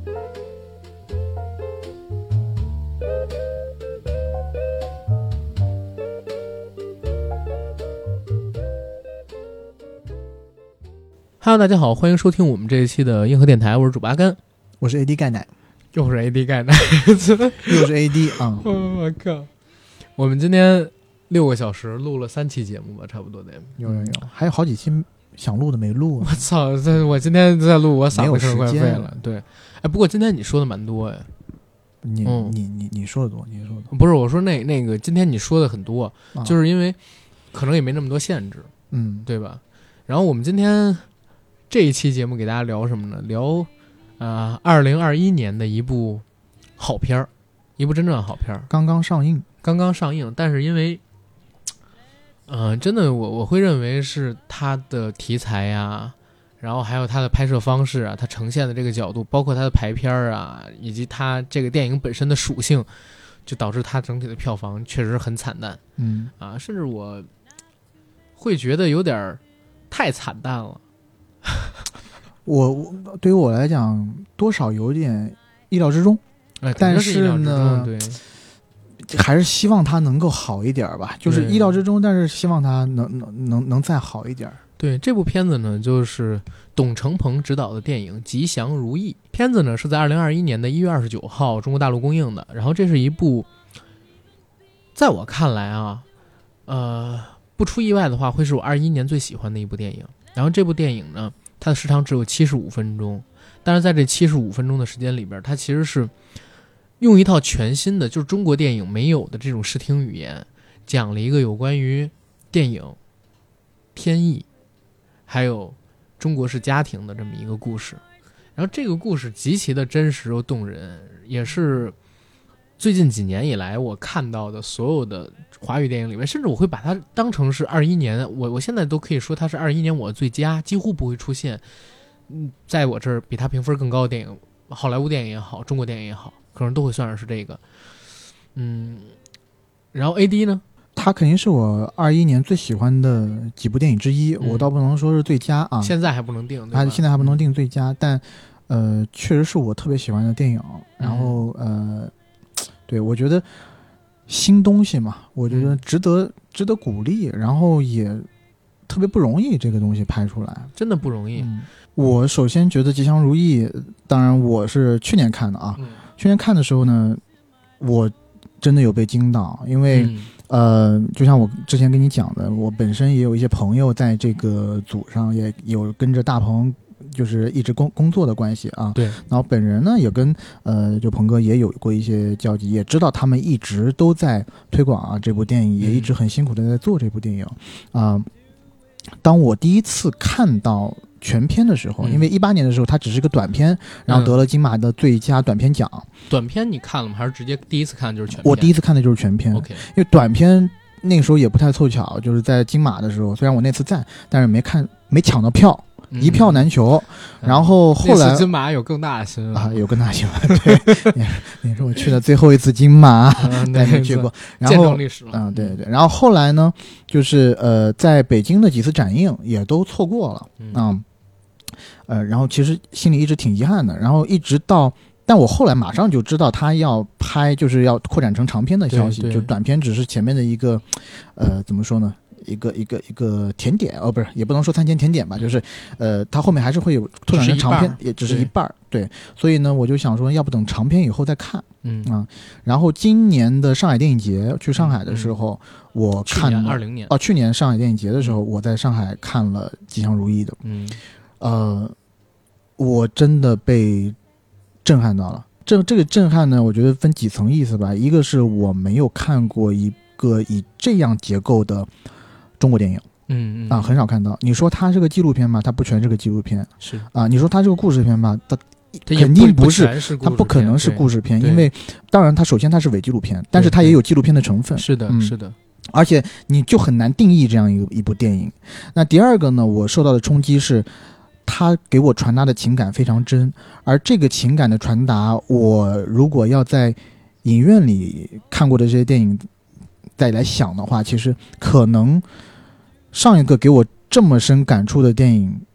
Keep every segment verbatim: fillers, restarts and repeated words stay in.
Hello， 大家好，欢迎收听我们这一期的硬核电台，我是主八甘， 我是 A D 钙奶， 又是 A D 钙奶， 又是 A D 啊！ 我、oh, 我靠，我们今天六个小时录了三期节目吧，差不多得有有有，还有好几期想录的没录、啊。 我操！我今天在录，我嗓子声快废了。对，哎，不过今天你说的蛮多哎。 你、嗯、你你你说的多，你说的多。 不是我说那那个，今天你说的很多、啊，就是因为可能也没那么多限制， 嗯， 对吧？然后我们今天这一期节目给大家聊什么呢？聊呃二零二一年的一部好片儿，一部真正的好片儿， 刚刚上映， 刚刚上映，但是因为，嗯、呃，真的我我会认为是它的题材呀，然后还有它的拍摄方式啊，它呈现的这个角度，包括它的排片啊，以及它这个电影本身的属性，就导致它整体的票房确实很惨淡。 嗯啊，甚至我会觉得有点太惨淡了。 我我对于我来讲，多少有点意料之中， 哎， 但是呢， 对， 还是希望它能够好一点吧。就是意料之中，但是希望它能能能能再好一点。 对，这部片子呢，就是董成鹏执导的电影《吉祥如意》。片子呢是在二零二一年的一月二十九号中国大陆公映的。然后这是一部，在我看来啊，呃，不出意外的话，会是我二一年最喜欢的一部电影。然后这部电影呢，它的时长只有七十五分钟，但是在这七十五分钟的时间里边，它其实是用一套全新的，就是中国电影没有的这种视听语言，讲了一个有关于电影、天意，还有中国式家庭的这么一个故事。然后这个故事极其的真实又动人，也是最近几年以来我看到的所有的华语电影里面，甚至我会把它当成是二一年，我我现在都可以说它是二一年我最佳，几乎不会出现嗯，在我这儿比它评分更高的电影，好莱坞电影也好，中国电影也好，可能都会算是这个。嗯，然后 A D 呢， 它肯定是我二一年最喜欢的几部电影之一、嗯、我倒不能说是最佳啊， 现在还不能定， 它现在还不能定最佳，但呃，确实是我特别喜欢的电影。然后、嗯、呃，对，我觉得新东西嘛，我觉得值得、嗯、值得鼓励，然后也特别不容易，这个东西拍出来真的不容易。 嗯、我首先觉得吉祥如意，当然我是去年看的啊、嗯，去年看的时候呢，我真的有被惊到，因为、嗯呃，就像我之前跟你讲的，我本身也有一些朋友在这个组上，也有跟着大鹏就是一直工工作的关系啊。 对。然后本人呢也跟呃就鹏哥也有过一些交集，也知道他们一直都在推广啊这部电影，也一直很辛苦的在做这部电影啊、呃。当我第一次看到全片的时候、嗯、因为一八年的时候它只是个短片，然后得了金马的最佳短片奖、嗯、 短片你看了吗？还是直接第一次看就是全片？ 我第一次看的就是全片。 OK， 因为短片那个时候也不太凑巧，就是在金马的时候，虽然我那次在，但是没看没抢到票、嗯、一票难求、嗯、然后后来、 那次金马有更大的新闻啊，有更大的新闻对你说我去了最后一次金马、嗯、但没去过，然后见证历史了。 嗯，对对。然后后来呢就是呃在北京的几次展映也都错过了嗯。嗯呃，然后其实心里一直挺遗憾的，然后一直到，但我后来马上就知道他要拍，就是要扩展成长篇的消息，就短片只是前面的一个，呃，怎么说呢？一个一个一个甜点哦，不是，也不能说餐前甜点吧，就是呃，它后面还是会有拓展成长篇，也只是一半，对。所以呢，我就想说，要不等长篇以后再看， 嗯啊。然后今年的上海电影节去上海的时候，嗯、我看了二零年哦，去年上海电影节的时候，我在上海看了《吉祥如意》的， 嗯。 呃，我真的被震撼到了。这这个震撼呢，我觉得分几层意思吧。一个是我没有看过一个以这样结构的中国电影， 嗯嗯啊，很少看到。你说它是个纪录片吗？它不全是个纪录片， 是啊。你说它是个故事片吧？它肯定不是， 它不可能是故事片，因为当然它首先它是伪纪录片，但是它也有纪录片的成分。 是的， 嗯、 是的。 而且你就很难定义这样一个一部电影。那第二个呢，我受到的冲击是，它给我传达的情感非常真，而这个情感的传达，我如果要在影院里看过的这些电影再来想的话，其实可能上一个给我这么深感触的电影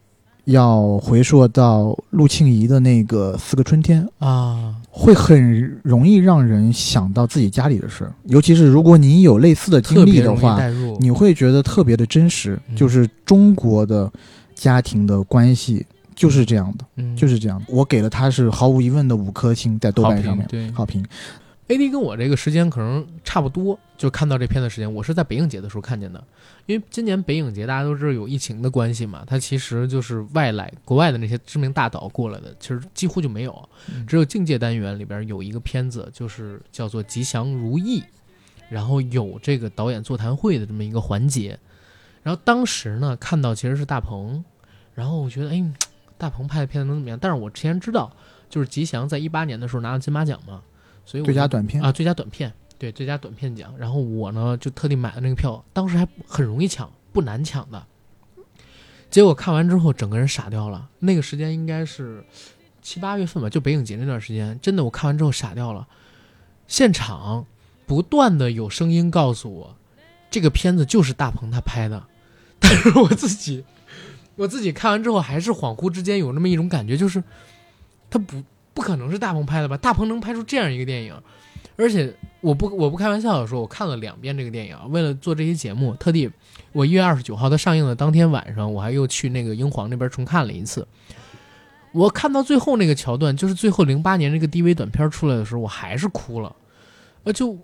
要回溯到陆庆怡的那个《四个春天》 啊， 会很容易让人想到自己家里的事，尤其是如果你有类似的经历的话，你会觉得特别的真实。 嗯、 就是中国的家庭的关系就是这样的， 嗯、 就是这样的。我给了他是毫无疑问的五颗星，在豆瓣上面， 对， 好评。 A D 跟我这个时间可能差不多，就看到这片的时间，我是在北影节的时候看见的。因为今年北影节大家都知道有疫情的关系嘛，它其实就是外来国外的那些知名大导过来的，其实几乎就没有，只有境界单元里边有一个片子，就是叫做《吉祥如意》，然后有这个导演座谈会的这么一个环节。然后当时呢看到其实是大鹏，然后我觉得哎，大鹏拍的片子能怎么样？但是我之前知道，就是吉祥在一八年的时候拿了金马奖嘛。所以我最佳短片啊，最佳短片，对，最佳短片奖。然后我呢就特地买了那个票，当时还很容易抢，不难抢的。结果看完之后，整个人傻掉了。那个时间应该是七八月份吧，就北影节那段时间，真的我看完之后傻掉了。现场不断的有声音告诉我，这个片子就是大鹏他拍的，但是我自己，我自己看完之后还是恍惚之间有那么一种感觉，就是他不。不可能是大鹏拍的吧？大鹏能拍出这样一个电影，而且我不我不开玩笑的说，我看了两遍这个电影，为了做这期节目，特地我一月二十九号它上映的当天晚上，我还又去那个英皇那边重看了一次。我看到最后那个桥段，就是最后零八年那个 D V 短片出来的时候，我还是哭了，呃，就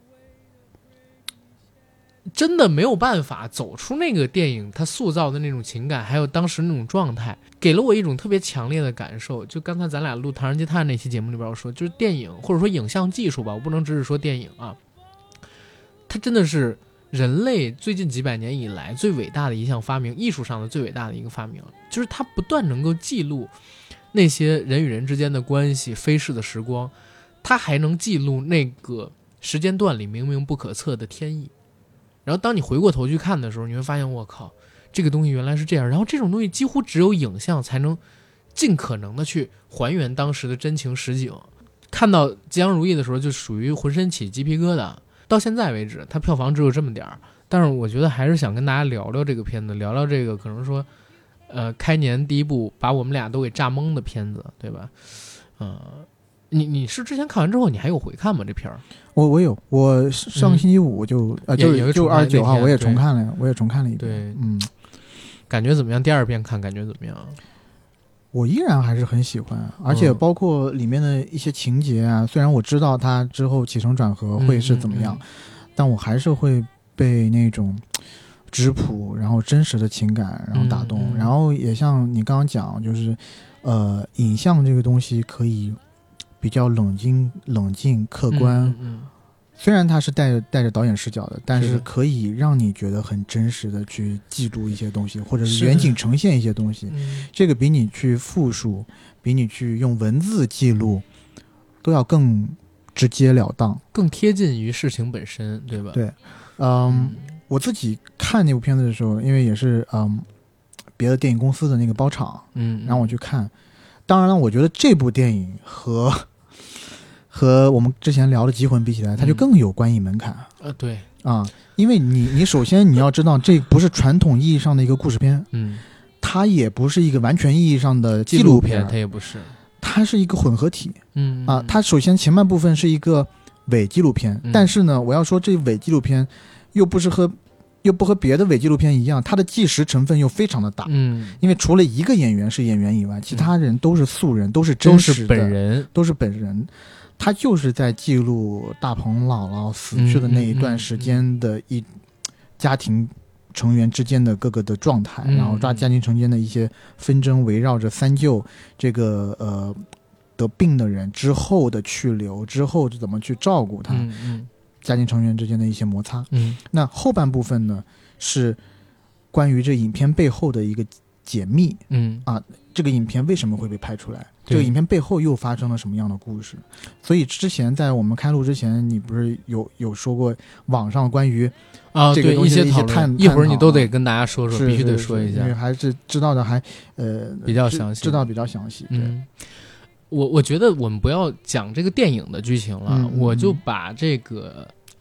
真的没有办法走出那个电影它塑造的那种情感，还有当时那种状态，给了我一种特别强烈的感受。就刚才咱俩录《唐人街探案》那期节目里边我说，就是电影或者说影像技术吧，我不能只是说电影啊，它真的是人类最近几百年以来最伟大的一项发明，艺术上的最伟大的一个发明，就是它不断能够记录那些人与人之间的关系，飞逝的时光，它还能记录那个时间段里明明不可测的天意。然后当你回过头去看的时候，你会发现我靠，这个东西原来是这样。然后这种东西几乎只有影像才能尽可能的去还原当时的真情实景。看到《吉祥如意》的时候就属于浑身起鸡皮疙瘩，到现在为止它票房只有这么点儿，但是我觉得还是想跟大家聊聊这个片子，聊聊这个可能说呃开年第一部把我们俩都给炸懵的片子，对吧？呃你你是之前看完之后你还有回看吗？这片儿？ 我我有，我上星期五就、嗯、呃就就二十九号我也重看了，我也重看了一遍。 对， 嗯， 感觉怎么样？第二遍看感觉怎么样？ 我依然还是很喜欢，而且包括里面的一些情节啊，嗯、虽然我知道它之后起承转合会是怎么样，嗯嗯嗯但我还是会被那种质朴然后真实的情感然后打动。嗯嗯然后也像你刚刚讲，就是呃，影像这个东西可以比较冷静、冷静、客观。 嗯嗯虽然它是带着带着导演视角的，但是可以让你觉得很真实的去记录一些东西，或者是远景呈现一些东西。 嗯、 这个比你去复述，比你去用文字记录，都要更直截了当， 更贴近于事情本身，对吧？ 对，嗯，嗯我自己看那部片子的时候，因为也是嗯别的电影公司的那个包场， 嗯， 让我去看。当然了，我觉得这部电影和和我们之前聊的《极魂》比起来，它就更有观影门槛。 呃、嗯，对啊，因为你你首先你要知道，这不是传统意义上的一个故事片， 嗯， 它也不是一个完全意义上的纪录片， 它也不是， 它是一个混合体。 嗯啊，它首先前半部分是一个伪纪录片， 嗯、 但是呢，我要说这伪纪录片又不是和又不和别的伪纪录片一样，它的纪实成分又非常的大。 嗯， 因为除了一个演员是演员以外，其他人都是素人，都是真实的， 都是本人， 都是本人。他就是在记录大鹏姥姥死去的那一段时间的一家庭成员之间的各个的状态， 嗯、 然后抓家庭成员的一些纷争，围绕着三舅这个呃得病的人之后的去留，之后怎么去照顾他， 嗯嗯、 家庭成员之间的一些摩擦。 嗯， 那后半部分呢是关于这影片背后的一个解密。 嗯啊，这个影片为什么会被拍出来？这个影片背后又发生了什么样的故事？所以之前在我们开录之前，你不是有有说过网上关于啊这个东西的一些探， 一会儿你都得跟大家说说，必须得说一下， 因为还是知道的还呃比较详细， 知道比较详细。对， 嗯、我我觉得我们不要讲这个电影的剧情了， 嗯、 我就把这个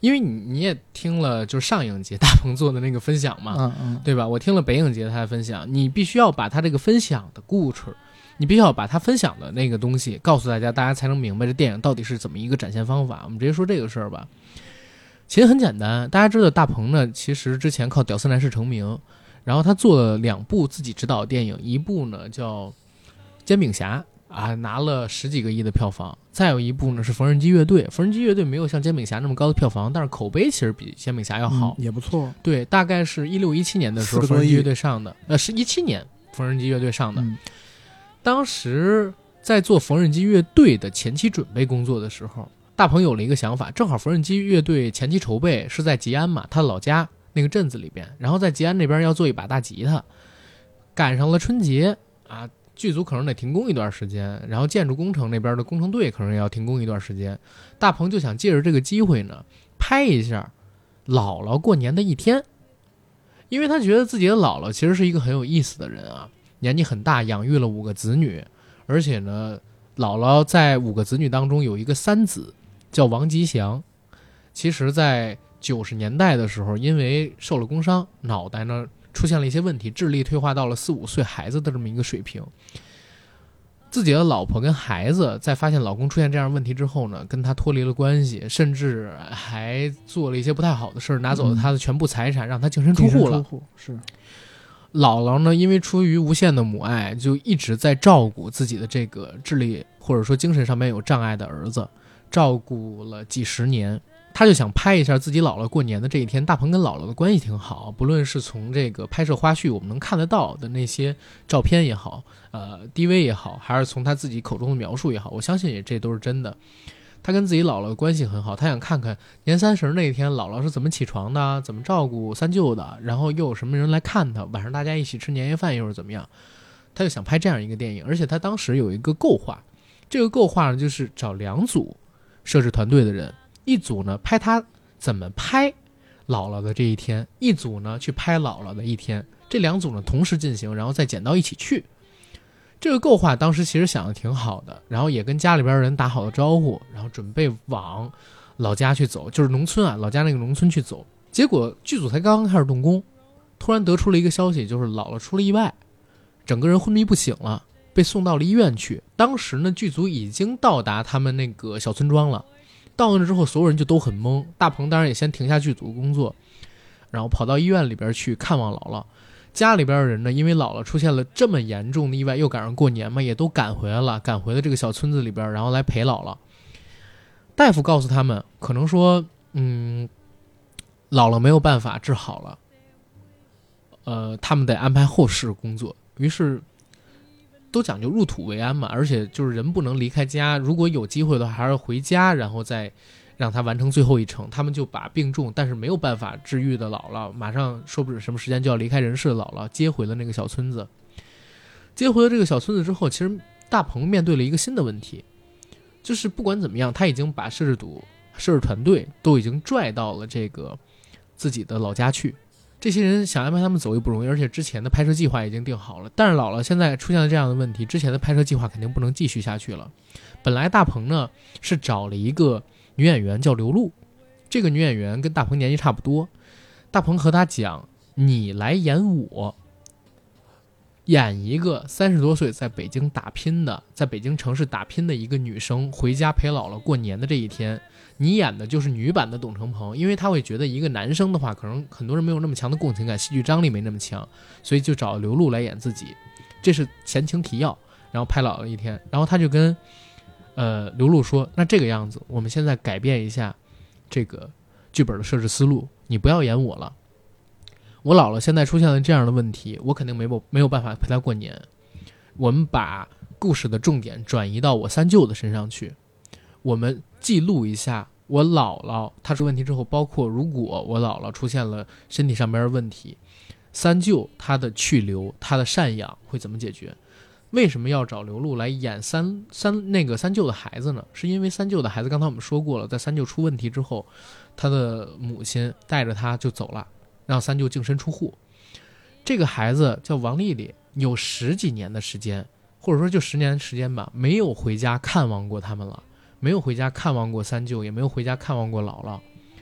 因为你你也听了就是上影节大鹏做的那个分享嘛， 嗯嗯， 对吧？我听了北影节他的分享，你必须要把他这个分享的故事，你必须要把他分享的那个东西告诉大家，大家才能明白这电影到底是怎么一个展现方法。我们直接说这个事儿吧。其实很简单，大家知道大鹏呢，其实之前靠《屌丝男士》成名，然后他做了两部自己执导的电影，一部呢叫《煎饼侠》啊，拿了十几个亿的票房，再有一部呢是《缝纫机乐队》，《缝纫机乐队》没有像《煎饼侠》那么高的票房，但是口碑其实比《煎饼侠》要好， 嗯，也不错。 对，大概是一六一七年的时候，缝纫机乐队上的，呃，是一七年缝纫机乐队上的。 嗯， 当时在做缝纫机乐队的前期准备工作的时候，大鹏有了一个想法，正好缝纫机乐队前期筹备是在吉安嘛，他老家那个镇子里边，然后在吉安那边要做一把大吉他，赶上了春节啊，剧组可能得停工一段时间，然后建筑工程那边的工程队可能也要停工一段时间，大鹏就想借着这个机会呢，拍一下姥姥过年的一天，因为他觉得自己的姥姥其实是一个很有意思的人啊，年纪很大，养育了五个子女，而且呢，姥姥在五个子女当中有一个三子叫王吉祥，其实在九十年代的时候，因为受了工伤，脑袋呢出现了一些问题，智力退化到了四五岁孩子的这么一个水平。自己的老婆跟孩子在发现老公出现这样的问题之后呢，跟他脱离了关系，甚至还做了一些不太好的事，拿走了他的全部财产，嗯、让他净身出户了。 是。 姥姥呢，因为出于无限的母爱，就一直在照顾自己的这个智力或者说精神上面有障碍的儿子，照顾了几十年。他就想拍一下自己姥姥过年的这一天。大鹏跟姥姥的关系挺好，不论是从这个拍摄花絮我们能看得到的那些照片也好，呃 D V 也好，还是从他自己口中的描述也好，我相信也这都是真的。他跟自己姥姥的关系很好，他想看看年三十那一天姥姥是怎么起床的，怎么照顾三舅的，然后又有什么人来看他，晚上大家一起吃年夜饭又是怎么样。他就想拍这样一个电影，而且他当时有一个构划，这个构划呢就是找两组摄制团队的人，一组呢拍他怎么拍姥姥的这一天，一组呢去拍姥姥的一天，这两组呢同时进行，然后再剪到一起去。这个构划当时其实想的挺好的，然后也跟家里边人打好了招呼，然后准备往老家去走，就是农村啊，老家那个农村去走。结果剧组才刚刚开始动工，突然得出了一个消息，就是姥姥出了意外，整个人昏迷不醒了，被送到了医院去。当时呢剧组已经到达他们那个小村庄了，到那之后所有人就都很懵，大鹏当然也先停下剧组工作，然后跑到医院里边去看望姥姥。家里边的人呢，因为姥姥出现了这么严重的意外，又赶上过年嘛，也都赶回来了，赶回了这个小村子里边，然后来陪姥姥。大夫告诉他们，可能说，嗯，姥姥没有办法治好了，呃，他们得安排后事工作。于是都讲究入土为安嘛，而且就是人不能离开家，如果有机会的话，还是回家，然后再让他完成最后一程。他们就把病重但是没有办法治愈的姥姥，马上说不准什么时间就要离开人世的姥姥接回了那个小村子。接回了这个小村子之后，其实大鹏面对了一个新的问题，就是不管怎么样，他已经把摄制组摄制团队都已经拽到了这个自己的老家去。这些人想安排他们走也不容易，而且之前的拍摄计划已经定好了。但是姥姥现在出现了这样的问题，之前的拍摄计划肯定不能继续下去了。本来大鹏呢是找了一个女演员叫刘露，这个女演员跟大鹏年纪差不多，大鹏和她讲，你来演我，演一个三十多岁在北京打拼的，在北京城市打拼的一个女生，回家陪姥姥过年的这一天，你演的就是女版的董成鹏。因为他会觉得一个男生的话，可能很多人没有那么强的共情感，戏剧张力没那么强，所以就找刘露来演自己，这是前情提要。然后拍姥姥一天，然后他就跟呃刘露说，那这个样子我们现在改变一下这个剧本的设置思路，你不要演我了，我姥姥现在出现了这样的问题，我肯定没有没有办法陪她过年，我们把故事的重点转移到我三舅的身上去，我们记录一下我姥姥她出问题之后，包括如果我姥姥出现了身体上面的问题，三舅他的去留他的赡养会怎么解决。为什么要找刘露来演三三那个三舅的孩子呢？是因为三舅的孩子刚才我们说过了，在三舅出问题之后，他的母亲带着他就走了，让三舅净身出户。这个孩子叫王丽丽，有十几年的时间，或者说就十年的时间吧，没有回家看望过他们了，没有回家看望过三舅，也没有回家看望过姥姥。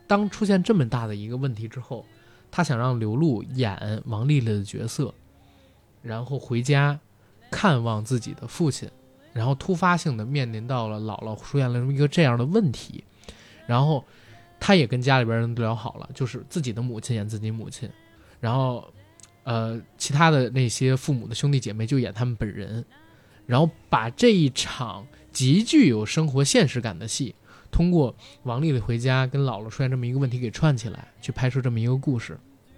当出现这么大的一个问题之后，他想让刘露演王丽丽的角色，然后回家看望自己的父亲，然后突发性的面临到了姥姥出现了一个这样的问题，然后他也跟家里边人都聊好了，就是自己的母亲演自己母亲，然后呃，其他的那些父母的兄弟姐妹就演他们本人，然后把这一场极具有生活现实感的戏，通过王丽丽回家跟姥姥出现这么一个问题给串起来，去拍摄这么一个故事。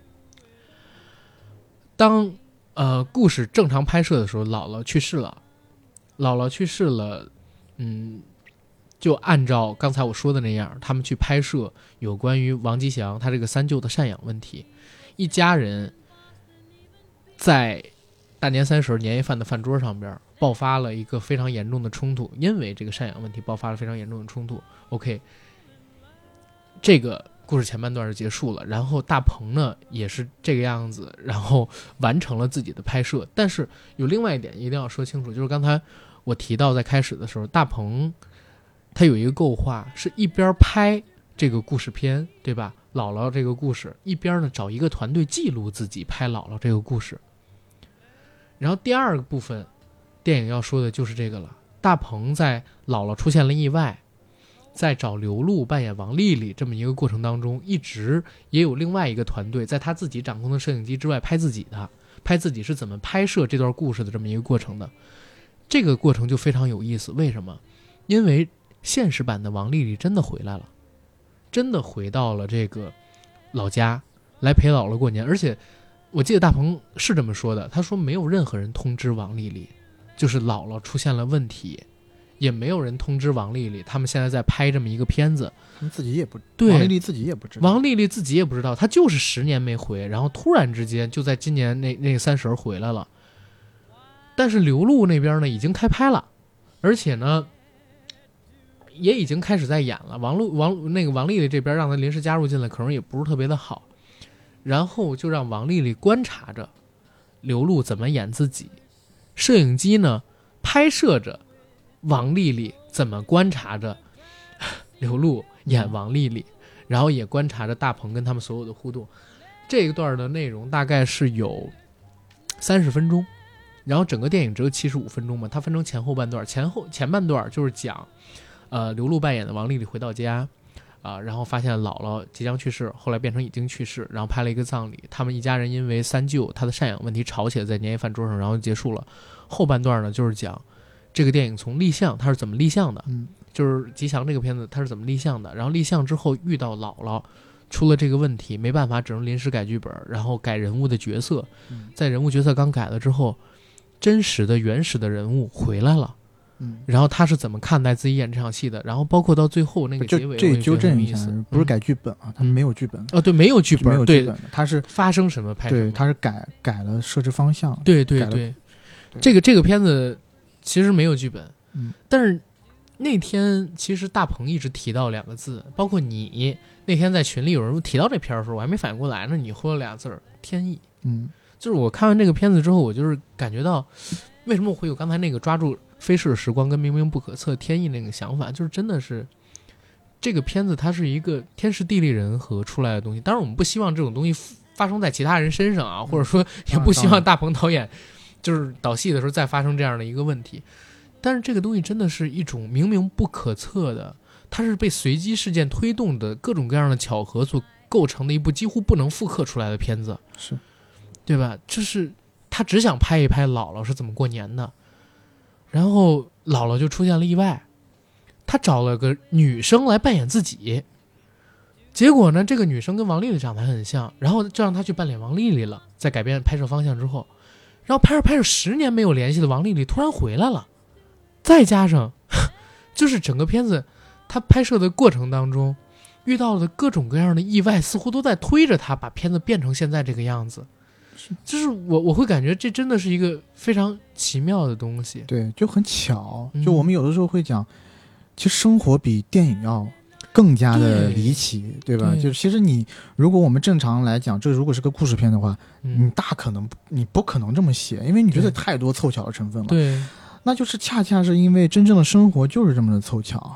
当呃故事正常拍摄的时候，姥姥去世了，姥姥去世了，嗯，就按照刚才我说的那样，他们去拍摄有关于王吉祥他这个三舅的赡养问题，一家人在大年三十年夜饭的饭桌上边爆发了一个非常严重的冲突，因为这个赡养问题爆发了非常严重的冲突。 OK， 这个故事前半段就结束了，然后大鹏呢也是这个样子，然后完成了自己的拍摄。但是有另外一点一定要说清楚，就是刚才我提到在开始的时候，大鹏他有一个构画，是一边拍这个故事片，对吧，姥姥这个故事，一边呢找一个团队记录自己拍姥姥这个故事。然后第二个部分电影要说的就是这个了，大鹏在姥姥出现了意外，在找刘露扮演王丽丽这么一个过程当中，一直也有另外一个团队在他自己掌控的摄影机之外拍自己的，拍自己是怎么拍摄这段故事的这么一个过程的。这个过程就非常有意思，为什么？因为现实版的王丽丽真的回来了，真的回到了这个老家来陪姥姥过年。而且我记得大鹏是这么说的，他说没有任何人通知王丽丽，就是姥姥出现了问题，也没有人通知王丽丽他们现在在拍这么一个片子， 他们自己也不对， 王丽丽自己也不知道， 王丽丽自己也不知道，她就是十年没回，然后突然之间就在今年那那三十回来了。但是刘露那边呢已经开拍了，而且呢也已经开始在演了。王露王那个王丽丽这边让她临时加入进来，可能也不是特别的好，然后就让王丽丽观察着刘露怎么演自己，摄影机呢拍摄着王丽丽怎么观察着刘露演王丽丽，然后也观察着大鹏跟他们所有的互动。这一段的内容大概是有三十分钟，然后整个电影只有七十五分钟嘛，它分成前后半段，前后前半段就是讲呃刘露扮演的王丽丽回到家啊、呃，然后发现姥姥即将去世，后来变成已经去世，然后拍了一个葬礼，他们一家人因为三舅他的赡养问题吵起来，在年夜饭桌上，然后结束了。后半段呢就是讲这个电影从立项它是怎么立项的， 嗯， 就是吉祥这个片子它是怎么立项的，然后立项之后遇到姥姥出了这个问题，没办法只能临时改剧本，然后改人物的角色，在人物角色刚改了之后，真实的原始的人物回来了， 嗯， 然后他是怎么看待自己演这场戏的，然后包括到最后那个结尾， 这里纠正一下，不是改剧本啊，他们没有剧本哦，对，没有剧本， 没有剧本，他是发生什么拍什么， 对，他是改改了设置方向， 对对对，这个这个片子其实没有剧本， 嗯， 但是那天其实大鹏一直提到两个字，包括你那天在群里有人提到这片的时候，我还没反应过来呢，你说了俩字儿天意， 嗯， 就是我看完这个片子之后，我就是感觉到为什么我会有刚才那个抓住飞逝的时光跟明明不可测天意那个想法，就是真的是这个片子它是一个天时地利人和出来的东西。当然我们不希望这种东西发生在其他人身上啊，或者说也不希望大鹏导演就是导戏的时候再发生这样的一个问题，但是这个东西真的是一种明明不可测的，它是被随机事件推动的各种各样的巧合所构成的一部几乎不能复刻出来的片子， 是对吧？就是他只想拍一拍姥姥是怎么过年的，然后姥姥就出现了意外，他找了个女生来扮演自己，结果呢这个女生跟王丽丽长得很像，然后就让他去扮演王丽丽了，在改变拍摄方向之后，然后拍着拍着十年没有联系的王丽丽突然回来了，再加上就是整个片子他拍摄的过程当中遇到的各种各样的意外，似乎都在推着他把片子变成现在这个样子，就是我我会感觉这真的是一个非常奇妙的东西。 对，就很巧，就我们有的时候会讲、嗯、其实生活比电影要更加的离奇， 对, 对吧？ 对， 就是其实你如果我们正常来讲，这如果是个故事片的话、 嗯、 你大可能你不可能这么写，因为你觉得太多凑巧的成分了。 对， 那就是恰恰是因为真正的生活就是这么的凑巧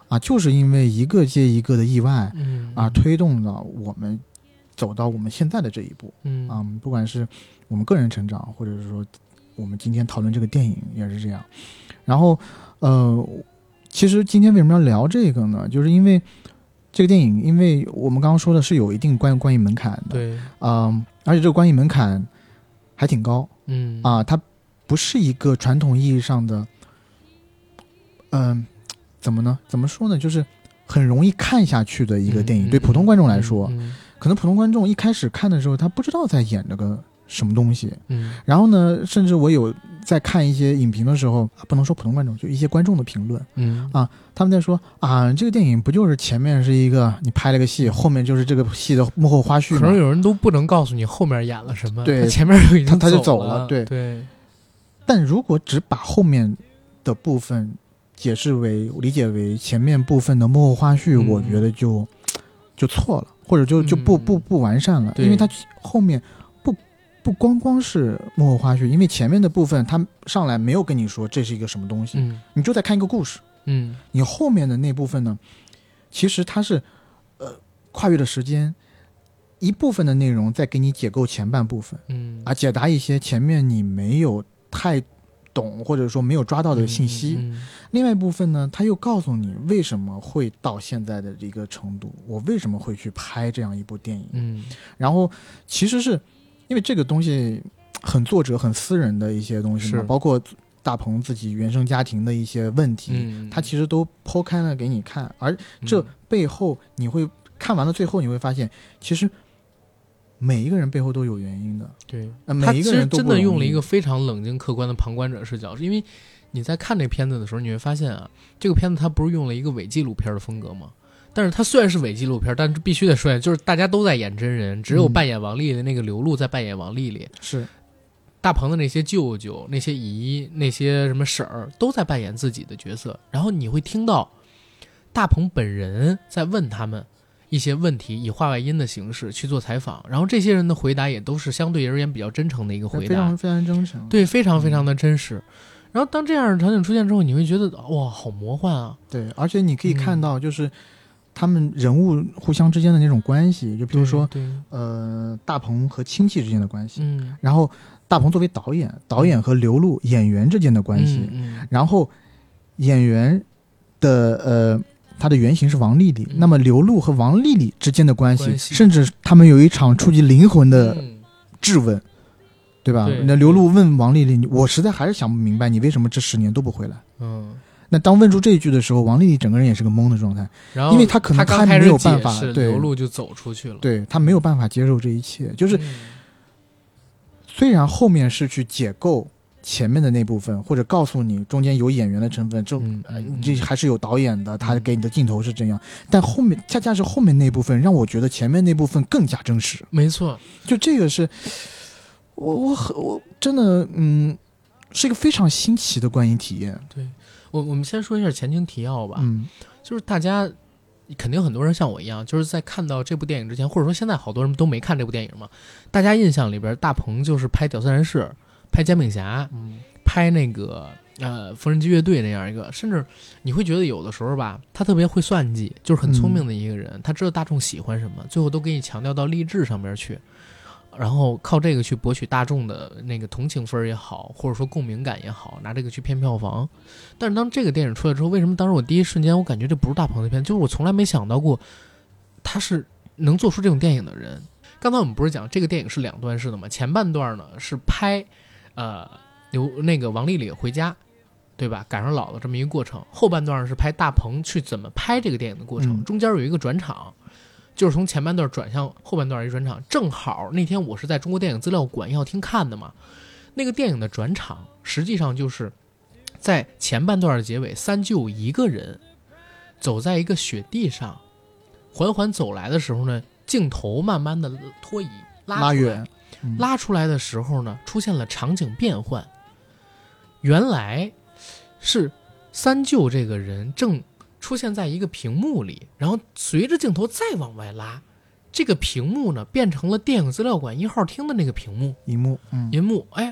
啊，就是因为一个接一个的意外， 嗯啊，推动了我们走到我们现在的这一步。 嗯啊，不管是我们个人成长，或者是说我们今天讨论这个电影也是这样。然后，呃，其实今天为什么要聊这个呢？就是因为这个电影，因为我们刚刚说的是有一定观观影门槛的， 对， 嗯，而且这个观影门槛还挺高， 嗯啊，它不是一个传统意义上的，嗯、呃，怎么呢？怎么说呢？就是很容易看下去的一个电影。 嗯、 对普通观众来说、 嗯嗯， 可能普通观众一开始看的时候，他不知道在演这个什么东西。 嗯， 然后呢，甚至我有在看一些影评的时候，不能说普通观众，就一些观众的评论， 嗯啊，他们在说啊，这个电影不就是前面是一个你拍了个戏，后面就是这个戏的幕后花絮吗？ 可能有人都不能告诉你后面演了什么， 对， 他前面就已经他他就走走了，对对。 但如果只把后面的部分解释为理解为前面部分的幕后花絮， 嗯、 我觉得就就错了，或者就就不、嗯、不不完善了，因为它后面不不光光是幕后花絮，因为前面的部分它上来没有跟你说这是一个什么东西， 嗯、 你就在看一个故事， 嗯， 你后面的那部分呢，其实它是呃跨越了时间。一部分的内容在给你解构前半部分， 嗯， 啊，解答一些前面你没有太懂或者说没有抓到的信息。 嗯嗯、 另外一部分呢，他又告诉你为什么会到现在的一个程度，我为什么会去拍这样一部电影。 嗯， 然后其实是因为这个东西很作者很私人的一些东西嘛，包括大鹏自己原生家庭的一些问题， 嗯、 他其实都剖开了给你看，而这背后你会看完了最后你会发现，其实每一个人背后都有原因的。 对， 呃、每一个人都他其实真的用了一个非常冷静客观的旁观者视角，因为你在看这片子的时候，你会发现啊，这个片子它不是用了一个伪纪录片的风格吗？但是它虽然是伪纪录片，但是必须得说，就是大家都在演真人，只有扮演王丽的那个刘露在扮演王丽丽， 嗯、是大鹏的那些舅舅、那些姨、那些什么婶儿都在扮演自己的角色，然后你会听到大鹏本人在问他们一些问题，以话外音的形式去做采访，然后这些人的回答也都是相对而言比较真诚的一个回答， 非常非常真诚， 对，非常非常的真实。嗯、然后当这样的场景出现之后，你会觉得哇，好魔幻啊！ 对，而且你可以看到，就是他们人物互相之间的那种关系，就比如说，呃，大鹏和亲戚之间的关系， 嗯， 然后大鹏作为导演，导演和刘露演员之间的关系， 嗯嗯、 然后演员的呃。他的原型是王丽丽、嗯，那么刘露和王丽丽之间的关系， 关系甚至他们有一场触及灵魂的质问，嗯、对吧？ 对， 那刘露问王丽丽：“我实在还是想不明白，你为什么这十年都不回来？” 嗯， 那当问出这一句的时候，王丽丽整个人也是个懵的状态， 然后因为他可能他没有办法，对， 刘露就走出去了， 对他没有办法接受这一切，就是、 嗯、 虽然后面是去解构前面的那部分，或者告诉你中间有演员的成分，这、 嗯呃、 这还是有导演的，他给你的镜头是这样，但后面恰恰是后面那部分让我觉得前面那部分更加真实。 没错， 就这个是我我我真的嗯是一个非常新奇的观影体验。 对，我我们先说一下前情提要吧， 嗯， 就是大家肯定很多人像我一样，就是在看到这部电影之前，或者说现在好多人都没看这部电影嘛，大家印象里边大鹏就是拍屌丝战士，拍煎饼侠， 嗯， 拍那个呃缝纫机乐队那样一个，甚至你会觉得有的时候吧，他特别会算计，就是很聪明的一个人，嗯、他知道大众喜欢什么，最后都给你强调到励志上面去，然后靠这个去博取大众的那个同情分也好，或者说共鸣感也好，拿这个去骗票房。但是当这个电影出来之后，为什么当时我第一瞬间我感觉这不是大鹏的片，就是我从来没想到过他是能做出这种电影的人。刚才我们不是讲这个电影是两段式的吗？前半段呢是拍呃刘那个王丽丽回家，对吧？赶上姥姥这么一个过程。后半段是拍大鹏去怎么拍这个电影的过程， 嗯、 中间有一个转场，就是从前半段转向后半段一转场。正好那天我是在中国电影资料馆要厅看的嘛，那个电影的转场实际上就是在前半段的结尾，三舅一个人走在一个雪地上，缓缓走来的时候呢，镜头慢慢的拖移拉出来拉远。 嗯、拉出来的时候呢，出现了场景变换，原来是三舅这个人正出现在一个屏幕里，然后随着镜头再往外拉，这个屏幕呢变成了电影资料馆一号厅的那个屏幕银幕，嗯， 银幕，哎，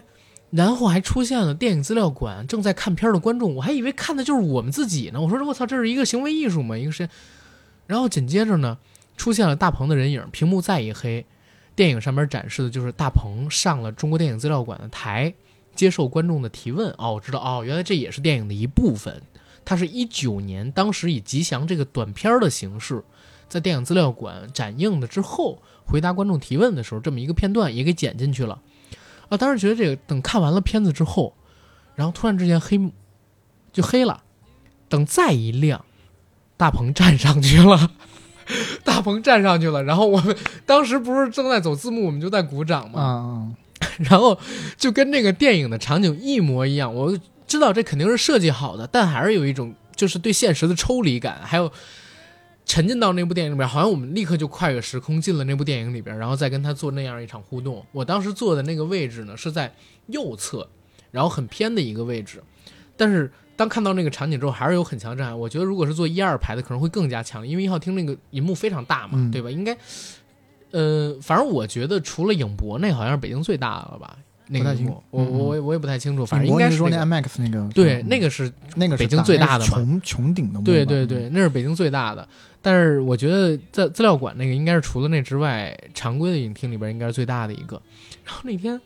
然后还出现了电影资料馆正在看片的观众，我还以为看的就是我们自己呢。我说我操，这是一个行为艺术吗？一个是，然后紧接着呢，出现了大鹏的人影，屏幕再一黑，电影上面展示的就是大鹏上了中国电影资料馆的台，接受观众的提问。哦，我知道哦，原来这也是电影的一部分。它是一九年当时以吉祥这个短片的形式，在电影资料馆展映的之后，回答观众提问的时候，这么一个片段也给剪进去了。啊，当时觉得这个等看完了片子之后，然后突然之间黑就黑了，等再一亮，大鹏站上去了，大鹏站上去了，然后我们当时不是正在走字幕，我们就在鼓掌嘛， 啊， 然后就跟这个电影的场景一模一样。我知道这肯定是设计好的，但还是有一种就是对现实的抽离感，还有沉浸到那部电影里边，好像我们立刻就跨越时空进了那部电影里边，然后再跟他做那样一场互动。我当时坐的那个位置呢是在右侧，然后很偏的一个位置，但是当看到那个场景之后，还是有很强震撼。我觉得如果是坐一二排的，可能会更加强，因为一号厅那个银幕非常大嘛， 嗯、 对吧？应该，呃，反正我觉得除了影博那好像是北京最大的了吧。那个幕我我我也不太清楚，反正应该是、那个、 说那 I M A X 那个， 对，那个是那个北京最大的嘛， 穹穹顶的幕， 对对对，那是北京最大的。但是我觉得在资料馆那个应该是除了那之外，常规的影厅里边应该是最大的一个。然后那天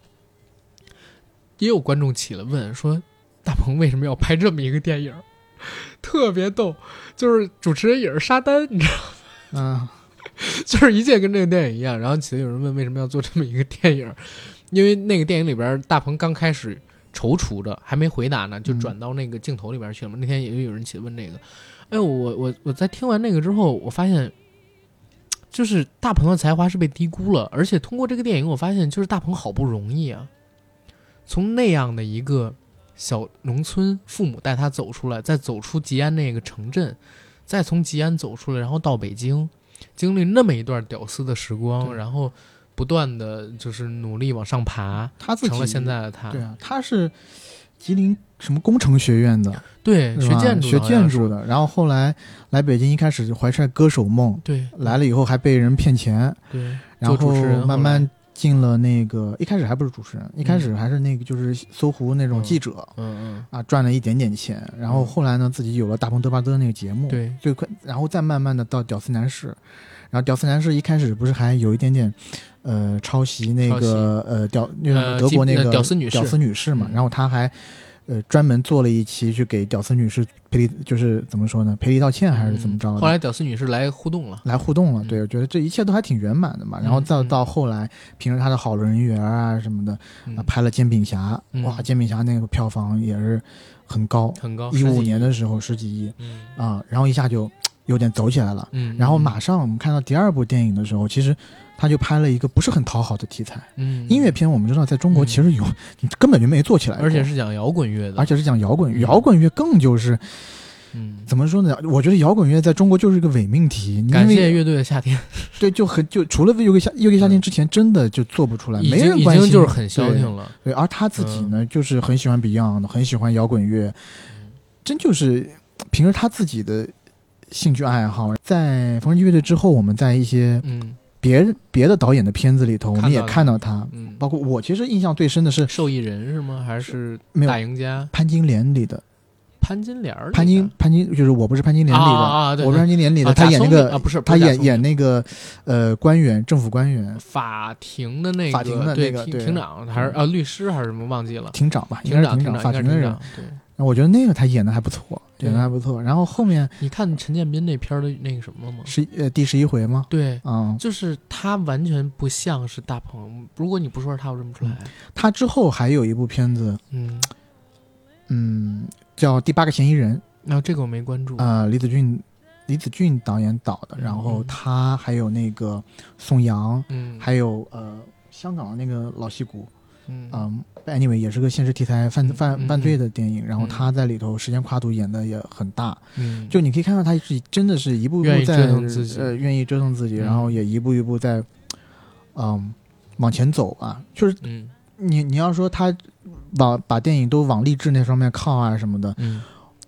也有观众起了问，说大鹏为什么要拍这么一个电影，特别逗，就是主持人也是沙丹，你知道吗？ 嗯， 就是一切跟这个电影一样。然后起来有人问为什么要做这么一个电影。因为那个电影里边大鹏刚开始踌躇着，还没回答呢，就转到那个镜头里边去了嘛、嗯、那天也有人起问这个。哎呦，我我我在听完那个之后，我发现就是大鹏的才华是被低估了，而且通过这个电影我发现就是大鹏好不容易啊，从那样的一个小农村，父母带他走出来，再走出吉安那个城镇，再从吉安走出来，然后到北京，经历那么一段屌丝的时光，然后不断的就是努力往上爬， 他自己成了现在的他。 对啊，他是吉林什么工程学院的， 对，学建筑学建筑的。然后后来来北京，一开始怀揣歌手梦， 对， 来了以后还被人骗钱， 对， 然后慢慢进了那个，一开始还不是主持人，一开始还是那个就是搜狐那种记者， 嗯嗯啊，赚了一点点钱。然后后来呢，自己有了大鹏嘚吧嘚那个节目， 对， 最快，然后再慢慢的到屌丝男士。然后屌丝男士一开始不是还有一点点，呃，抄袭那个呃屌那个德国那个屌丝女士屌丝女士嘛， 嗯、 然后他还呃专门做了一期去给屌丝女士赔礼，就是怎么说呢，赔礼道歉还是怎么着的、 嗯？后来屌丝女士来互动了， 来互动了， 嗯、 对，我觉得这一切都还挺圆满的嘛。然后再到后来，凭着他的好人缘啊什么的， 嗯、 啊拍了《煎饼侠》 嗯， 哇，《煎饼侠》那个票房也是很高， 很高， 一五年的时候十几亿， 嗯啊，然后一下就。有点走起来了， 嗯， 然后马上我们看到第二部电影的时候，其实他就拍了一个不是很讨好的题材， 嗯， 音乐片我们知道在中国其实有，嗯、根本就没做起来过， 而且是讲摇滚乐的， 而且是讲摇滚，摇滚乐更就是， 嗯， 怎么说呢？我觉得摇滚乐在中国就是一个伪命题。 感谢乐队的夏天， 对，就很就除了乐队夏乐队夏天之前，真的就做不出来，没人关心， 已经就是很消停了。 对，对而他自己呢，嗯、就是很喜欢 Beyond， 很喜欢摇滚乐，嗯、真就是凭着他自己的。兴趣爱好，在缝纫机乐队之后，我们在一些嗯别别的导演的片子里头，我们也看到他。 嗯， 包括我其实印象最深的是《 受益人》是吗？还是大赢家？ 潘金莲里的潘金莲， 潘金潘金就是我不是潘金莲里的， 啊对对我不是潘金莲里的， 啊、 他演那个啊不是他演演那个呃官员，政府官员， 法庭的那个法庭的那个对庭长还是啊律师还是什么忘记了？ 庭长吧， 庭长庭长，法庭的人。 对。 我觉得那个他演的还不错，演的还不错。然后后面你看陈建斌那片的那个什么吗？ 十呃第十一回吗？ 对， 嗯， 就是他完全不像是大鹏。如果你不说他，我认不出来。嗯、 他之后还有一部片子， 嗯嗯，叫《第八个嫌疑人》。 然后、啊、这个我没关注。 啊、呃，李子俊，李子俊导演导的。然后他还有那个宋阳， 嗯， 还有呃香港的那个老戏骨。 嗯嗯 ，anyway 也是个现实题材犯犯嗯犯罪的电影， 嗯、 然后他在里头时间跨度演的也很大， 嗯， 就你可以看到他是真的是一步一步在呃愿意折腾自己， 嗯、 然后也一步一步在嗯往前走啊，就是嗯， 你你要说他往把电影都往励志那方面靠啊什么的， 嗯，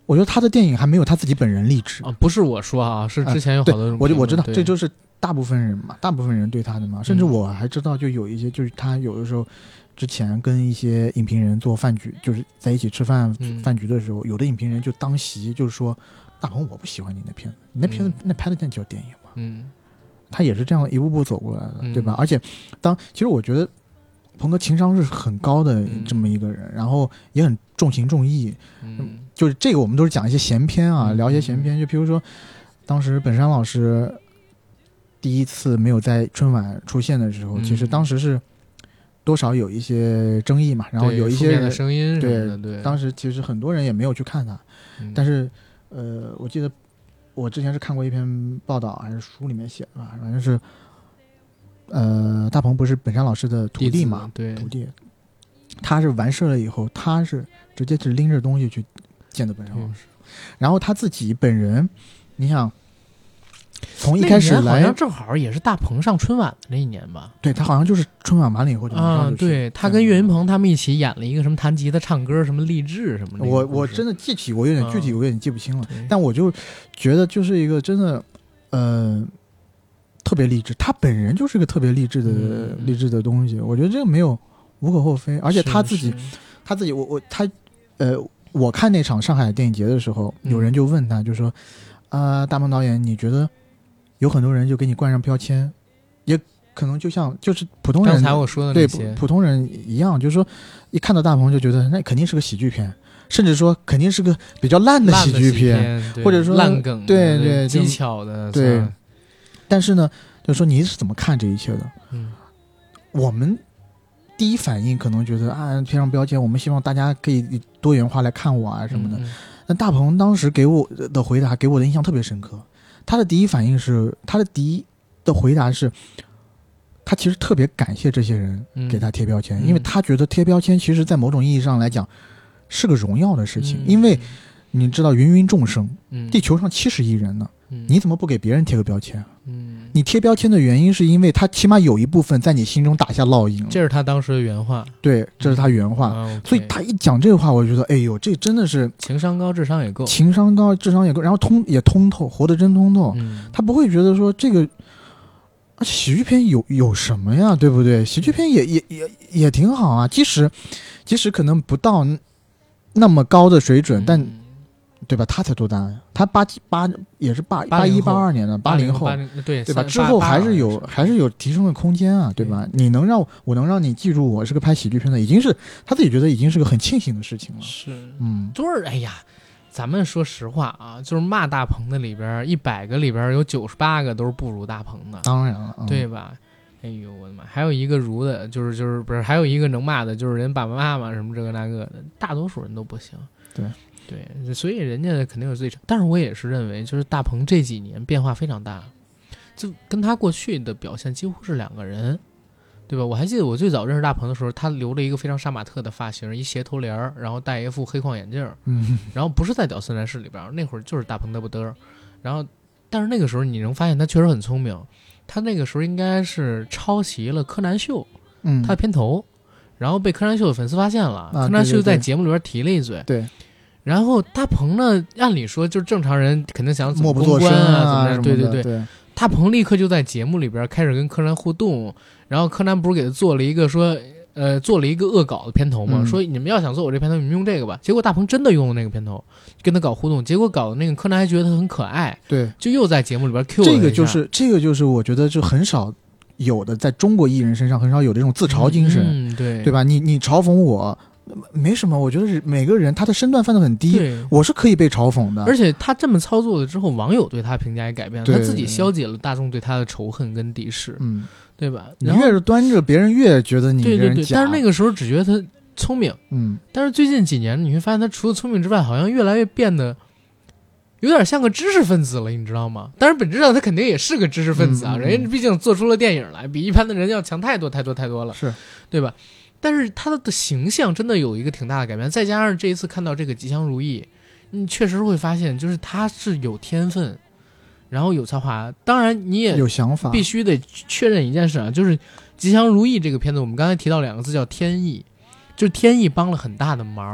我觉得他的电影还没有他自己本人励志啊。不是我说啊，是之前有好多人、 呃、我我知道，这就是大部分人嘛，大部分人对他的嘛，甚至我还知道，就有一些就是他有的时候之前跟一些影评人做饭局，就是在一起吃饭、嗯、饭局的时候，有的影评人就当席就是说，大鹏我不喜欢你那片子，你那片子、嗯、那拍的那叫电影嘛， 嗯， 他也是这样一步步走过来的， 嗯、 对吧？而且当其实我觉得鹏哥情商是很高的这么一个人， 嗯、 然后也很重情重义， 嗯， 就是这个我们都是讲一些闲篇啊， 嗯、 聊一些闲篇，就比如说当时本山老师第一次没有在春晚出现的时候， 嗯、 其实当时是多少有一些争议嘛，然后有一些人的声音什么的， 对，当时其实很多人也没有去看他， 嗯、 但是呃，我记得我之前是看过一篇报道还是书里面写的吧，反正是呃，大鹏不是本山老师的徒弟嘛， 对， 徒弟，他是完事了以后，他是直接是拎着东西去见的本山老师， 嗯、 然后他自己本人，你想。从一开始来， 好像正好也是大鹏上春晚的那一年吧？ 对，他好像就是春晚完了以后就啊，对他跟岳云鹏他们一起演了一个什么弹吉他、唱歌、什么励志什么的。 我我真的记起，我有点具体， 嗯、 我有点记不清了。但我就觉得就是一个真的，呃，特别励志。他本人就是个特别励志的、 嗯、 励志的东西。我觉得这个没有无可厚非，而且他自己，他自己，我我他呃，我看那场上海电影节的时候，有人就问他，就说啊、呃，大鹏导演，你觉得？有很多人就给你冠上标签，也可能就像就是普通人刚才我说的那些对普通人一样，就是说一看到大鹏就觉得那肯定是个喜剧片，甚至说肯定是个比较烂的喜剧片，或者说烂梗， 对对技巧的对。但是呢，就是说你是怎么看这一切的？ 嗯， 我们第一反应可能觉得啊贴上标签，我们希望大家可以多元化来看我啊什么的。 嗯嗯、 但大鹏当时给我的回答给我的印象特别深刻。他的第一反应是，他的第一的回答是，他其实特别感谢这些人给他贴标签， 嗯、 因为他觉得贴标签其实在某种意义上来讲是个荣耀的事情， 嗯、 因为你知道芸芸众生， 嗯、 地球上七十亿人呢， 嗯、 你怎么不给别人贴个标签？ 嗯， 你贴标签的原因是因为他起码有一部分在你心中打下烙印了， 这是他当时的原话。 对，这是他原话。 嗯、 所以他一讲这个话，我就觉得，哎呦，这真的是情商高，智商也够， 情商高，智商也够，然后通也通透，活得真通透。 嗯、 他不会觉得说这个，而且喜剧片有有什么呀，对不对？喜剧片也也也也挺好啊，即使即使可能不到那么高的水准， 嗯、 但。对吧？他才多大呀？他八八也是八八一八二年的八零后， 对对吧？之后还是有还是有提升的空间啊，对吧？ 嗯、 你能让我能让你记住我是个拍喜剧片的，已经是他自己觉得已经是个很庆幸的事情了。 是， 嗯， 就是哎呀，咱们说实话啊，就是骂大鹏的里边，一百个里边有九十八个都是不如大鹏的， 当然了，嗯、 对吧？哎呦我的妈！还有一个如的，就是就是不是还有一个能骂的，就是人爸爸妈妈什么这个那个的，大多数人都不行。 对。 对，所以人家肯定有最长，但是我也是认为，就是大鹏这几年变化非常大，就跟他过去的表现几乎是两个人，对吧？我还记得我最早认识大鹏的时候，他留了一个非常杀马特的发型，一斜头帘，然后戴一副黑框眼镜， 嗯， 然后不是在屌丝男士里边，那会儿就是大鹏嘚不嘚，然后但是那个时候你能发现他确实很聪明，他那个时候应该是抄袭了柯南秀， 嗯， 他的片头，然后被柯南秀的粉丝发现了， 啊、 柯南秀在节目里边提了一嘴， 对。 然后大鹏呢，按理说就是正常人肯定想怎么默不作声啊，怎么对对对对。 大鹏立刻就在节目里边开始跟柯南互动，然后柯南不是给他做了一个说，呃，做了一个恶搞的片头嘛， 嗯、 说你们要想做我这片头，你们用这个吧。结果大鹏真的用了那个片头，跟他搞互动，结果搞的那个柯南还觉得他很可爱， 对， 就又在节目里边 Q 了这个就是这个就是我觉得就很少有的，在中国艺人身上很少有这种自嘲精神， 嗯，对， 对吧？你你嘲讽我。没什么，我觉得是每个人他的身段放得很低，我是可以被嘲讽的。 而且他这么操作了之后，网友对他评价也改变了， 他自己消解了大众对他的仇恨跟敌视， 嗯， 对吧？ 你越是端着，别人越觉得你对对对。 假但是那个时候只觉得他聪明， 嗯， 但是最近几年你会发现他除了聪明之外，好像越来越变得有点像个知识分子了，你知道吗？当然本质上他肯定也是个知识分子啊， 嗯嗯、 人家毕竟做出了电影来，比一般的人要强太多太多太多了， 是对吧？但是他的形象真的有一个挺大的改变，再加上这一次看到这个吉祥如意，你确实会发现，就是他是有天分，然后有才华。当然你也有想法， 必须得确认一件事啊，就是吉祥如意这个片子，我们刚才提到两个字叫天意，就是天意帮了很大的忙。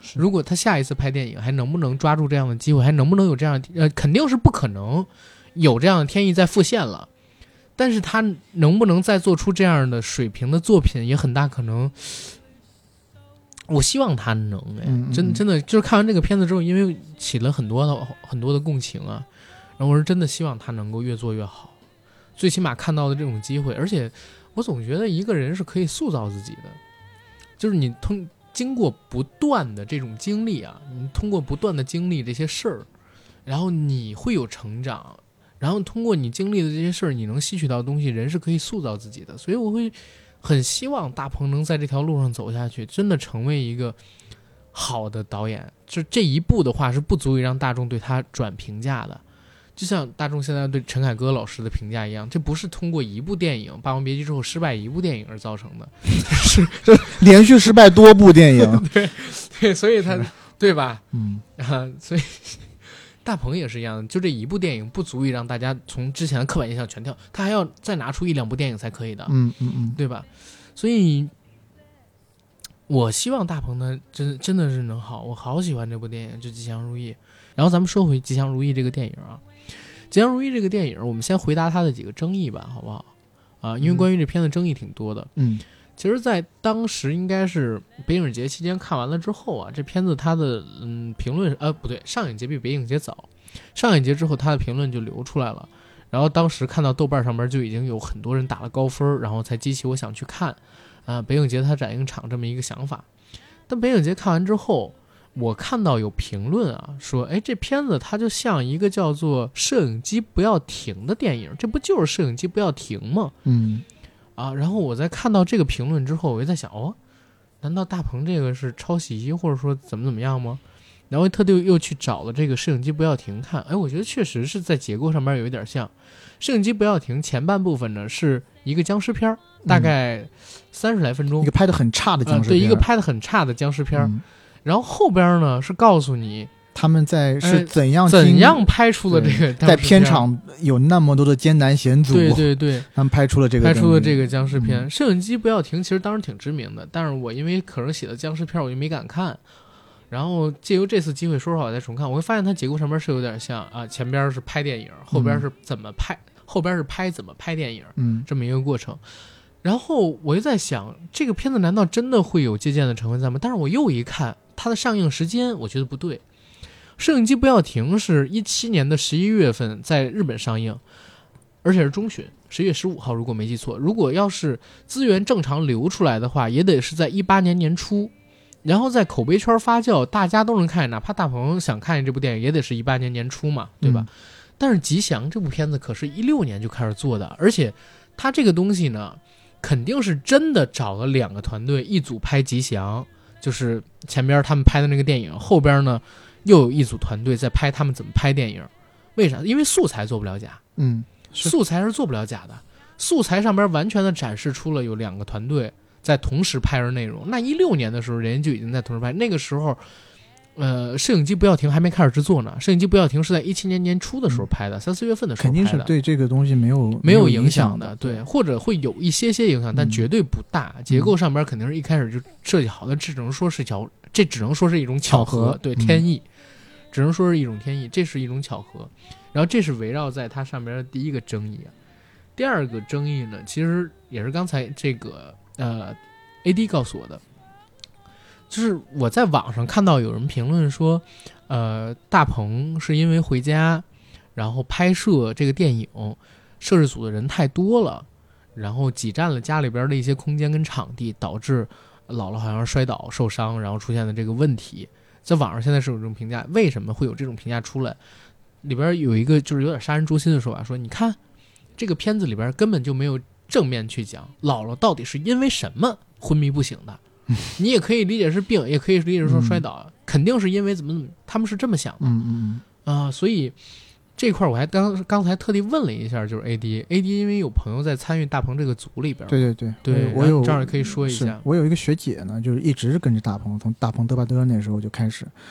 如果他下一次拍电影还能不能抓住这样的机会，还能不能有这样的呃，肯定是不可能有这样的天意再复现了。但是他能不能再做出这样的水平的作品，也很大可能。我希望他能哎， 嗯嗯真真的就是看完这个片子之后，因为起了很多的很多的共情啊，然后我是真的希望他能够越做越好，最起码看到的这种机会。而且我总觉得一个人是可以塑造自己的，就是你通经过不断的这种经历啊，你通过不断的经历这些事儿，然后你会有成长，然后通过你经历的这些事儿，你能吸取到的东西，人是可以塑造自己的。所以我会很希望大鹏能在这条路上走下去，真的成为一个好的导演。就这一步的话是不足以让大众对他转评价的，就像大众现在对陈凯歌老师的评价一样，这不是通过一部电影《霸王别姬》之后失败一部电影而造成的，是连续失败多部电影。 对对，所以他对吧？ 嗯啊，所以大鹏也是一样，就这一部电影不足以让大家从之前的刻板印象全跳，他还要再拿出一两部电影才可以的， 嗯嗯嗯， 对吧？所以我希望大鹏呢真真的是能好，我好喜欢这部电影，就《吉祥如意》。然后咱们说回《吉祥如意》这个电影啊，《吉祥如意》这个电影，我们先回答它的几个争议吧，好不好？啊，因为关于这片子争议挺多的。 嗯， 其实，在当时应该是北影节期间看完了之后啊，这片子它的嗯评论呃不对，上影节比北影节早，上影节之后它的评论就流出来了。然后当时看到豆瓣上面就已经有很多人打了高分，然后才激起我想去看，啊、呃，北影节它展映场这么一个想法。但北影节看完之后，我看到有评论啊说，哎，这片子它就像一个叫做《摄影机不要停》的电影，这不就是摄影机不要停吗？ 嗯， 啊，然后我在看到这个评论之后，我就在想，哦，难道大鹏这个是抄袭，或者说怎么怎么样吗？然后特地又去找了这个《摄影机不要停》看，哎，我觉得确实是在结构上面有一点像。《摄影机不要停》前半部分呢是一个僵尸片，大概三十来分钟， 一个拍得很差的僵尸片、呃，对， 一个拍得很差的僵尸片。嗯、然后后边呢是告诉你他们在是怎样、 呃、怎样拍出了这个在片场有那么多的艰难险阻， 对对对， 他们拍出了这个拍出了这个僵尸片。 嗯、 摄影机不要停其实当时挺知名的，但是我因为可能写的僵尸片我就没敢看。然后借由这次机会，说实话我再重看，我会发现它结构上面是有点像啊，前边是拍电影，后边是怎么拍，嗯、后边是拍怎么拍电影， 嗯， 这么一个过程。然后我就在想，这个片子难道真的会有借鉴的成分在吗？但是我又一看它的上映时间，我觉得不对。摄影机不要停是一七年的十一月份在日本上映，而且是中旬，十月十五号，如果没记错。如果要是资源正常流出来的话，也得是在一八年年初。然后在口碑圈发酵，大家都能看见，哪怕大鹏想看见这部电影，也得是一八年年初嘛，对吧？嗯、但是《吉祥》这部片子可是一六年就开始做的，而且它这个东西呢，肯定是真的找了两个团队，一组拍《吉祥》，就是前边他们拍的那个电影，后边呢又有一组团队在拍他们怎么拍电影。为啥？因为素材做不了假， 嗯， 素材是做不了假的，素材上边完全的展示出了有两个团队在同时拍着内容。那一六年的时候，人家就已经在同时拍。那个时候，呃，摄影机不要停还没开始制作呢。摄影机不要停是在一七年年初的时候拍的，三、嗯、四月份的时候拍的。 肯定是对这个东西没有没有影响的，对，或者会有一些些影响，但绝对不大。嗯、结构上边肯定是一开始就设计好的，这只能说是巧，这只能说是一种巧合， 巧合对，天意，嗯、只能说是一种天意，这是一种巧合。然后这是围绕在它上边的第一个争议。第二个争议呢，其实也是刚才这个。呃 ，A D 告诉我的，就是我在网上看到有人评论说，呃，大鹏是因为回家，然后拍摄这个电影，摄制组的人太多了，然后挤占了家里边的一些空间跟场地，导致姥姥好像摔倒受伤，然后出现的这个问题。在网上现在是有这种评价，为什么会有这种评价出来？里边有一个就是有点杀人诛心的说法，说你看这个片子里边根本就没有正面去讲姥姥到底是因为什么昏迷不醒的，你也可以理解是病，也可以理解说摔倒，嗯、肯定是因为怎么怎么，他们是这么想的， 嗯嗯啊、呃，所以这块我还刚刚才特地问了一下，就是 A D，A D 因为有朋友在参与大鹏这个组里边， 对对对对， 我有这儿也可以说一下， 我有一个学姐呢，就是一直跟着大鹏，从大鹏嘚吧嘚那时候就开始，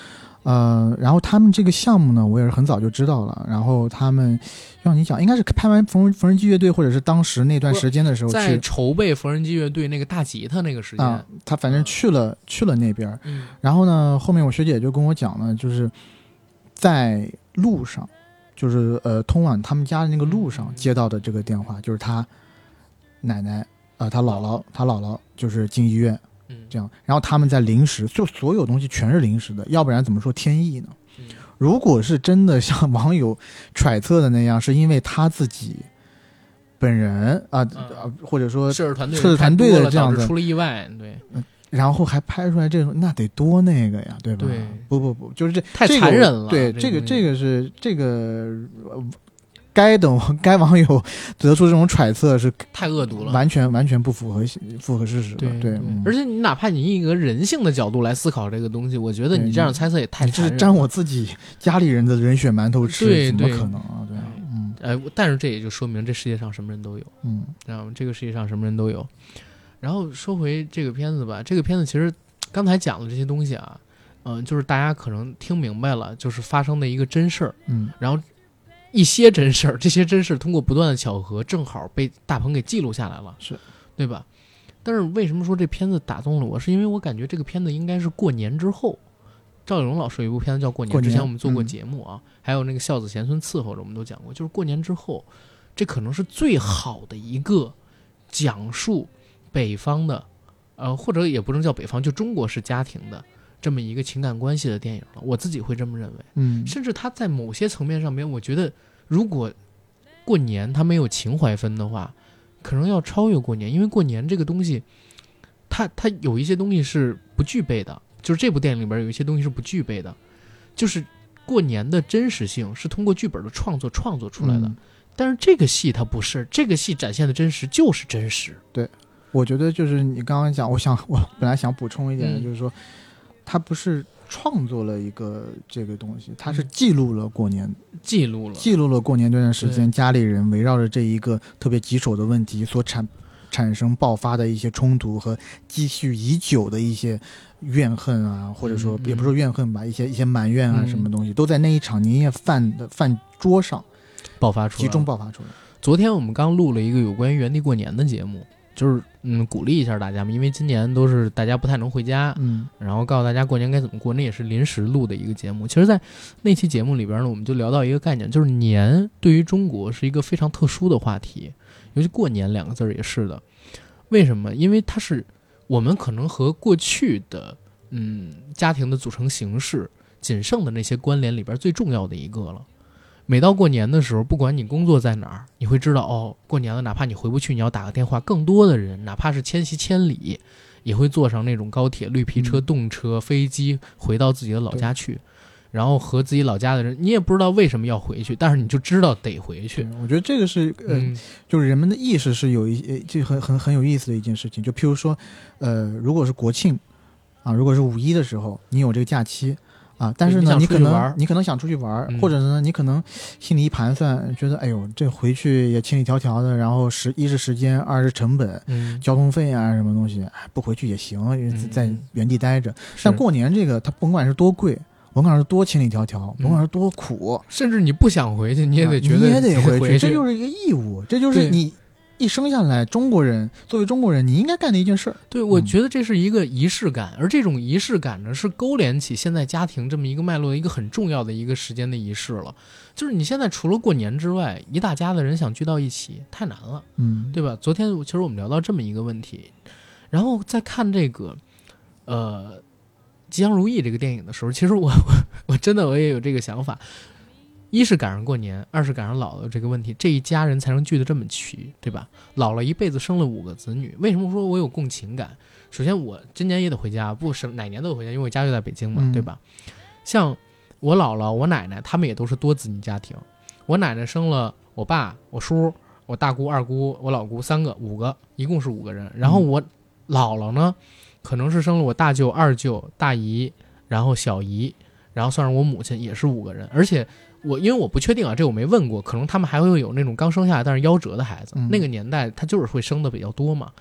呃，然后他们这个项目呢，我也是很早就知道了。然后他们让你讲，应该是拍完缝缝纫机乐队，或者是当时那段时间的时候去在筹备缝纫机乐队那个大吉他那个时间， 啊，他反正去了、嗯、去了那边。 嗯， 然后呢，后面我学姐就跟我讲呢，就是在路上，就是呃通往他们家的那个路上接到的这个电话，就是他奶奶啊、呃，他姥姥，他姥姥就是进医院。 嗯， 这样，然后他们在临时，就所有东西全是临时的，要不然怎么说天意呢？ 嗯， 如果是真的像网友揣测的那样，是因为他自己本人啊、呃，或者说摄制团队摄制团队的这样的出了意外，对、 嗯，然后还拍出来这种，那得多那个呀，对吧？ 对， 不不不，就是这太残忍了。 对， 这个这个是这个。该等该网友得出这种揣测是太恶毒了， 完全完全不符合符合事实的。 对对, 对、 嗯， 而且你哪怕你以一个人性的角度来思考这个东西，我觉得你这样猜测也太残忍了。 这是沾我自己家里人的人血馒头吃， 对， 怎么可能啊？对，嗯， 哎，但是这也就说明这世界上什么人都有， 嗯， 知道吗？这个世界上什么人都有。然后说回这个片子吧，这个片子其实刚才讲的这些东西啊，嗯、呃，就是大家可能听明白了，就是发生的一个真事儿， 嗯， 然后。一些真事儿，这些真事儿通过不断的巧合，正好被大鹏给记录下来了， 是， 对吧？但是为什么说这片子打动了我？是因为我感觉这个片子应该是过年之后，赵丽蓉老师有一部片子叫《过年》， 过年之前我们做过节目啊， 嗯、 还有那个孝子贤孙伺候着，我们都讲过，就是过年之后，这可能是最好的一个讲述北方的，呃，或者也不能叫北方，就中国式家庭的。这么一个情感关系的电影了，我自己会这么认为。 嗯， 甚至它在某些层面上面，我觉得如果过年它没有情怀分的话，可能要超越过年，因为过年这个东西，它它有一些东西是不具备的，就是这部电影里边有一些东西是不具备的，就是过年的真实性是通过剧本的创作创作出来的， 嗯、 但是这个戏它不是，这个戏展现的真实就是真实。 对，我觉得就是你刚刚讲，我想我本来想补充一点的， 嗯、 就是说。他不是创作了一个这个东西，他是记录了过年， 嗯、记录了记录了过年这段时间家里人围绕着这一个特别棘手的问题所产产生爆发的一些冲突和积蓄已久的一些怨恨啊，或者说、 嗯、 也不是说怨恨吧，一些一些埋怨啊， 嗯、 什么东西都在那一场年夜饭的饭桌上爆发出来， 集中爆发出来。 昨天我们刚录了一个有关于原地过年的节目。就是嗯，鼓励一下大家嘛，因为今年都是大家不太能回家， 嗯， 然后告诉大家过年该怎么过，那也是临时录的一个节目。其实，在那期节目里边呢，我们就聊到一个概念，就是年对于中国是一个非常特殊的话题，尤其过年两个字儿也是的。为什么？因为它是我们可能和过去的嗯家庭的组成形式仅剩的那些关联里边最重要的一个了。每到过年的时候，不管你工作在哪儿，你会知道哦，过年了，哪怕你回不去，你要打个电话，更多的人，哪怕是千席千里，也会坐上那种高铁、绿皮车、动车、飞机，回到自己的老家去，然后和自己老家的人，你也不知道为什么要回去，但是你就知道得回去。 我觉得这个是呃、嗯，就是人们的意识是有一，这很很很有意思的一件事情。就譬如说，呃，如果是国庆啊，如果是五一的时候，你有这个假期。啊，但是呢，你可能你可能想出去玩、嗯，或者呢，你可能心里一盘算，觉得哎呦，这回去也千里迢迢的，然后时一是时间，二是成本， 嗯， 交通费啊，什么东西，不回去也行， 嗯、 在原地待着。但过年这个，它甭管是多贵，甭管是多千里迢迢，甭管是多苦， 嗯、甚至你不想回去，你也得觉得、 啊、你也得回去， 回去这就是一个义务，这就是你。一生下来，中国人作为中国人，你应该干的一件事儿。 对，我觉得这是一个仪式感，嗯、而这种仪式感呢，是勾连起现在家庭这么一个脉络的一个很重要的一个时间的仪式了。就是你现在除了过年之外，一大家的人想聚到一起太难了， 嗯， 对吧？昨天其实我们聊到这么一个问题，然后在看这个，呃，《吉祥如意》这个电影的时候，其实我我我真的我也有这个想法。一是赶上过年，二是赶上姥姥这个问题，这一家人才能聚得这么齐，对吧？姥姥一辈子生了五个子女，为什么说我有共情感？首先我今年也得回家，不是哪年都得回家，因为我家就在北京嘛， 嗯、 对吧？像我姥姥、我奶奶，他们也都是多子女家庭。我奶奶生了我爸、我叔、我大姑、二姑、我老姑三个，五个，一共是五个人。然后我姥姥呢，可能是生了我大舅、二舅、大姨，然后小姨，然后算上我母亲也是五个人，而且。我因为我不确定啊，这我没问过，可能他们还会有那种刚生下来但是夭折的孩子， 嗯、 那个年代他就是会生的比较多嘛。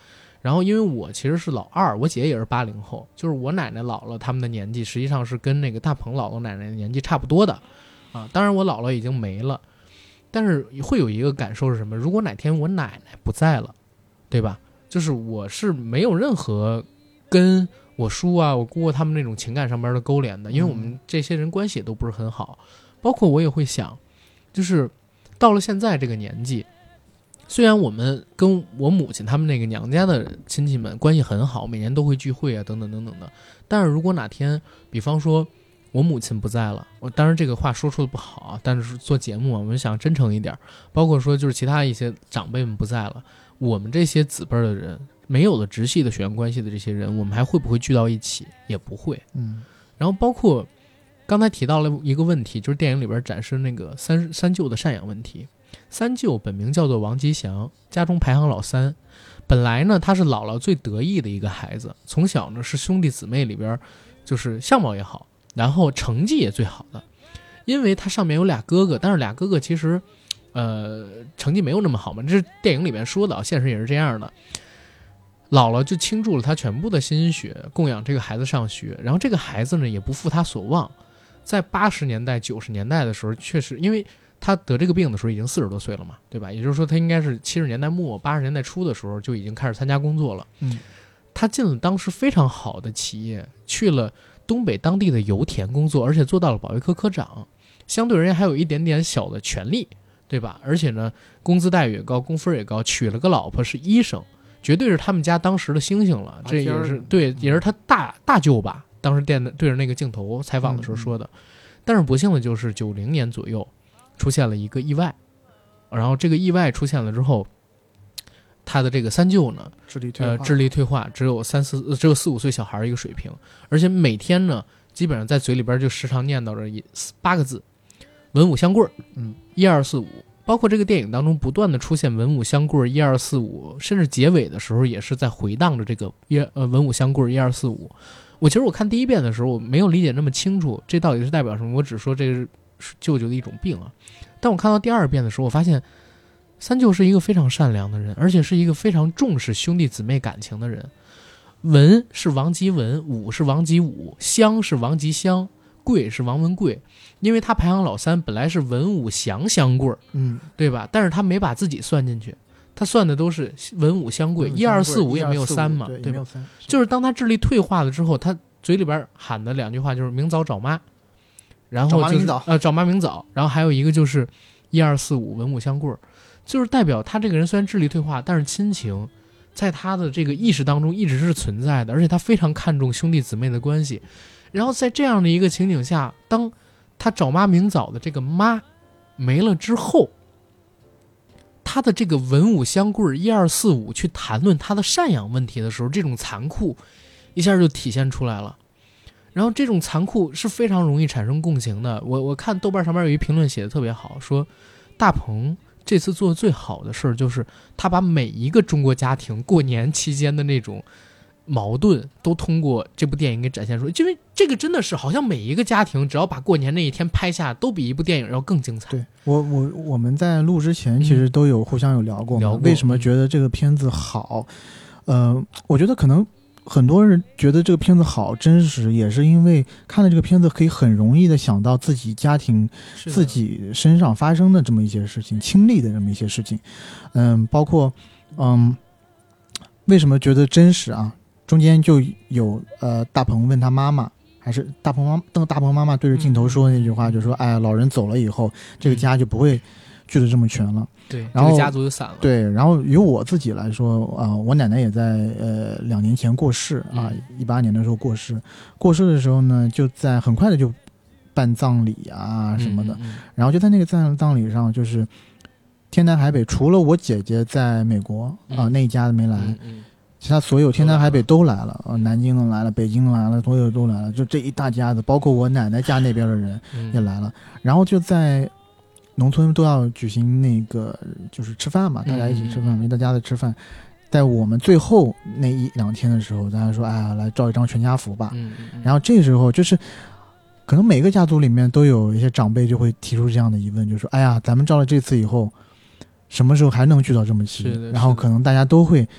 然后因为我其实是老二，我姐也是八零后，就是我奶奶姥姥他们的年纪实际上是跟那个大鹏姥姥奶奶的年纪差不多的啊。当然我姥姥已经没了，但是会有一个感受是什么？如果哪天我奶奶不在了，对吧？就是我是没有任何跟我叔啊、我姑他们那种情感上面的勾连的，因为我们这些人关系也都不是很好。包括我也会想，就是到了现在这个年纪，虽然我们跟我母亲他们那个娘家的亲戚们关系很好，每年都会聚会啊，等等等等的。但是如果哪天，比方说我母亲不在了，我当然这个话说出的不好啊，但是做节目啊，我们想真诚一点。包括说就是其他一些长辈们不在了，我们这些子辈的人，没有了直系的血缘关系的这些人，我们还会不会聚到一起？也不会。 嗯。 然后包括刚才提到了一个问题，就是电影里边展示那个三三舅的赡养问题。三舅本名叫做王吉祥，家中排行老三。本来呢，他是姥姥最得意的一个孩子，从小呢是兄弟姊妹里边，就是相貌也好，然后成绩也最好的。因为他上面有俩哥哥，但是俩哥哥其实，呃，成绩没有那么好嘛，这是电影里面说的，现实也是这样的。姥姥就倾注了他全部的心血，供养这个孩子上学。然后这个孩子呢，也不负他所望，在八十年代、九十年代的时候，确实因为他得这个病的时候已经四十多岁了嘛，对吧？也就是说，他应该是七十年代末、八十年代初的时候就已经开始参加工作了。 嗯， 他进了当时非常好的企业，去了东北当地的油田工作，而且做到了保卫科科长，相对而言还有一点点小的权利，对吧？而且呢，工资待遇也高，工分也高，娶了个老婆是医生，绝对是他们家当时的星星了。这也是对，也是他大大舅吧，当时电的对着那个镜头采访的时候说的。嗯嗯，但是不幸的就是九零年左右出现了一个意外，然后这个意外出现了之后，他的这个三舅呢， 智力退化， 呃，智力退化，只有三四，只有四五岁小孩一个水平，而且每天呢，基本上在嘴里边就时常念叨着八个字：文武相贵。 嗯， 一二四五。包括这个电影当中不断的出现文武相贵一二四五，甚至结尾的时候也是在回荡着这个一呃文武相贵一二四五。我其实我看第一遍的时候，我没有理解那么清楚，这到底是代表什么？我只说这是舅舅的一种病啊。但我看到第二遍的时候，我发现三舅是一个非常善良的人，而且是一个非常重视兄弟姊妹感情的人。文是王吉文，武是王吉武，相是王吉相，贵是王文贵。因为他排行老三，本来是文武祥相贵， 嗯， 对吧？但是他没把自己算进去，他算的都是文武相贵，一二四五也没有三嘛，对吧？就是当他智力退化了之后，他嘴里边喊的两句话就是明早找妈，然后就是呃找妈明早，然后还有一个就是一二四五文武相贵，就是代表他这个人虽然智力退化，但是亲情在他的这个意识当中一直是存在的，而且他非常看重兄弟姊妹的关系。然后在这样的一个情景下，当他找妈明早的这个妈没了之后，他的这个文武相贵一二四五去谈论他的赡养问题的时候，这种残酷一下就体现出来了。然后这种残酷是非常容易产生共情的。我我看豆瓣上面有一评论写的特别好，说大鹏这次做的最好的事儿就是他把每一个中国家庭过年期间的那种矛盾都通过这部电影给展现出来，因为这个真的是好像每一个家庭只要把过年那一天拍下，都比一部电影要更精彩。 对，我我我们在录之前其实都有互相有聊过嘛， 聊过为什么觉得这个片子好？呃，我觉得可能很多人觉得这个片子好真实，也是因为看了这个片子可以很容易的想到自己家庭自己身上发生的这么一些事情，亲历的这么一些事情。嗯，包括嗯，为什么觉得真实啊？中间就有呃大鹏问他妈妈，还是大鹏妈邓大鹏妈妈对着镜头说那句话，就说哎，老人走了以后，这个家就不会聚得这么全了。 对， 然后、 这个家族就散了。 对，然后由我自己来说啊、呃，我奶奶也在呃两年前过世啊，一八年的时候过世。过世的时候呢，就在很快的就办葬礼啊什么的， 嗯嗯嗯然后就在那个葬葬礼上，就是天南海北，除了我姐姐在美国啊、 嗯呃、那一家没来。 嗯嗯， 其他所有天南海北都来了，呃，南京的来了，北京的来了，所有都来了，就这一大家子，包括我奶奶家那边的人也来了。嗯、然后就在农村都要举行那个就是吃饭嘛，大家一起吃饭，没大家的吃饭。在我们最后那一两天的时候，大家说，哎呀，来照一张全家福吧。 嗯嗯、 然后这时候就是，可能每个家族里面都有一些长辈就会提出这样的疑问，就说，哎呀，咱们照了这次以后，什么时候还能聚到这么齐？然后可能大家都会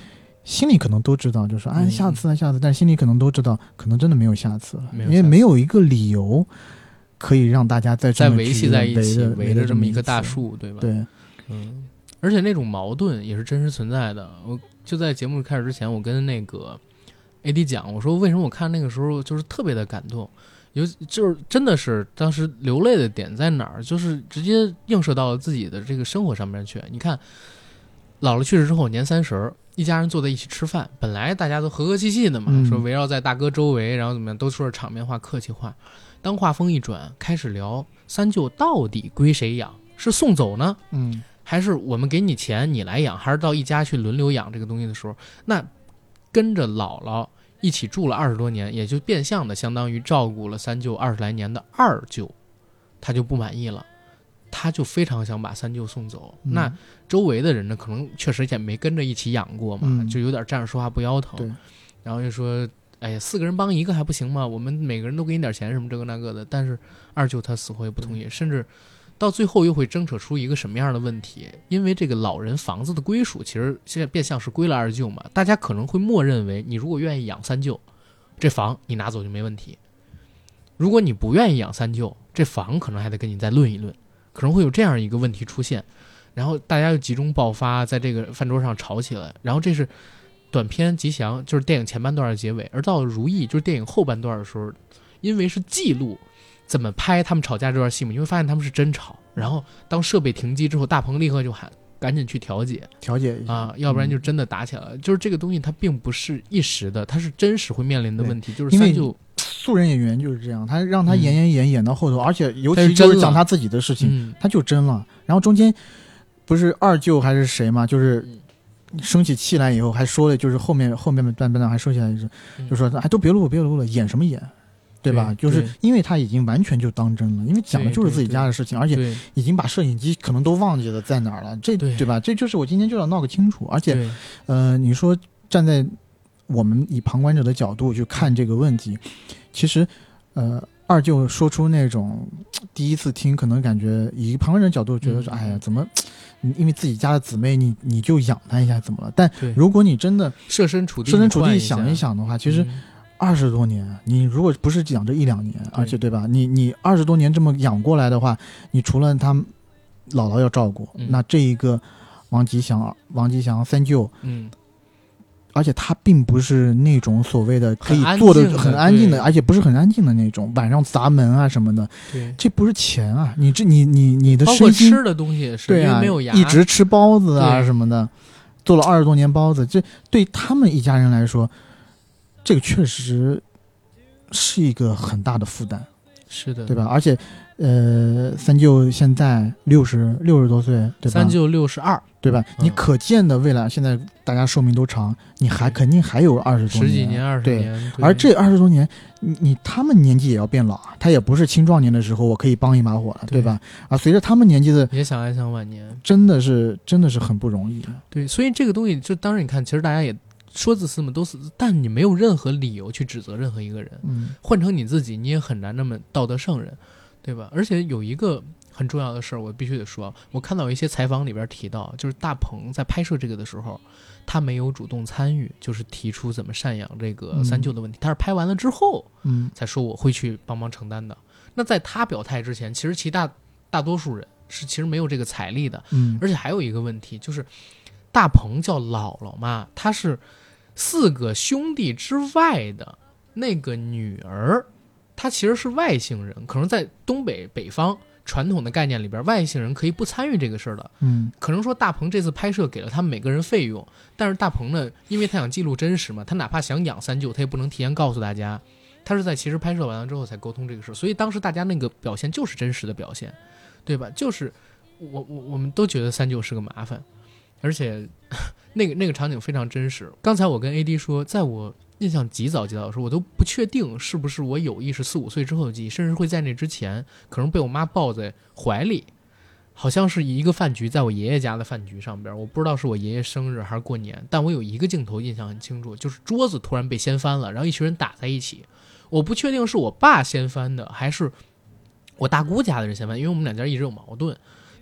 心里可能都知道，就说哎， 嗯下次啊，下次，但心里可能都知道，可能真的没有下次了，因为没有下次没有一个理由可以让大家再这么再维系在一起， 围围着这么一棵大树， 树，对吧？ 对， 嗯，而且那种矛盾也是真实存在的。我就在节目开始之前，我跟那个 A D 讲，我说为什么我看那个时候就是特别的感动，有就是真的是当时流泪的点在哪儿，就是直接映射到了自己的这个生活上面去。你看，姥姥去世之后，年三十，一家人坐在一起吃饭，本来大家都和和气气的嘛， 嗯、 说围绕在大哥周围，然后怎么样，都说是场面话、客气话。当话锋一转，开始聊三舅到底归谁养，是送走呢？ 嗯， 还是我们给你钱你来养，还是到一家去轮流养这个东西的时候，那跟着姥姥一起住了二十多年，也就变相的相当于照顾了三舅二十来年的二舅，他就不满意了，他就非常想把三舅送走。 嗯、 那周围的人呢，可能确实也没跟着一起养过嘛， 嗯、 就有点站着说话不腰疼。 对， 然后就说，哎呀，四个人帮一个还不行吗？我们每个人都给你点钱什么这个那个的。但是二舅他死活也不同意，甚至到最后又会争扯出一个什么样的问题？因为这个老人房子的归属其实现在变相是归了二舅嘛，大家可能会默认为你如果愿意养三舅，这房你拿走就没问题；如果你不愿意养三舅，这房可能还得跟你再论一论，可能会有这样一个问题出现。然后大家又集中爆发，在这个饭桌上吵起来。然后这是短片吉祥，就是电影前半段的结尾，而到了如意，就是电影后半段的时候，因为是记录怎么拍他们吵架这段戏嘛，你会发现他们是真吵。然后当设备停机之后，大鹏立刻就喊赶紧去调解调解一下啊，要不然就真的打起来了。嗯、就是这个东西它并不是一时的，它是真实会面临的问题。就是三舅素人演员就是这样，他让他演演演、嗯、演到后头，而且尤其就是讲他自己的事情， 嗯、 他就真了。然后中间不是二舅还是谁嘛，就是生起气来以后还说了，就是后面后面半半段还说起来就是，嗯、就说哎都别录别录了，演什么演，对吧？ 对就是因为他已经完全就当真了，因为讲的就是自己家的事情，而且已经把摄影机可能都忘记了在哪儿了，这 对, 对吧？这就是我今天就要闹个清楚。而且，呃，你说站在我们以旁观者的角度去看这个问题，其实，呃。二舅说出那种第一次听，可能感觉以旁观人角度觉得说，嗯、哎呀，怎么，因为自己家的姊妹，你你就养她一下，怎么了？但如果你真的设身处地设身处地想一想的话，其实二十多年， 嗯、 你如果不是养这一两年，而且对吧？你你二十多年这么养过来的话，你除了他姥姥要照顾， 嗯、 那这一个王吉祥、王吉祥三舅， 嗯。 而且他并不是那种所谓的可以做的很安静的，而且不是很安静的那种，晚上砸门啊什么的。 对， 这不是钱啊！你这你你你的身心， 包括吃的东西也是， 对啊， 因为没有牙， 一直吃包子啊什么的，做了二十多年包子，这对他们一家人来说，这个确实是一个很大的负担。 是的， 对吧？而且，呃，三舅现在六十六十多岁，对吧？ 三舅六十二， 对吧？嗯、你可见的未来，现在大家寿命都长，你还肯定还有二十多年， 十几年、二十年。 对，而这二十多年，你你他们年纪也要变老啊，他也不是青壮年的时候我可以帮一把火了，对, 对吧？啊，随着他们年纪的， 也想安享晚年， 真的是真的是很不容易。 对，所以这个东西，就当然你看，其实大家也说自私嘛，都是，但你没有任何理由去指责任何一个人。 嗯， 换成你自己，你也很难那么道德圣人，对吧？而且有一个很重要的事儿，我必须得说，我看到有一些采访里边提到，就是大鹏在拍摄这个的时候，他没有主动参与，就是提出怎么赡养这个三舅的问题，嗯、他是拍完了之后， 嗯， 才说我会去帮忙承担的。那在他表态之前，其实其大大多数人是其实没有这个财力的， 嗯， 而且还有一个问题就是，大鹏叫姥姥嘛，他是四个兄弟之外的那个女儿，她其实是外姓人，可能在东北北方传统的概念里边，外姓人可以不参与这个事儿的。 嗯， 可能说大鹏这次拍摄给了他们每个人费用，但是大鹏呢，因为他想记录真实嘛，他哪怕想养三舅，他也不能提前告诉大家，他是在其实拍摄完了之后才沟通这个事，所以当时大家那个表现就是真实的表现，对吧？就是我我我们都觉得三舅是个麻烦，而且那个那个场景非常真实。刚才我跟 A D 说，在我印象极早极早的时候，我都不确定是不是我有意识四五岁之后的记忆，甚至会在那之前可能被我妈抱在怀里，好像是一个饭局，在我爷爷家的饭局上边，我不知道是我爷爷生日还是过年，但我有一个镜头印象很清楚，就是桌子突然被掀翻了，然后一群人打在一起，我不确定是我爸掀翻的还是我大姑家的人掀翻，因为我们两家一直有矛盾，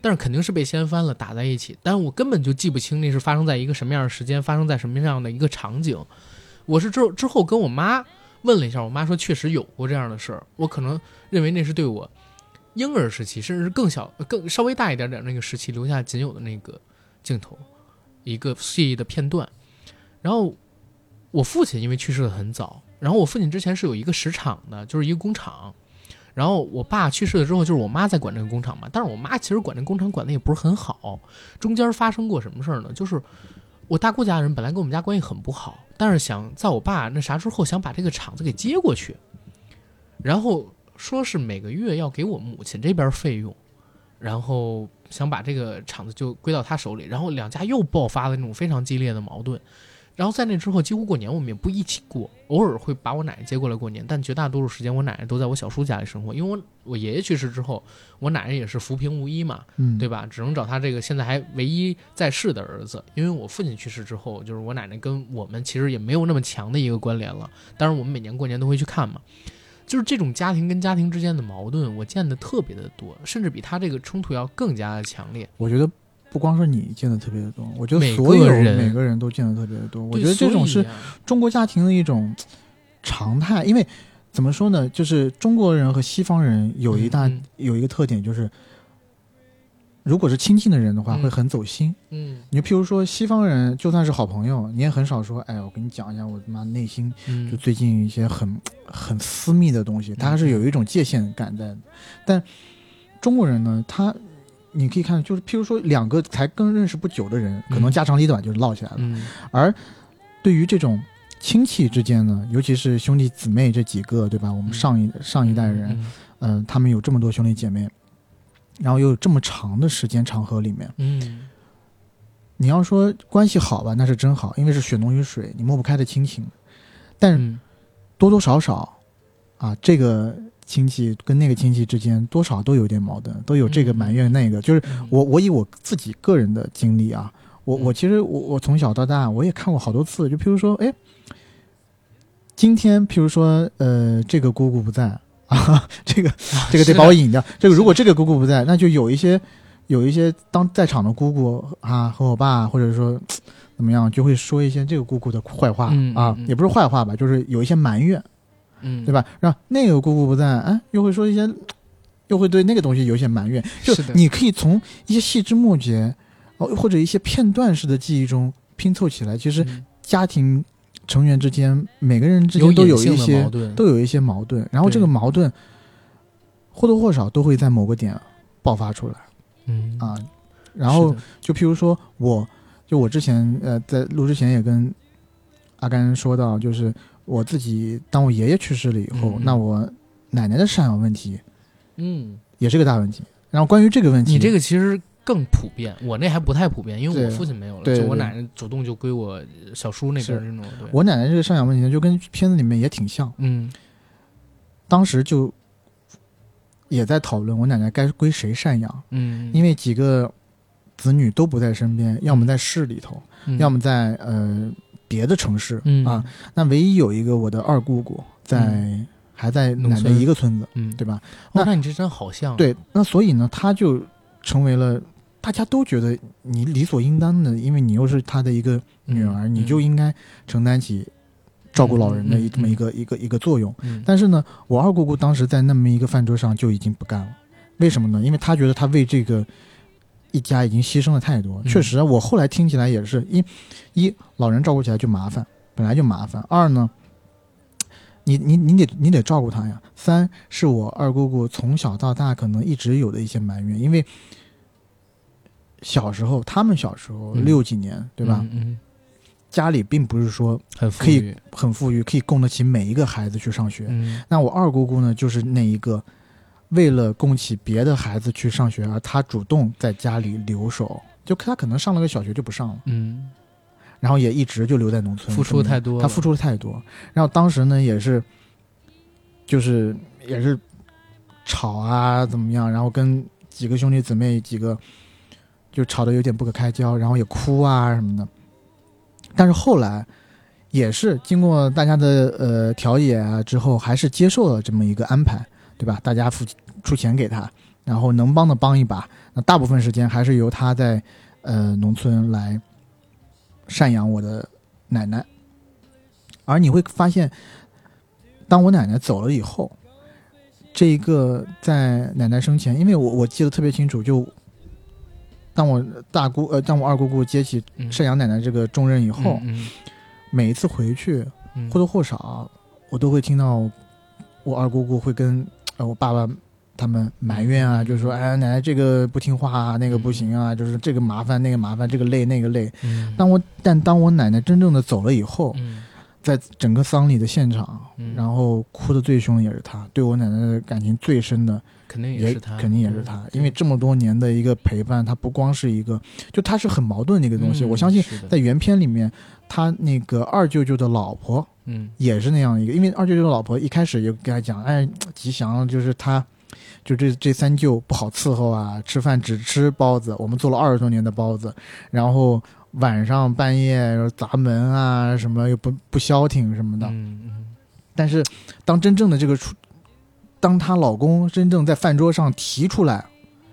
但是肯定是被掀翻了，打在一起。但我根本就记不清那是发生在一个什么样的时间，发生在什么样的一个场景。我是之之后跟我妈问了一下，我妈说确实有过这样的事儿。我可能认为那是对我婴儿时期，甚至是更小、更稍微大一点点那个时期留下仅有的那个镜头，一个记忆的片段。然后我父亲因为去世的很早，然后我父亲之前是有一个石厂的，就是一个工厂。然后我爸去世了之后，就是我妈在管这个工厂嘛。但是我妈其实管这个工厂管的也不是很好。中间发生过什么事儿呢？就是我大姑家人本来跟我们家关系很不好，但是想在我爸那啥之后，想把这个厂子给接过去，然后说是每个月要给我母亲这边费用，然后想把这个厂子就归到他手里。然后两家又爆发了那种非常激烈的矛盾。然后在那之后，几乎过年我们也不一起过，偶尔会把我奶奶接过来过年，但绝大多数时间我奶奶都在我小叔家里生活。因为我我爷爷去世之后，我奶奶也是扶贫无依嘛， 嗯， 对吧？只能找他这个现在还唯一在世的儿子。因为我父亲去世之后，就是我奶奶跟我们其实也没有那么强的一个关联了。当然我们每年过年都会去看嘛。就是这种家庭跟家庭之间的矛盾，我见的特别的多，甚至比他这个冲突要更加的强烈。 我觉得。不光是你见的特别的多，我觉得所有每个人都见的特别的多。我觉得这种是中国家庭的一种常态，因为怎么说呢，就是中国人和西方人有一大、嗯、有一个特点，就是如果是亲近的人的话，嗯、会很走心。 嗯， 你就譬如说西方人，就算是好朋友，你也很少说，哎，我跟你讲一下我他妈内心就最近一些很、嗯、很私密的东西，他还是有一种界限感在的。但中国人呢，他。你可以看，就是譬如说两个才刚认识不久的人，可能家长里短就唠起来了。 嗯、 而对于这种亲戚之间呢，尤其是兄弟姊妹这几个，对吧？我们上一、嗯、上一代人，嗯、呃，他们有这么多兄弟姐妹，然后又有这么长的时间长河里面， 嗯， 你要说关系好吧，那是真好，因为是血浓于水，你抹不开的亲情。但多多少少啊，这个。亲戚跟那个亲戚之间多少都有点矛盾，都有这个埋怨那个。嗯、就是我我以我自己个人的经历啊，我我其实我我从小到大我也看过好多次，就譬如说，哎，今天譬如说，呃，这个姑姑不在啊，这个这个得把我引掉。啊、这个如果这个姑姑不在，那就有一些有一些当在场的姑姑啊和我爸，或者说怎么样，就会说一些这个姑姑的坏话、 嗯、 啊，也不是坏话吧，就是有一些埋怨。 嗯， 对吧？让那个姑姑不在，哎，又会说一些，又会对那个东西有一些埋怨。就你可以从一些细枝末节，哦，或者一些片段式的记忆中拼凑起来。其实家庭成员之间，嗯、每个人之间都有一些都有一些矛盾，然后这个矛盾或多或少都会在某个点爆发出来。 嗯啊，然后就譬如说我，就我之前呃在录之前也跟阿甘说到，就是。我自己当我爷爷去世了以后，嗯、那我奶奶的赡养问题， 嗯， 也是个大问题。然后关于这个问题， 你这个其实更普遍，我那还不太普遍，因为我父亲没有了， 对对对就我奶奶主动就归我小叔那边那种。对， 我奶奶这个赡养问题呢，就跟片子里面也挺像。 嗯， 当时就也在讨论我奶奶该归谁赡养。 嗯， 因为几个子女都不在身边，要么在市里头， 嗯、 要么在呃。别的城市、 嗯、 啊，那唯一有一个我的二姑姑在、嗯、还在奶奶一个村子， 嗯， 对吧？ 那、哦、那你这真好像对，那所以呢，他就成为了大家都觉得你理所应当的，因为你又是他的一个女儿， 嗯、 你就应该承担起照顾老人的这么一个、 嗯、 一个一个作用。 嗯、 但是呢，我二姑姑当时在那么一个饭桌上就已经不干了，为什么呢？因为她觉得她为这个。一家已经牺牲了太多，确实，我后来听起来也是一，一老人照顾起来就麻烦，本来就麻烦；二呢，你你你得你得照顾他呀；三是我二姑姑从小到大可能一直有的一些埋怨，因为小时候他们小时候、嗯、六几年，对吧？ 嗯嗯、 家里并不是说可以很富裕，可以供得起每一个孩子去上学。 嗯、 那我二姑姑呢，就是那一个。为了供起别的孩子去上学，而他主动在家里留守，就他可能上了个小学就不上了， 嗯， 然后也一直就留在农村， 付出太多， 他付出了太多。然后当时呢，也是，就是也是吵啊怎么样，然后跟几个兄弟姊妹几个就吵得有点不可开交，然后也哭啊什么的。但是后来也是经过大家的呃调解啊之后，还是接受了这么一个安排。对吧？大家付出钱给他， 然后能帮的帮一把，那大部分时间还是由他在呃农村来赡养我的奶奶。而你会发现，当我奶奶走了以后，这一个在奶奶生前，因为我我记得特别清楚，就当我大姑呃当我二姑姑接起赡养奶奶这个重任以后， 嗯嗯、 每一次回去或多或少我都会听到我二姑姑会跟呃我爸爸他们埋怨啊，就是说哎奶奶这个不听话啊，那个不行啊，就是这个麻烦那个麻烦，这个累那个累。 嗯、 当我但当我奶奶真正的走了以后， 嗯在整个丧礼的现场， 嗯、 然后哭的最凶也是他，对我奶奶的感情最深的肯定也是他， 肯定也是他、嗯、因为这么多年的一个陪伴，他不光是一个，就他是很矛盾的一个东西、 嗯、 我相信在原片里面他那个二舅舅的老婆嗯也是那样一个，因为二舅舅的老婆一开始也跟他讲，哎吉祥就是他就这这三舅不好伺候啊，吃饭只吃包子，我们做了二十多年的包子，然后晚上半夜砸门啊什么又不不消停什么的、 嗯嗯、 但是当真正的这个出当她老公真正在饭桌上提出来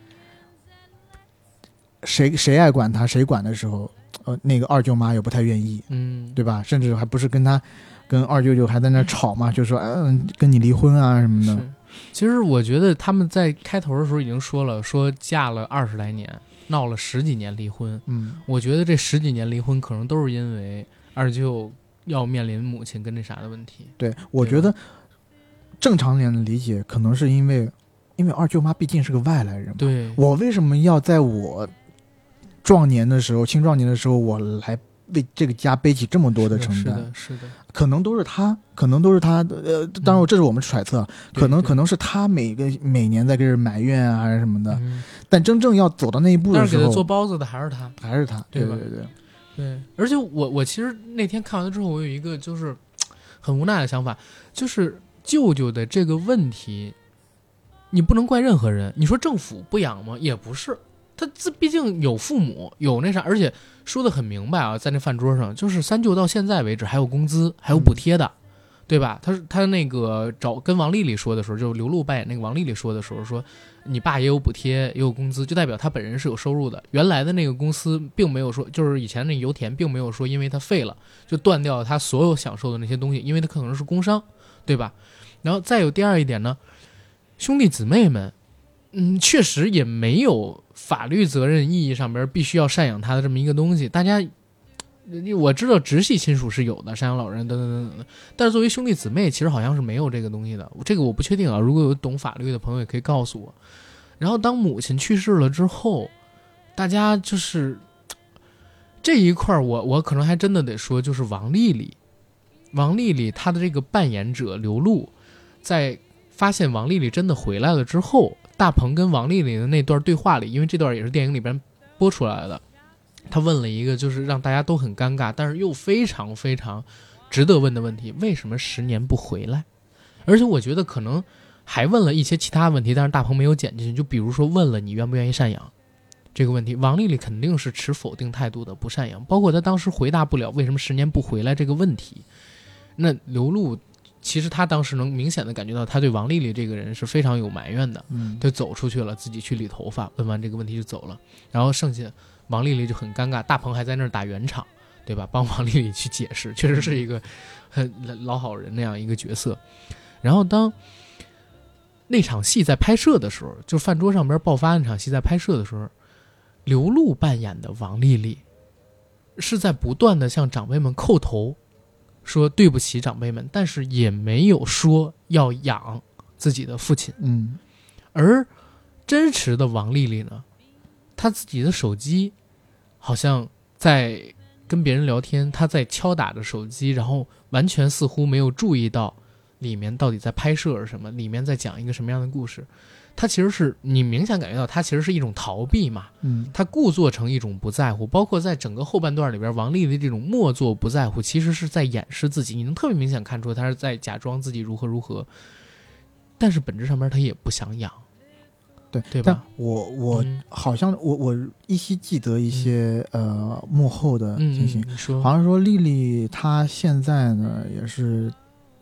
谁谁爱管她谁管的时候，呃，那个二舅妈也不太愿意， 嗯， 对吧？甚至还不是跟她跟二舅舅还在那吵嘛，就说嗯跟你离婚啊什么的。 其实我觉得他们在开头的时候已经说了，说嫁了二十来年，闹了十几年离婚。 嗯， 我觉得这十几年离婚可能都是因为二舅要面临母亲跟那啥的问题。 对，我觉得正常点的理解可能是因为，因为二舅妈毕竟是个外来人嘛。 对， 我为什么要在我壮年的时候、青壮年的时候，我来为这个家背起这么多的承担？ 是的，是的，是的， 可能都是他，可能都是他的。呃，当然这是我们揣测，嗯、可能可能是他每个每年在跟人埋怨啊还是什么的。嗯、但真正要走到那一步的时候， 但是给他做包子的还是他， 还是他， 对吧？ 对对对对。而且我我其实那天看完了之后，我有一个就是很无奈的想法，就是舅舅的这个问题，你不能怪任何人。你说政府不养吗？也不是。他自毕竟有父母，有那啥，而且说的很明白啊，在那饭桌上，就是三舅到现在为止还有工资，还有补贴的，嗯、对吧？他他那个找跟王丽丽说的时候，就是刘露扮演那个王丽丽说的时候，说你爸也有补贴，也有工资，就代表他本人是有收入的。原来的那个公司并没有说，就是以前那油田并没有说因为他废了就断掉了他所有享受的那些东西，因为他可能是工伤，对吧？然后再有第二一点呢，兄弟姊妹们。嗯，确实也没有法律责任意义上边必须要赡养他的这么一个东西。大家，我知道直系亲属是有的，赡养老人等等等等的，但是作为兄弟姊妹，其实好像是没有这个东西的。这个我不确定啊，如果有懂法律的朋友也可以告诉我。然后当母亲去世了之后，大家就是这一块我我可能还真的得说，就是王丽丽，王丽丽她的这个扮演者刘露，在发现王丽丽真的回来了之后。大鹏跟王丽丽的那段对话里，因为这段也是电影里边播出来的，他问了一个就是让大家都很尴尬，但是又非常非常值得问的问题：为什么十年不回来？而且我觉得可能还问了一些其他问题，但是大鹏没有剪进去。就比如说问了你愿不愿意赡养这个问题，王丽丽肯定是持否定态度的，不赡养。包括他当时回答不了为什么十年不回来这个问题，那刘露。其实他当时能明显的感觉到他对王丽丽这个人是非常有埋怨的， 嗯， 就走出去了，自己去理头发，问完这个问题就走了，然后剩下王丽丽就很尴尬，大鹏还在那儿打圆场，对吧？帮王丽丽去解释，确实是一个很老好人那样一个角色。然后当那场戏在拍摄的时候，就饭桌上边爆发那场戏在拍摄的时候，刘露扮演的王丽丽是在不断的向长辈们叩头。说对不起长辈们，但是也没有说要养自己的父亲。 嗯， 而真实的王丽丽呢，她自己的手机好像在跟别人聊天，她在敲打着手机，然后完全似乎没有注意到里面到底在拍摄什么，里面在讲一个什么样的故事。他其实是你明显感觉到他其实是一种逃避嘛， 嗯， 他故作成一种不在乎，包括在整个后半段里边，王丽丽这种默作不在乎，其实是在掩饰自己，你能特别明显看出他是在假装自己如何如何，但是本质上面他也不想养， 对对吧？ 但我我、嗯、好像我我依稀记得一些、嗯、呃幕后的情形， 嗯嗯、你说好像说丽丽她现在呢也是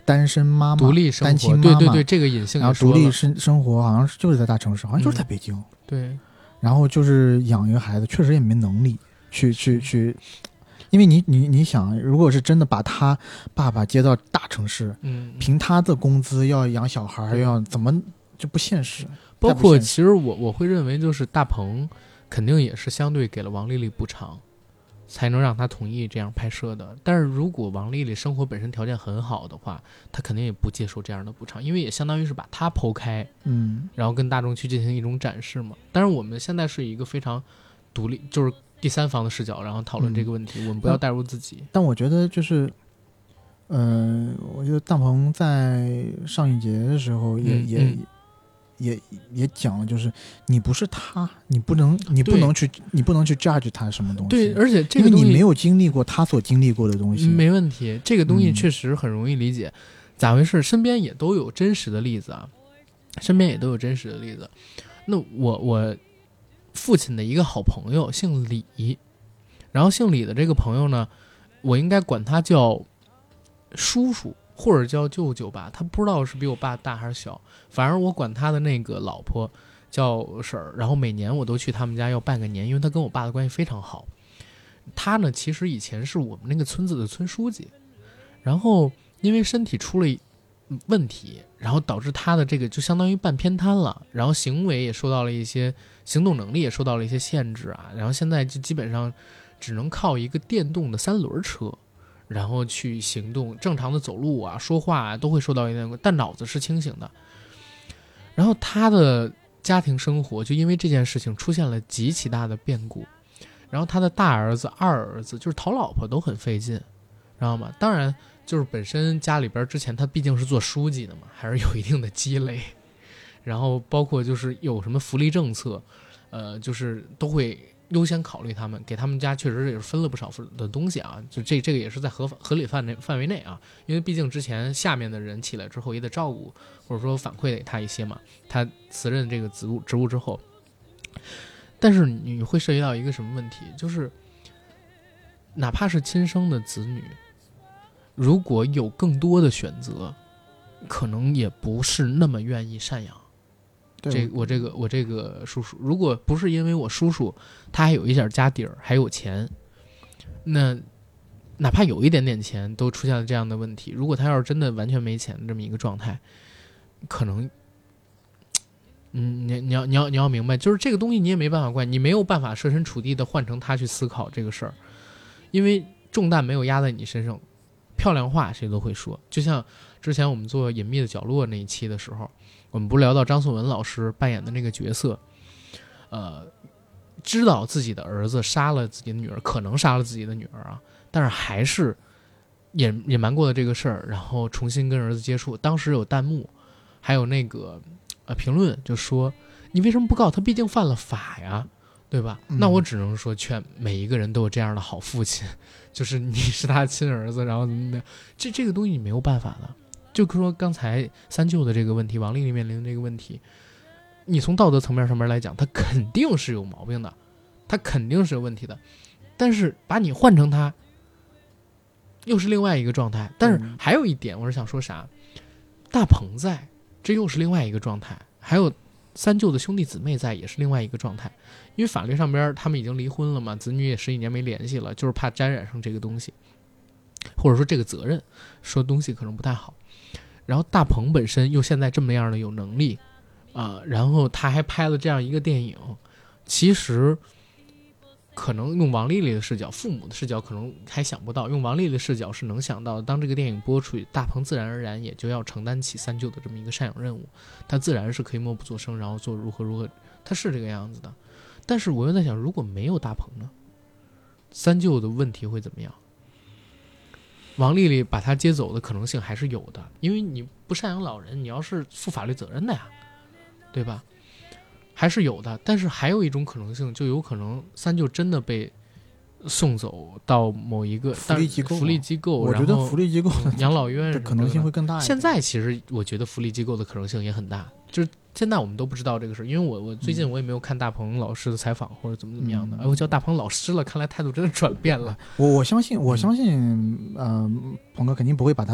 单身妈妈、 独立生活， 单亲妈妈， 对对对，这个隐性然后独立生生活，好像是就是在大城市，好像就是在北京。嗯、 对， 然后就是养一个孩子，确实也没能力去去去，因为你你你想，如果是真的把他爸爸接到大城市， 嗯， 凭他的工资要养小孩，要怎么就不现实？ 包括其实我我会认为，就是大鹏肯定也是相对给了王丽丽补偿，才能让他同意这样拍摄的。但是如果王丽丽生活本身条件很好的话，他肯定也不接受这样的补偿，因为也相当于是把他剖开， 嗯， 然后跟大众去进行一种展示嘛。但是我们现在是一个非常独立，就是第三方的视角，然后讨论这个问题，嗯、我们不要带入自己。 但我觉得就是，呃，我觉得大鹏在上一节的时候也、嗯、也。嗯也也讲了，就是你不是他，你不能，你不能去，你不能去 judge 他什么东西。 对，而且这个东西因为你没有经历过他所经历过的东西。 没问题，这个东西确实很容易理解。嗯、咋回事？身边也都有真实的例子啊，身边也都有真实的例子。那我我父亲的一个好朋友姓李，然后姓李的这个朋友呢，我应该管他叫叔叔。或者叫舅舅吧，他不知道是比我爸大还是小，反而我管他的那个老婆叫婶儿，然后每年我都去他们家要办个年，因为他跟我爸的关系非常好。他呢，其实以前是我们那个村子的村书记，然后因为身体出了问题，然后导致他的这个就相当于半偏瘫了，然后行为也受到了一些，行动能力也受到了一些限制啊，然后现在就基本上只能靠一个电动的三轮车。然后去行动，正常的走路啊、说话啊都会受到一点，但脑子是清醒的。然后他的家庭生活就因为这件事情出现了极其大的变故。然后他的大儿子、二儿子就是讨老婆都很费劲，知道吗？当然，就是本身家里边之前他毕竟是做书记的嘛，还是有一定的积累。然后包括就是有什么福利政策，呃，就是都会优先考虑他们，给他们家确实也是分了不少的东西啊，就这这个也是在合合理范围范围内啊，因为毕竟之前下面的人起来之后也得照顾，或者说反馈给他一些嘛，他辞任这个职务职务之后，但是你会涉及到一个什么问题，就是哪怕是亲生的子女，如果有更多的选择，可能也不是那么愿意赡养。这我这个我这个叔叔，如果不是因为我叔叔他还有一点家底儿，还有钱，那哪怕有一点点钱都出现了这样的问题。如果他要是真的完全没钱的这么一个状态，可能，嗯，你你要你要你要明白，就是这个东西你也没办法怪，你没有办法设身处地的换成他去思考这个事儿，因为重担没有压在你身上。漂亮话谁都会说，就像之前我们做隐秘的角落那一期的时候，我们不是聊到张颂文老师扮演的那个角色，呃，知道自己的儿子杀了自己的女儿，可能杀了自己的女儿啊，但是还是隐隐瞒过了这个事儿，然后重新跟儿子接触。当时有弹幕，还有那个呃评论就说：“你为什么不告他？毕竟犯了法呀，对吧？”嗯、那我只能说，劝每一个人都有这样的好父亲，就是你是他亲儿子，然后怎么样？这这个东西你没有办法的。就说刚才三舅的这个问题，王丽丽面临的这个问题，你从道德层面上面来讲，他肯定是有毛病的，他肯定是有问题的。但是把你换成他，又是另外一个状态。但是还有一点，我是想说啥？大鹏在，这又是另外一个状态。还有三舅的兄弟姊妹在，也是另外一个状态。因为法律上边他们已经离婚了嘛，子女也十几年没联系了，就是怕沾染上这个东西，或者说这个责任，说东西可能不太好。然后大鹏本身又现在这么样的有能力啊、呃，然后他还拍了这样一个电影，其实可能用王丽丽的视角，父母的视角可能还想不到，用王丽丽的视角是能想到的。当这个电影播出去，大鹏自然而然也就要承担起三舅的这么一个赡养任务，他自然是可以默不作声，然后做如何如何，他是这个样子的。但是我又在想，如果没有大鹏呢，三舅的问题会怎么样？王丽丽把他接走的可能性还是有的，因为你不赡养老人，你要是负法律责任的呀，对吧？还是有的。但是还有一种可能性，就有可能三舅真的被送走到某一个福利机构， 福利机构， 我觉得福利机构养老院的可能性会更大一点。 现在其实我觉得福利机构的可能性也很大，就是现在我们都不知道这个事，因为我我最近我也没有看大鹏老师的采访或者怎么怎么样的。哎、嗯，我叫大鹏老师了，看来态度真的转变了。 我我相信，我相信，嗯、呃，鹏哥肯定不会把他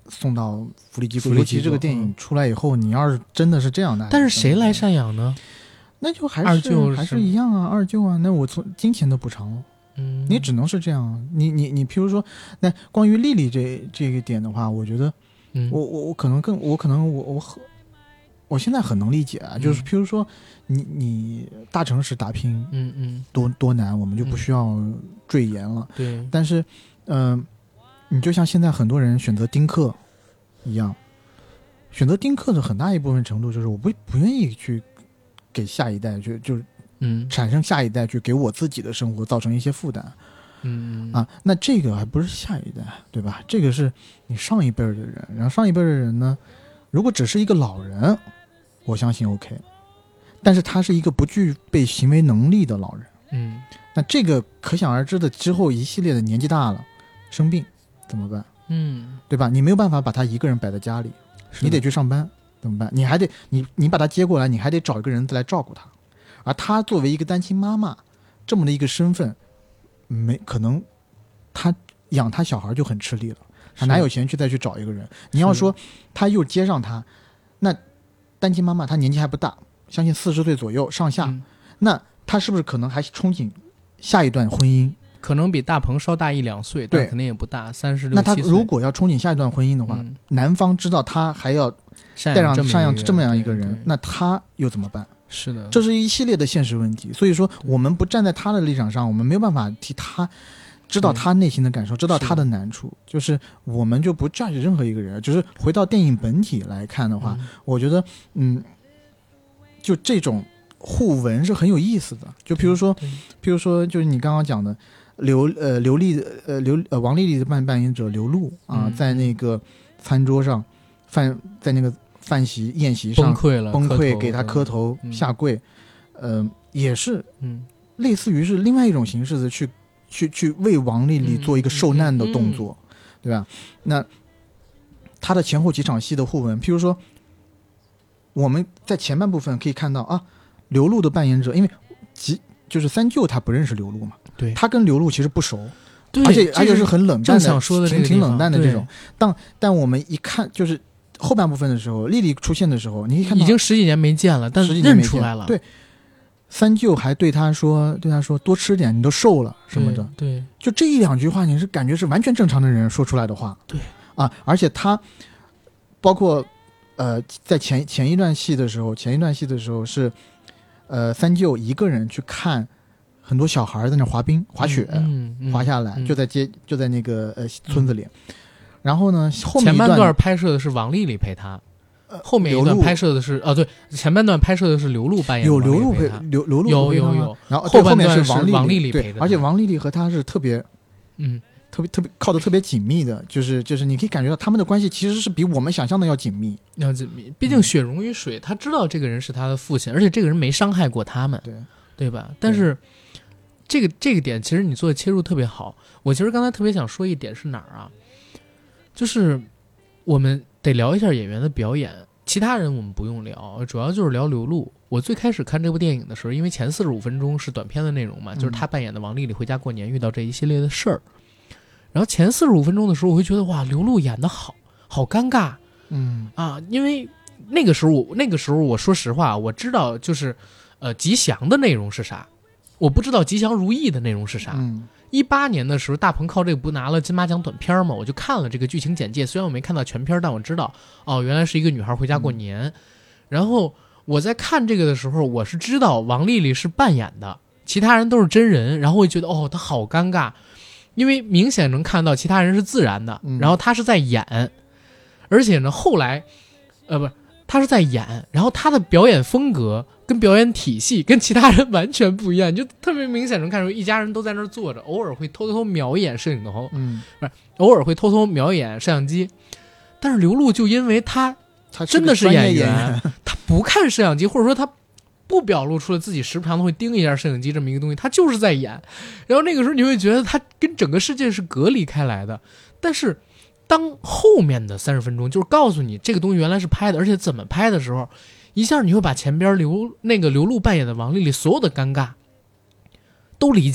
送到福利机构。 福利机构尤其这个电影出来以后，你要是真的是这样的， 但是谁来赡养呢？ 那就还是二舅是还是一样啊，二舅啊，那我从金钱的补偿了。 嗯， 你只能是这样。你你你，譬如说，那关于丽丽这这个点的话，我觉得， 嗯， 我我我可能更我可能我我很，我现在很能理解啊，就是譬如说，你你大城市打拼， 嗯嗯， 多多难，我们就不需要赘言了。 对， 但是，嗯、呃，你就像现在很多人选择丁克一样，选择丁克的很大一部分程度就是我不不愿意去给下一代去就是。 嗯， 产生下一代去给我自己的生活造成一些负担， 嗯啊，那这个还不是下一代，对吧？这个是你上一辈的人，然后上一辈的人呢，如果只是一个老人，我相信 OK， 但是他是一个不具备行为能力的老人， 嗯， 那这个可想而知的，之后一系列的年纪大了，生病怎么办？ 嗯， 对吧？你没有办法把他一个人摆在家里，你得去上班，怎么办？你还得你你把他接过来，你还得找一个人来照顾他。而她作为一个单亲妈妈，这么的一个身份，没可能，她养她小孩就很吃力了，她哪有钱去再去找一个人？你要说她又接上她，那单亲妈妈她年纪还不大，相信四十岁左右上下， 嗯、 那她是不是可能还憧憬下一段婚姻？ 可能比大鹏稍大一两岁，但肯定也不大，三十六。 那她如果要憧憬下一段婚姻的话， 嗯、 男方知道她还要带上赡养这么样一个人，那她又怎么办？ 是的， 这是一系列的现实问题，所以说我们不站在他的立场上，我们没有办法替他知道他内心的感受，知道他的难处，就是我们就不 judge 任何一个人。就是回到电影本体来看的话，嗯、我觉得，嗯，就这种互文是很有意思的。就比如说，比如说，就是你刚刚讲的刘呃刘丽呃刘呃王丽丽的扮扮演者刘露啊、嗯，在那个餐桌上饭在那个。饭席宴席上崩溃了， 崩溃给他磕头、嗯、下跪，呃，也是， 嗯， 类似于是另外一种形式的去去去为王丽丽做一个受难的动作，嗯嗯嗯、对吧？那他的前后几场戏的互文，譬如说，我们在前半部分可以看到啊，刘露的扮演者，因为即就是三舅他不认识刘露嘛， 对， 他跟刘露其实不熟。 对， 而且而且是很冷淡的， 想说的挺挺冷淡的这种。但但我们一看就是。后半部分的时候，丽丽出现的时候，你可以看到已经十几年没见了，但是认出来了。 对，三舅还对他说：“对他说多吃点，你都瘦了什么的。 对”对， 就这一两句话，你是感觉是完全正常的人说出来的话。 对啊，而且他包括呃，在前前一段戏的时候，前一段戏的时候是呃三舅一个人去看很多小孩在那滑冰、滑雪， 嗯嗯、 滑下来、 嗯、 就在街就在那个呃村子里。嗯然后呢，后面前半段拍摄的是王丽丽陪他，呃、后面一段拍摄的是哦，对，前半段拍摄的是刘露扮演有刘露陪刘刘露有有有， 然后后半段是王王丽丽陪的， 而且王丽丽和他是特别嗯特别特别靠得特别紧密的，就是就是你可以感觉到他们的关系其实是比我们想象的要紧密， 要紧密。毕竟血溶于水，他知道这个人是他的父亲，而且这个人没伤害过他们， 对对吧？但是这个这个点其实你做的切入特别好。我其实刚才特别想说一点是哪儿啊？就是我们得聊一下演员的表演，其他人我们不用聊，主要就是聊刘露。我最开始看这部电影的时候，因为前四十五分钟是短片的内容嘛，就是他扮演的王丽丽回家过年遇到这一系列的事儿。然后前四十五分钟的时候，我会觉得哇，刘露演得好，好尴尬， 嗯啊，因为那个时候我那个时候我说实话，我知道就是呃吉祥的内容是啥，我不知道吉祥如意的内容是啥。 嗯。 一八年的时候，大鹏靠这个不拿了金马奖短片嘛？我就看了这个剧情简介，虽然我没看到全片，但我知道哦，原来是一个女孩回家过年。嗯、然后我在看这个的时候，我是知道王丽丽是扮演的，其他人都是真人。然后我就觉得哦，她好尴尬，因为明显能看到其他人是自然的，然后她是在演，嗯、而且呢，后来呃不是她是在演，然后她的表演风格。跟表演体系跟其他人完全不一样，你就特别明显能看出一家人都在那儿坐着，偶尔会偷偷瞄一眼摄影头， 嗯， 不是，偶尔会偷偷瞄一眼摄像机。但是刘露就因为他真的是演员，他不看摄像机，或者说他不表露出了自己时不常的会盯一下摄影机这么一个东西，他就是在演。然后那个时候你会觉得他跟整个世界是隔离开来的。但是当后面的三十分钟就是告诉你这个东西原来是拍的，而且怎么拍的时候，一下你会把前边刘那个刘露扮演的王丽丽所有的尴尬都理解了，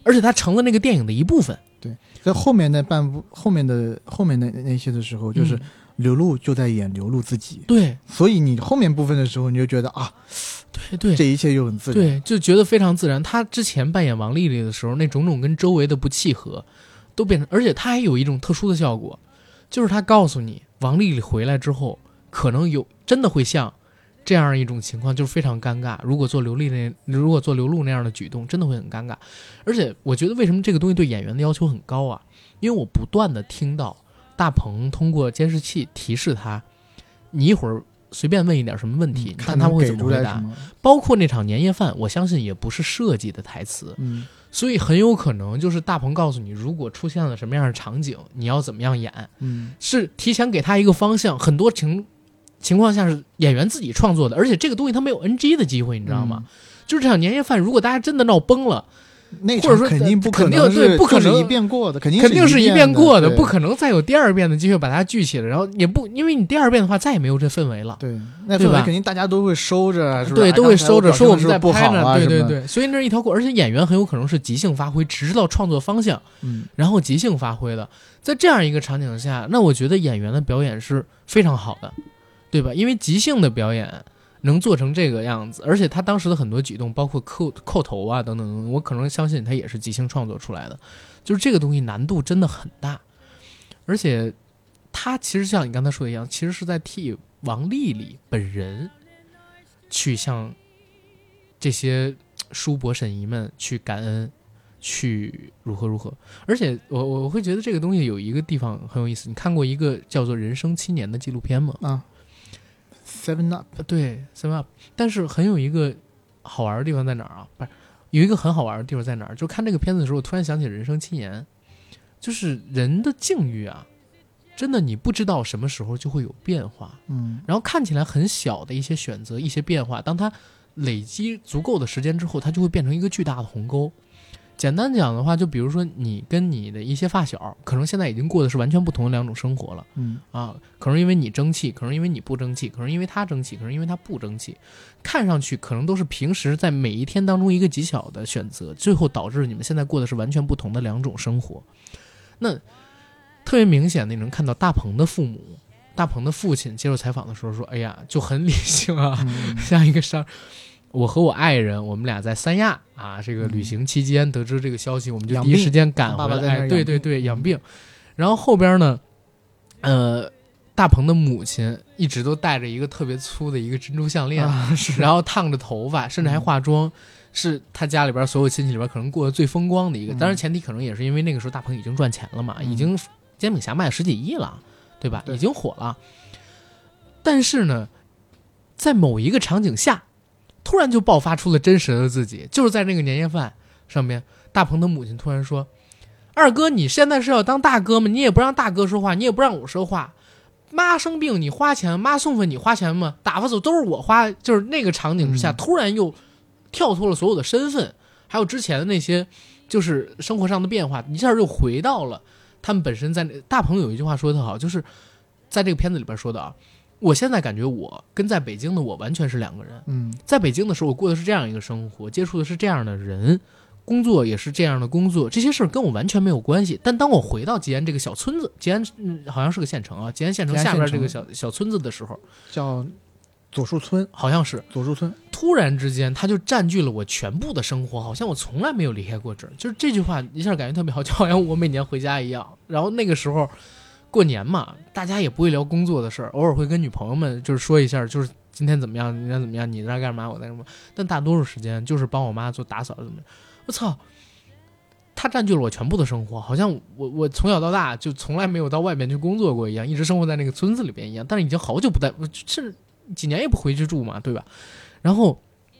而且它成了那个电影的一部分。 对，在后面那半部后面的后面的那些的时候，就是刘露就在演刘露自己。 对， 所以你后面部分的时候，你就觉得啊， 对对， 这一切又很自然， 对，就觉得非常自然。他之前扮演王丽丽的时候，那种种跟周围的不契合，都变成，而且他还有一种特殊的效果，就是他告诉你，王丽丽回来之后，可能有真的会像这样一种情况，就是非常尴尬。如果做刘丽那，如果做刘露那样的举动，真的会很尴尬。而且我觉得为什么这个东西对演员的要求很高啊？因为我不断的听到大鹏通过监视器提示他，你一会儿随便问一点什么问题， 嗯、 看他们会怎么回答。包括那场年夜饭，我相信也不是设计的台词， 嗯， 所以很有可能就是大鹏告诉你，如果出现了什么样的场景，你要怎么样演， 嗯， 是提前给他一个方向。很多情情况下是演员自己创作的，而且这个东西他没有 N G 的机会，你知道吗？嗯、就是这场年夜饭，如果大家真的闹崩了。 那场肯定不可能是不可能一遍过的，肯定肯定是一遍过的， 的不可能再有第二遍的机会把它聚起来。然后也不，因为你第二遍的话，再也没有这氛围了。 对，那氛围肯定大家都会收着，是吧？ 对，都会收着，说我们在拍呢。 啊、 对对对，所以那是一条过，而且演员很有可能是即兴发挥，只知道创作方向， 嗯， 然后即兴发挥的。在这样一个场景下，那我觉得演员的表演是非常好的，对吧？因为即兴的表演。能做成这个样子，而且他当时的很多举动，包括扣扣头啊等等，我可能相信他也是即兴创作出来的。就是这个东西难度真的很大，而且他其实像你刚才说的一样，其实是在替王丽丽本人去向这些叔伯婶姨们去感恩，去如何如何。而且我我会觉得这个东西有一个地方很有意思，你看过一个叫做《人生七年》的纪录片吗？ 啊。Seven Up， 对 Seven Up， 但是很有一个好玩的地方在哪儿啊？不是有一个很好玩的地方在哪儿？就看这个片子的时候，我突然想起《人生七年》，就是人的境遇啊，真的你不知道什么时候就会有变化， 嗯， 然后看起来很小的一些选择、一些变化，当它累积足够的时间之后，它就会变成一个巨大的鸿沟。简单讲的话，就比如说你跟你的一些发小，可能现在已经过的是完全不同的两种生活了， 嗯啊，可能因为你争气，可能因为你不争气，可能因为他争气，可能因为他不争气，看上去可能都是平时在每一天当中一个极小的选择，最后导致你们现在过的是完全不同的两种生活。那特别明显的，你能看到大鹏的父母，大鹏的父亲接受采访的时候说：“哎呀，就很理性啊， 嗯、 像一个商。”我和我爱人，我们俩在三亚啊，这个旅行期间得知这个消息，我们就第一时间赶回来。 爸爸在那儿养病， 哎，对对对，养病。然后后边呢，呃，大鹏的母亲一直都戴着一个特别粗的一个珍珠项链， 啊、 然后烫着头发，甚至还化妆，嗯、是他家里边所有亲戚里边可能过得最风光的一个。当然，前提可能也是因为那个时候大鹏已经赚钱了嘛， 嗯、 已经煎饼侠卖十几亿了，对吧？ 对， 已经火了。但是呢，在某一个场景下。突然就爆发出了真实的自己，就是在那个年夜饭上面，大鹏的母亲突然说：“二哥，你现在是要当大哥吗？你也不让大哥说话，你也不让我说话。妈生病你花钱，妈送饭你花钱吗？打发走都是我花。”就是那个场景之下， 嗯、 突然又跳脱了所有的身份，还有之前的那些就是生活上的变化，一下又回到了他们本身在。大鹏有一句话说得好，就是在这个片子里边说的啊。我现在感觉我跟在北京的我完全是两个人。 嗯， 在北京的时候，我过的是这样一个生活，接触的是这样的人，工作也是这样的工作，这些事儿跟我完全没有关系。但当我回到吉安这个小村子，吉安、嗯、好像是个县城啊，吉安县城下边这个小小村子的时候， 叫左树村， 好像是左树村。 突然之间，他就占据了我全部的生活，好像我从来没有离开过这儿。就是这句话一下感觉特别好，就好像我每年回家一样。然后那个时候。过年嘛，大家也不会聊工作的事儿，偶尔会跟女朋友们就是说一下，就是今天怎么样，今天怎么样，你在干嘛，我在干嘛。但大多数时间就是帮我妈做打扫什么的。我操，他占据了我全部的生活，好像我我从小到大就从来没有到外面去工作过一样，一直生活在那个村子里边一样。但是已经好久不在，甚至几年也不回去住嘛，对吧？然后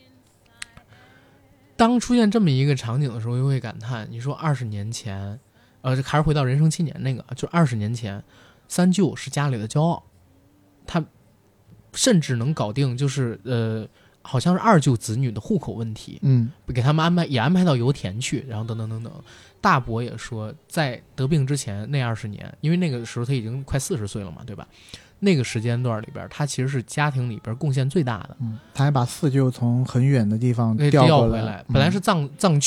当出现这么一个场景的时候，又会感叹，你说二十年前。呃，还是回到人生七年那个，就二十年前，三舅是家里的骄傲，他甚至能搞定，就是呃，好像是二舅子女的户口问题， 嗯， 给他们安排也安排到油田去，然后等等等等。大伯也说，在得病之前那二十年，因为那个时候他已经快四十岁了嘛，对吧？那个时间段里边，他其实是家庭里边贡献最大的。 嗯，他还把四舅从很远的地方调调回来，本来是藏、嗯、藏区。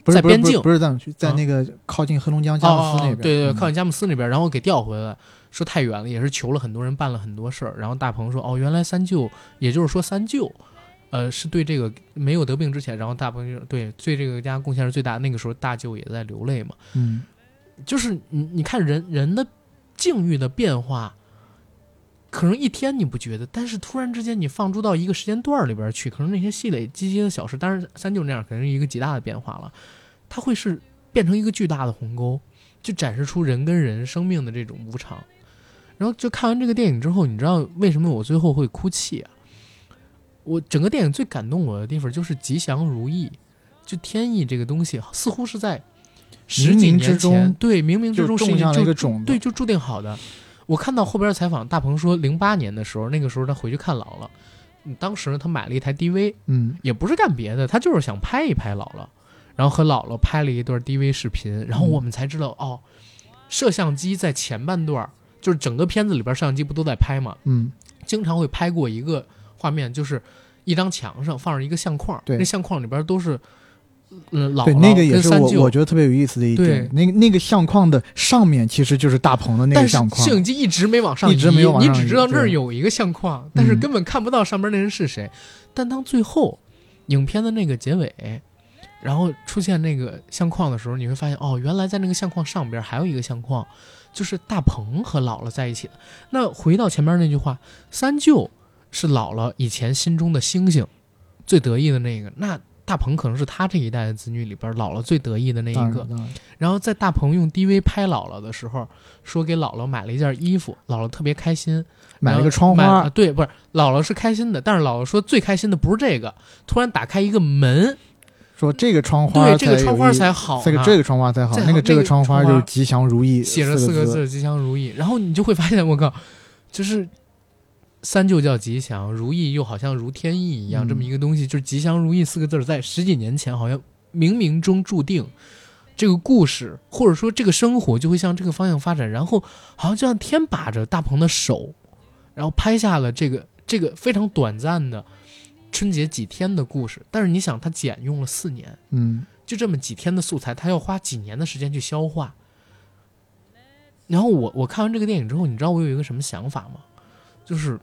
不是在边境， 不是在在那个靠近黑龙江佳木斯那边， 哦、对对， 嗯、 靠近佳木斯那边，然后给调回来，说太远了，也是求了很多人，办了很多事儿。然后大鹏说，哦，原来三舅，也就是说三舅，呃，是对这个没有得病之前，然后大鹏对对这个家贡献是最大的。那个时候大舅也在流泪嘛， 嗯， 就是你你看人人的境遇的变化。可能一天你不觉得，但是突然之间你放逐到一个时间段里边去，可能那些细累积积的小事，当然三舅那样可能是一个极大的变化了，它会是变成一个巨大的鸿沟，就展示出人跟人生命的这种无常。然后就看完这个电影之后，你知道为什么我最后会哭泣啊？我整个电影最感动我的地方就是吉祥如意，就天意这个东西似乎是在十几年前，对，冥冥之中是种下了一个种子， 对，就注定好的。我看到后边采访，大鹏说，零八年的时候，那个时候他回去看姥姥，当时呢他买了一台 D V， 嗯， 也不是干别的，他就是想拍一拍姥姥，然后和姥姥拍了一段 D V 视频，然后我们才知道、嗯、哦，摄像机在前半段，就是整个片子里边摄像机不都在拍吗？ 嗯， 经常会拍过一个画面，就是一张墙上放着一个相框， 对， 那相框里边都是。嗯，姥姥对，那个也是我我我觉得特别有意思的一点。那个那个相框的上面其实就是大鹏的那个相框， 但是摄影机一直没往上移， 一直没有往上移， 你只知道那儿有一个相框，但是根本看不到上面那人是谁。嗯、但当最后影片的那个结尾，然后出现那个相框的时候，你会发现哦，原来在那个相框上边还有一个相框，就是大鹏和姥姥在一起的。那回到前面那句话，三舅是姥姥以前心中的星星，最得意的那个。那大鹏可能是他这一代的子女里边姥姥最得意的那一个。然后在大鹏用 D V 拍姥姥的时候，说给姥姥买了一件衣服，姥姥特别开心， 买了个窗花。 对，不是，姥姥是开心的，但是姥姥说最开心的不是这个，突然打开一个门， 说这个窗花， 对，这个窗花才好， 这个这个窗花才好，那个这个窗花就是吉祥如意， 写着四个字吉祥如意。然后你就会发现，我靠，就是三舅叫吉祥，如意又好像如天意一样，嗯、这么一个东西，就是吉祥如意四个字，在十几年前好像冥冥中注定，这个故事或者说这个生活就会向这个方向发展，然后好像就像天把着大鹏的手，然后拍下了这个这个非常短暂的春节几天的故事。但是你想，他剪用了四年， 嗯， 就这么几天的素材，他要花几年的时间去消化。然后我我看完这个电影之后，你知道我有一个什么想法吗？就是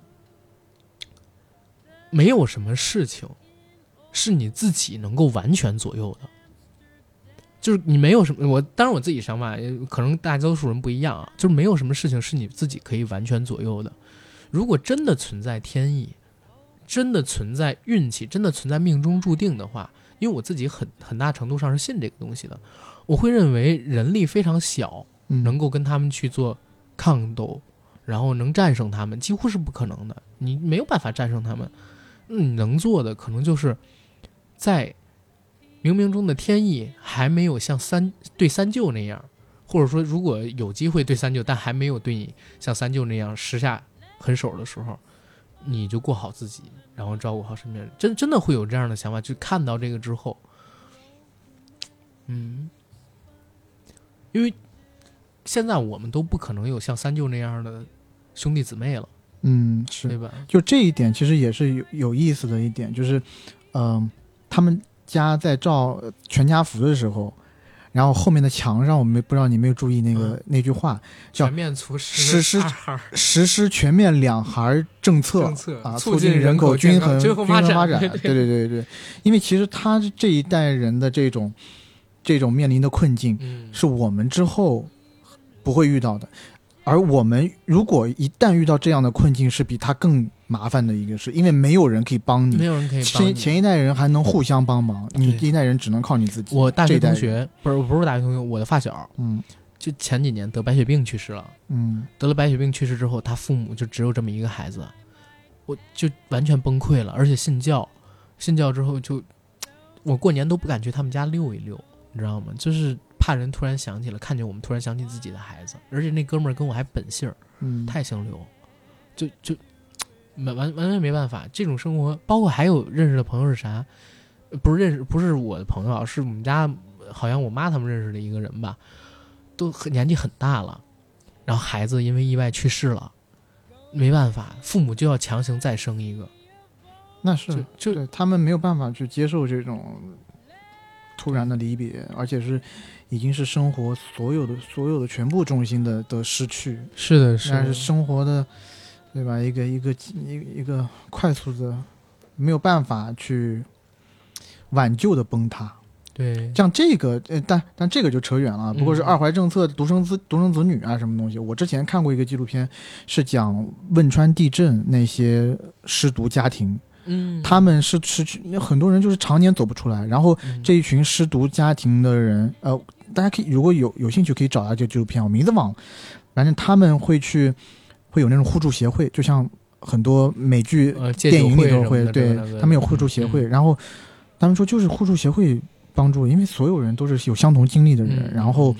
没有什么事情是你自己能够完全左右的，就是你没有什么，我当然我自己想法可能大多数人不一样啊，就是没有什么事情是你自己可以完全左右的。如果真的存在天意，真的存在运气，真的存在命中注定的话，因为我自己很很大程度上是信这个东西的，我会认为人力非常小，能够跟他们去做抗斗，然后能战胜他们几乎是不可能的，你没有办法战胜他们。你能做的可能就是在冥冥中的天意还没有像三对三舅那样，或者说如果有机会对三舅但还没有对你像三舅那样施下狠手的时候，你就过好自己，然后照顾好身边人。真真的会有这样的想法，就看到这个之后，嗯，因为现在我们都不可能有像三舅那样的兄弟姊妹了。 嗯，是， 对吧？ 就这一点其实也是有有意思的一点，就是，嗯、呃，他们家在照全家福的时候，然后后面的墙上，我们不知道你没有注意那个、嗯、那句话，叫全面促实施实施全面两孩政策， 政策啊， 促进人口均衡均衡发展。 发展对对对对，因为其实他这一代人的这种这种面临的困境， 嗯、 是我们之后不会遇到的。而我们如果一旦遇到这样的困境，是比他更麻烦的一个事，因为没有人可以帮你， 没有人可以帮你。 前一代人还能互相帮忙，你这一代人只能靠你自己。 我大学同学不是不是大学同学，我的发小， 嗯， 就前几年得白血病去世了， 嗯， 得了白血病去世之后，他父母就只有这么一个孩子，我就完全崩溃了，而且信教，信教之后就，我过年都不敢去他们家溜一溜，你知道吗？就是怕人突然想起了，看见我们突然想起自己的孩子，而且那哥们儿跟我还本姓， 嗯， 太姓刘，就就完完完全没办法。这种生活，包括还有认识的朋友是啥？不是认识，不是我的朋友，是我们家好像我妈他们认识的一个人吧，都年纪很大了，然后孩子因为意外去世了，没办法，父母就要强行再生一个。 那是就就他们没有办法去接受这种。 突然的离别，而且是已经是生活所有的所有的全部重心的的失去。 是的，是的， 但是生活的，对吧？一个一个一个一个快速的，没有办法去挽救的崩塌。 对， 像这个，呃，但但这个就扯远了。不过是二孩政策、独生子、独生子女啊，什么东西？我之前看过一个纪录片，是讲汶川地震那些失独家庭， 嗯， 他们是失去很多人就是常年走不出来，然后这一群失独家庭的人，呃，大家可以如果有有兴趣可以找到这个纪录片，我名字忘了，反正他们会去会有那种互助协会，就像很多美剧、 呃、 电影里都会，对、 那个、 他们有互助协会、嗯，然后他们说就是互助协会帮助，因为所有人都是有相同经历的人、嗯、然后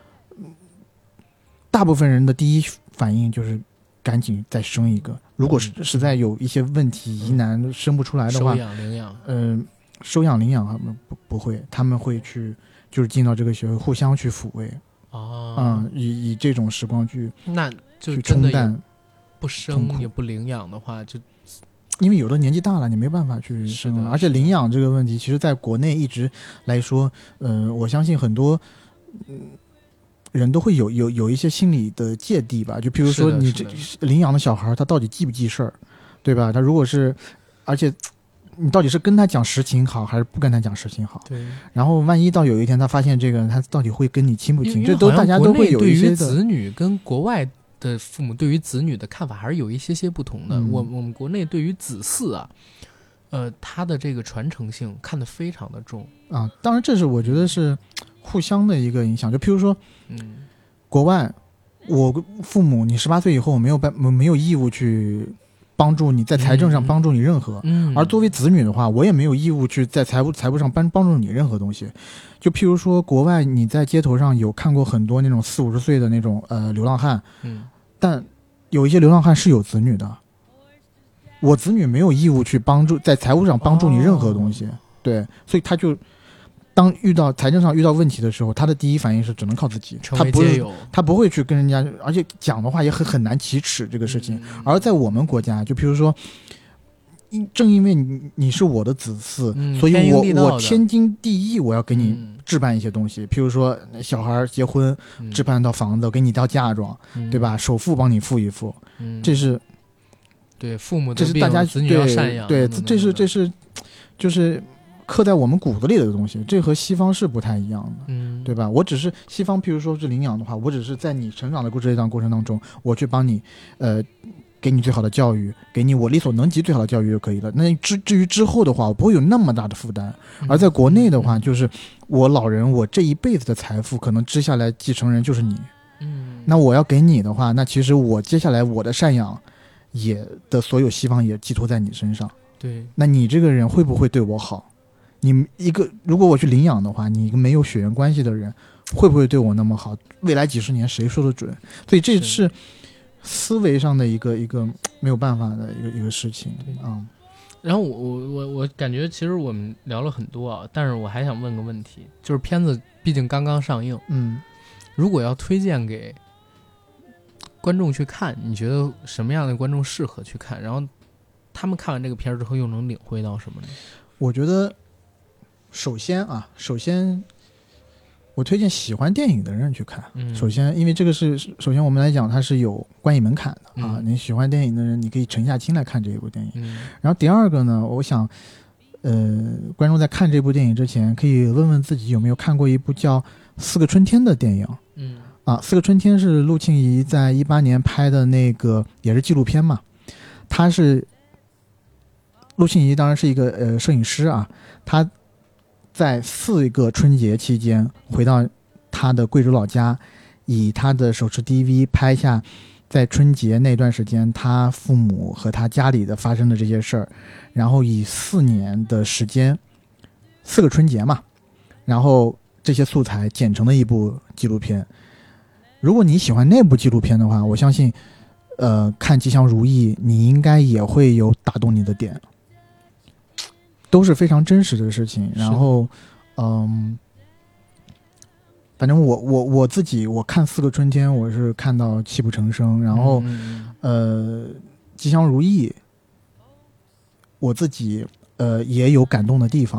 大部分人的第一反应就是赶紧再生一个，如果是实在有一些问题疑难生不出来的话， 收养领养， 嗯、呃，收养领养他们不不会，他们会去就是进到这个协会互相去抚慰， 哦， 嗯，以以这种时光去那就去冲淡， 不生也不领养的话就。 因为有的年纪大了，你没办法去生，而且领养这个问题，其实在国内一直来说，呃，我相信很多，嗯、呃，人都会有有有一些心理的芥蒂吧。就比如说你这领养的小孩，他到底记不记事儿，对吧？他如果是，而且你到底是跟他讲实情好，还是不跟他讲实情好？ 对。然后万一到有一天他发现这个，他到底会跟你亲不亲？这都大家都会有一些的。 对于子女跟国外的父母对于子女的看法还是有一些些不同的。嗯、我我们国内对于子嗣啊，呃，他的这个传承性看得非常的重啊。当然，这是我觉得是互相的一个影响。就譬如说， 嗯， 国外，我父母你十八岁以后没有办没有义务去帮助你在财政上帮助你任何， 嗯， 而作为子女的话，我也没有义务去在财务财务上帮帮助你任何东西。就譬如说，国外你在街头上有看过很多那种四五十岁的那种呃流浪汉， 嗯， 但有一些流浪汉是有子女的，我子女没有义务去帮助在财务上帮助你任何东西，哦、对，所以他就当遇到财政上遇到问题的时候，他的第一反应是只能靠自己，他不是他不会去跟人家，而且讲的话也很很难启齿这个事情。 嗯、 而在我们国家，就譬如说。正因为你你是我的子嗣、 嗯， 所以我我天经地义，我要给你置办一些东西，嗯、譬如说小孩结婚， 嗯、 置办到房子，给你到嫁妆， 嗯、 对吧？首付帮你付一付， 嗯、 这是对父母这是大家子女要赡养， 对，对这是这是就是刻在我们骨子里的东西，这和西方是不太一样的， 嗯， 对吧？我只是西方，譬如说是领养的话，我只是在你成长的这段过程当中，我去帮你，呃。给你最好的教育，给你我力所能及最好的教育就可以了。那至至于之后的话，我不会有那么大的负担。而在国内的话，就是我老人，我这一辈子的财富可能接下来继承人就是你。 嗯， 那我要给你的话，那其实我接下来我的赡养也的所有希望也寄托在你身上。 对， 那你这个人会不会对我好？你一个如果我去领养的话，你一个没有血缘关系的人，会不会对我那么好？未来几十年谁说得准？所以这是。思维上的一个一个没有办法的一个一个事情啊、嗯。 然后我我我我感觉其实我们聊了很多啊，但是我还想问个问题，就是片子毕竟刚刚上映， 嗯， 如果要推荐给观众去看，你觉得什么样的观众适合去看？然后他们看完这个片之后又能领会到什么呢？ 我觉得首先啊，首先。我推荐喜欢电影的人去看。 嗯、 首先，因为这个是首先我们来讲，它是有观影门槛的、 嗯、 啊。你喜欢电影的人，你可以沉下心来看这一部电影。 嗯、 然后第二个呢，我想，呃，观众在看这部电影之前，可以问问自己有没有看过一部叫《四个春天》的电影。 嗯， 啊，《四个春天》是陆庆怡在一八年拍的那个，也是纪录片嘛。他是陆庆怡，当然是一个呃摄影师啊，他。在四个春节期间回到他的贵州老家，以他的手持 D V 拍下在春节那段时间他父母和他家里的发生的这些事儿，然后以四年的时间，四个春节嘛，然后这些素材剪成了一部纪录片。如果你喜欢那部纪录片的话，我相信呃，看吉祥如意你应该也会有打动你的点，都是非常真实的事情。然后嗯，反正我我我自己我看四个春天我是看到泣不成声，然后、 嗯、 呃吉祥如意我自己呃也有感动的地方，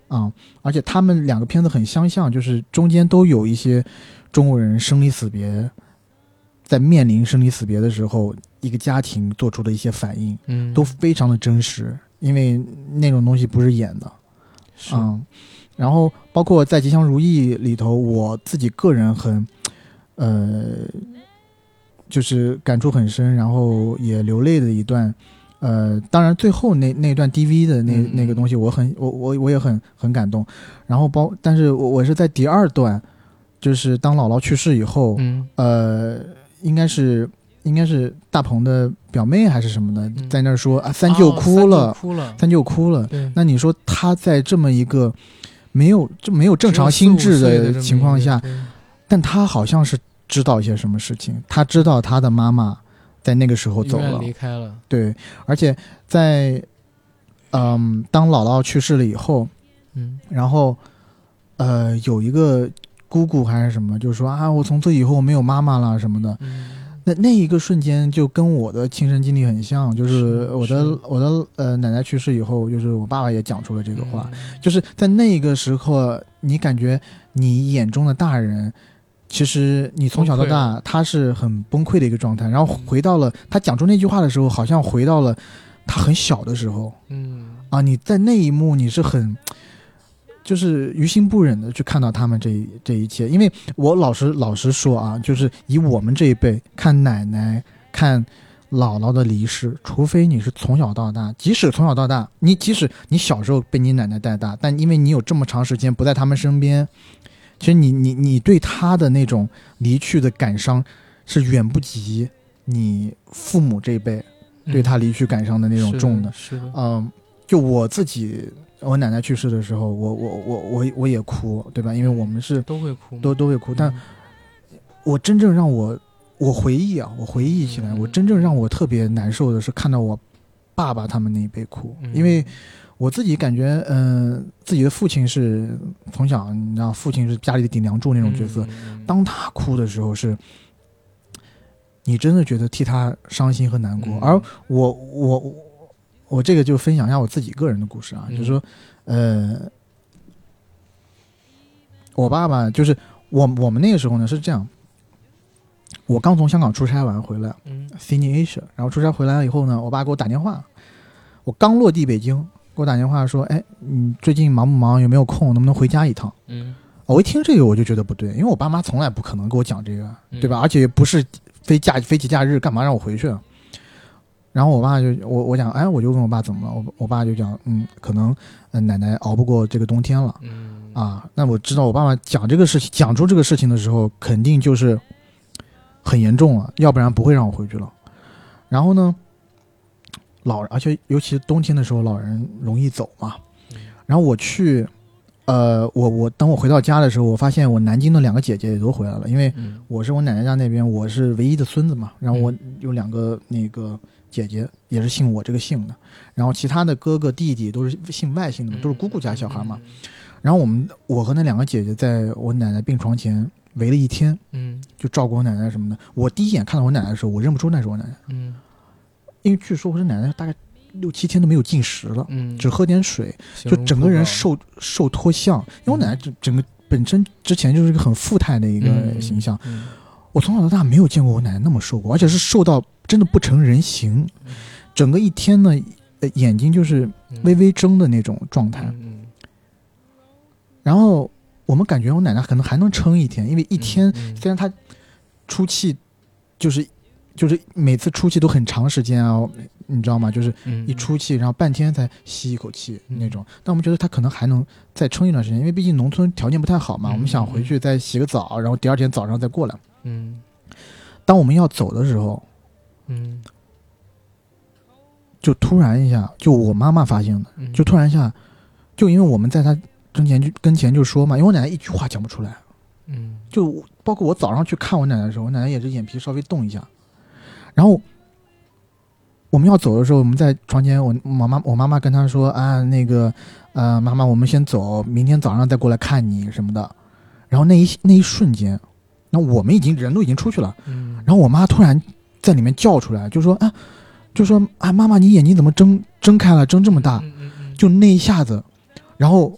啊、而且他们两个片子很相像，就是中间都有一些中国人生离死别，在面临生离死别的时候，一个家庭做出的一些反应， 嗯， 都非常的真实，因为那种东西不是演的， 是嗯。然后包括在《吉祥如意》里头，我自己个人很，呃，就是感触很深，然后也流泪的一段。呃，当然最后那那段 D V 的那、 嗯、 那个东西，我很我我我也很很感动。然后包，但是我我是在第二段，就是当姥姥去世以后， 嗯， 呃，应该是应该是大鹏的表妹还是什么的， 嗯、 在那儿说啊，三舅哭了， 哦、三舅哭了， 三舅哭了。那你说他在这么一个没有就没有正常心智的情况下，但他好像是知道一些什么事情，他知道他的妈妈在那个时候走了， 离开了。 对，而且在嗯，当姥姥去世了以后， 嗯， 然后呃，有一个姑姑还是什么，就说啊，我从此以后没有妈妈了什么的。 嗯， 那那一个瞬间就跟我的亲身经历很像，就是我的我的呃奶奶去世以后，就是我爸爸也讲出了这个话， 嗯、 就是在那个时候，你感觉你眼中的大人。其实你从小到大他是很崩溃的一个状态，然后回到了他讲出那句话的时候，好像回到了他很小的时候。 嗯啊，你在那一幕你是很就是于心不忍的去看到他们这这一切，因为我老实老实说啊，就是以我们这一辈看奶奶看姥姥的离世，除非你是从小到大，即使从小到大，你即使你小时候被你奶奶带大，但因为你有这么长时间不在他们身边。其实你你你对他的那种离去的感伤是远不及你父母这一辈对他离去感伤的那种重的。 嗯、是的，是的嗯，就我自己，我奶奶去世的时候，我我我我我也哭，对吧？因为我们是都会哭， 都都会哭。但我真正让我我回忆啊，我回忆起来， 嗯、 我真正让我特别难受的是看到我爸爸他们那一辈哭， 嗯、 因为。我自己感觉，嗯、呃，自己的父亲是从小，你知道，父亲是家里的顶梁柱那种角色。 嗯、 当他哭的时候是，你真的觉得替他伤心和难过。 嗯、 而我，我，我这个就分享一下我自己个人的故事啊， 嗯、 就是说，呃，我爸爸就是我，我们那个时候呢是这样，我刚从香港出差完回来， 嗯 ，Sydney Asia， 然后出差回来了以后呢，我爸给我打电话，我刚落地北京。给我打电话说，哎，你最近忙不忙？有没有空？能不能回家一趟？ 嗯， 我一听这个我就觉得不对，因为我爸妈从来不可能给我讲这个， 嗯、 对吧？而且不是非假非节假日，干嘛让我回去啊？然后我爸就我我讲，哎，我就问我爸怎么了，我我爸就讲，嗯，可能、呃、奶奶熬不过这个冬天了， 嗯啊，那我知道我爸爸讲这个事情，讲出这个事情的时候，肯定就是很严重了，要不然不会让我回去了。然后呢？老人，而且尤其是冬天的时候，老人容易走嘛。然后我去，呃，我我等我回到家的时候，我发现我南京的两个姐姐也都回来了，因为我是我奶奶家那边，我是唯一的孙子嘛。然后我有两个那个姐姐也是姓我这个姓的，然后其他的哥哥弟弟都是姓外姓的嘛，都是姑姑家小孩嘛。然后我们我和那两个姐姐在我奶奶病床前围了一天， 嗯， 就照顾我奶奶什么的。我第一眼看到我奶奶的时候，我认不出那是我奶奶， 嗯。 因为据说我的奶奶大概六七天都没有进食了， 嗯， 只喝点水，就整个人瘦瘦脱相。因为我奶奶整整个本身之前就是一个很富态的一个形象， 嗯嗯、 我从小到大没有见过我奶奶那么瘦过，而且是瘦到真的不成人形。 嗯、 整个一天呢，呃，眼睛就是微微睁的那种状态。 嗯嗯、 然后我们感觉我奶奶可能还能撑一天，因为一天、 嗯嗯、 虽然她出气就是。就是每次出气都很长时间啊，你知道吗？就是一出气，然后半天才吸一口气那种。但我们觉得他可能还能再撑一段时间，因为毕竟农村条件不太好嘛。我们想回去再洗个澡，然后第二天早上再过来。 嗯。 当我们要走的时候， 嗯， 就突然一下，就我妈妈发现的，就突然一下，就因为我们在她跟前就跟前就说嘛，因为我奶奶一句话讲不出来。 嗯。 就包括我早上去看我奶奶的时候，我奶奶也是眼皮稍微动一下。然后我们要走的时候，我们在床前，我妈妈我妈妈跟她说啊，那个呃，妈妈，我们先走，明天早上再过来看你什么的。然后那一那一瞬间，那我们已经人都已经出去了， 嗯， 然后我妈突然在里面叫出来，就说啊，就说啊，妈妈，你眼睛怎么睁睁开了，睁这么大？ 嗯嗯嗯、 就那一下子，然后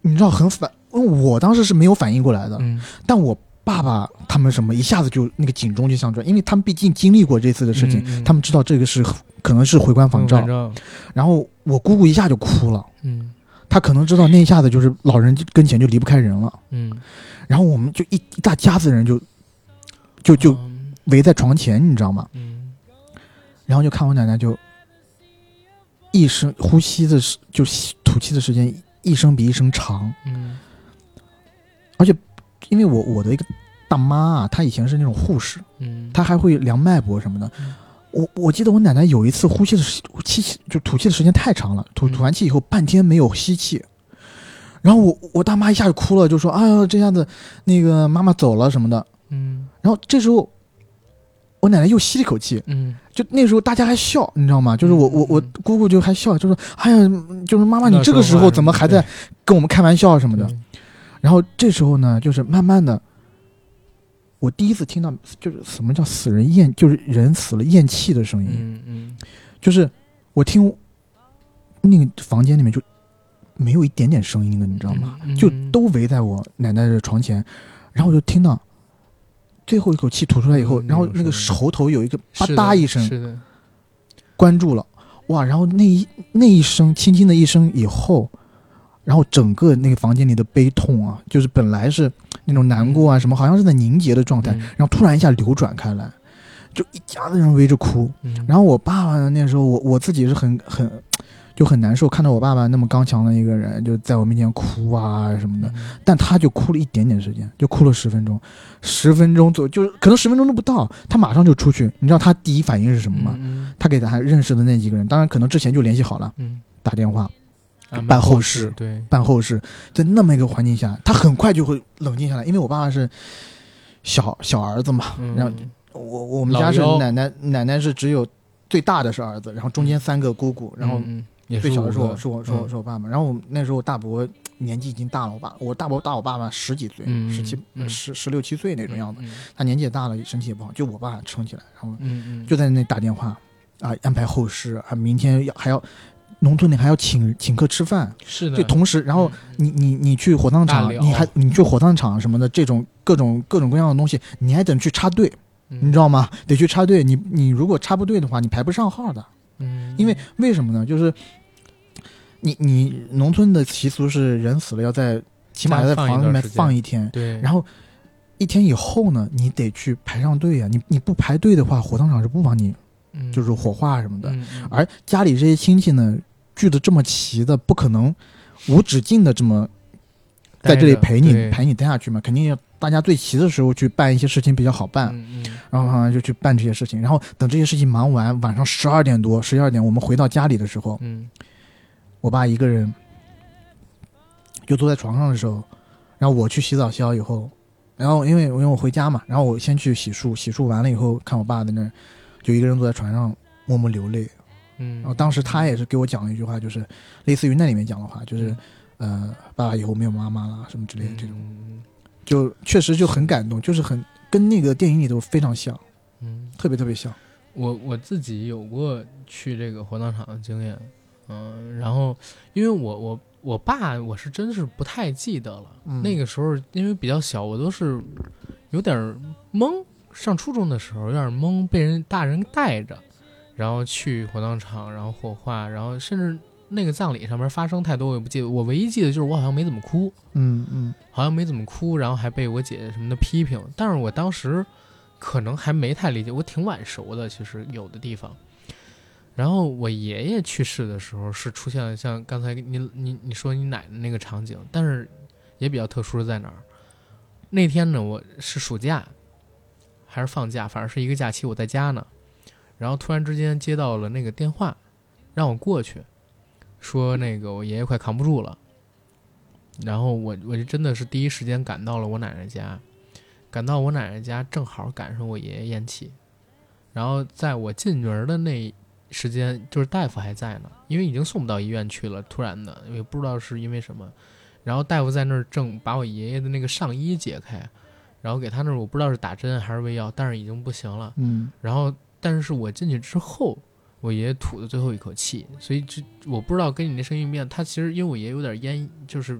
你知道很反，我当时是没有反应过来的， 嗯， 但我爸爸他们什么一下子就那个警钟就响转，因为他们毕竟经历过这次的事情， 嗯嗯、 他们知道这个是可能是回光返照。然后我姑姑一下就哭了， 嗯， 她可能知道那一下子就是老人跟前就离不开人了， 嗯， 然后我们就一一大家子人就就就围在床前，你知道吗？ 嗯， 然后就看我奶奶就一声呼吸的就吐气的时间一声比一声长， 嗯， 而且因为我我的一个大妈啊，她以前是那种护士， 嗯， 她还会量脉搏什么的。 嗯、 我我记得我奶奶有一次呼吸的气就吐气的时间太长了，吐吐完气以后半天没有吸气，然后我我大妈一下就哭了，就说：“哎呀，这下子那个妈妈走了什么的。” 嗯， 然后这时候我奶奶又吸了一口气， 嗯， 就那时候大家还笑，你知道吗？就是我我我姑姑就还笑，就说：“哎呀，就是妈妈你这个时候怎么还在跟我们开玩笑什么的？”然后这时候呢，就是慢慢的，我第一次听到就是什么叫死人咽，就是人死了咽气的声音。 嗯嗯， 就是我听那个房间里面就没有一点点声音的，你知道吗？ 嗯嗯、 就都围在我奶奶的床前，然后我就听到最后一口气吐出来以后， 嗯、 然后那个喉头有一个吧嗒一声， 是的， 关住了，哇！然后那一那一声轻轻的一声以后，然后整个那个房间里的悲痛啊，就是本来是那种难过啊什么，好像是在凝结的状态， 嗯、 然后突然一下流转开来，就一家子人围着哭。 嗯、 然后我爸爸那时候，我我自己是很很就很难受，看到我爸爸那么刚强的一个人，就在我面前哭啊什么的， 嗯、 但他就哭了一点点时间，就哭了十分钟，十分钟左右，就是可能十分钟都不到，他马上就出去。你知道他第一反应是什么吗？ 嗯、 他给他认识的那几个人，当然可能之前就联系好了， 嗯、 打电话。办后事， 对， 办后事，在那么一个环境下，他很快就会冷静下来，因为我爸爸是小小儿子嘛， 嗯、 然后我我们家是奶奶，奶奶是只有最大的是儿子，然后中间三个姑姑，然后最小的是我，是我，是我，是我爸爸。然后我那时候我大伯年纪已经大了，我爸我大伯大我爸爸十几岁， 嗯、 十七十十六七岁那种样子， 嗯、 他年纪也大了，身体也不好，就我爸撑起来，然后嗯就在那打电话啊，安排后事啊，明天要还要。农村里还要请请客吃饭， 是的。 就同时，然后你你你去火葬场，你还你去火葬场什么的，这种各种各种各样的东西，你还得去插队， 嗯、 你知道吗？得去插队。你你如果插不对的话，你排不上号的。 嗯， 因为为什么呢？就是你你农村的习俗是人死了要在起码要在房子里面放一天， 对， 然后一天以后呢，你得去排上队啊。你你不排队的话，火葬场是不帮你， 嗯、 就是火化什么的。 嗯嗯、 而家里这些亲戚呢，聚的这么齐的，不可能无止境的这么在这里陪你陪你待下去嘛，肯定要大家最齐的时候去办一些事情比较好办， 嗯嗯、 然后就去办这些事情，然后等这些事情忙完，晚上十二点多十一二点我们回到家里的时候， 嗯， 我爸一个人就坐在床上的时候，然后我去洗澡洗好以后，然后因为因为我回家嘛，然后我先去洗漱，洗漱完了以后看我爸在那儿就一个人坐在床上默默流泪。 嗯， 然后当时他也是给我讲了一句话，就是类似于那里面讲的话，就是，嗯、呃，爸爸以后没有妈妈了什么之类的这种， 嗯、 就确实就很感动，就是很跟那个电影里头非常像， 嗯， 特别特别像。 我我自己有过去这个火葬场的经验，嗯、呃，然后因为我我我爸我是真是不太记得了， 嗯、 那个时候因为比较小，我都是有点懵，上初中的时候有点懵，被人大人带着。然后去火葬场，然后火化，然后甚至那个葬礼上面发生太多我也不记得，我唯一记得就是我好像没怎么哭， 嗯嗯， 好像没怎么哭，然后还被我姐姐什么的批评，但是我当时可能还没太理解，我挺晚熟的，其实有的地方。然后我爷爷去世的时候是出现了像刚才你你你说你奶奶那个场景，但是也比较特殊的在哪儿？那天呢，我是暑假还是放假，反正是一个假期，我在家呢。然后突然之间接到了那个电话，让我过去，说那个我爷爷快扛不住了。然后我我就真的是第一时间赶到了我奶奶家，赶到我奶奶家正好赶上我爷爷咽气。然后在我进门的那时间，就是大夫还在呢，因为已经送不到医院去了，突然的也不知道是因为什么。然后大夫在那儿正把我爷爷的那个上衣解开，然后给他那儿我不知道是打针还是喂药，但是已经不行了。 嗯， 然后。但是我进去之后，我爷爷吐的最后一口气，所以这我不知道跟你那声音一样。他其实因为我爷爷有点咽，就是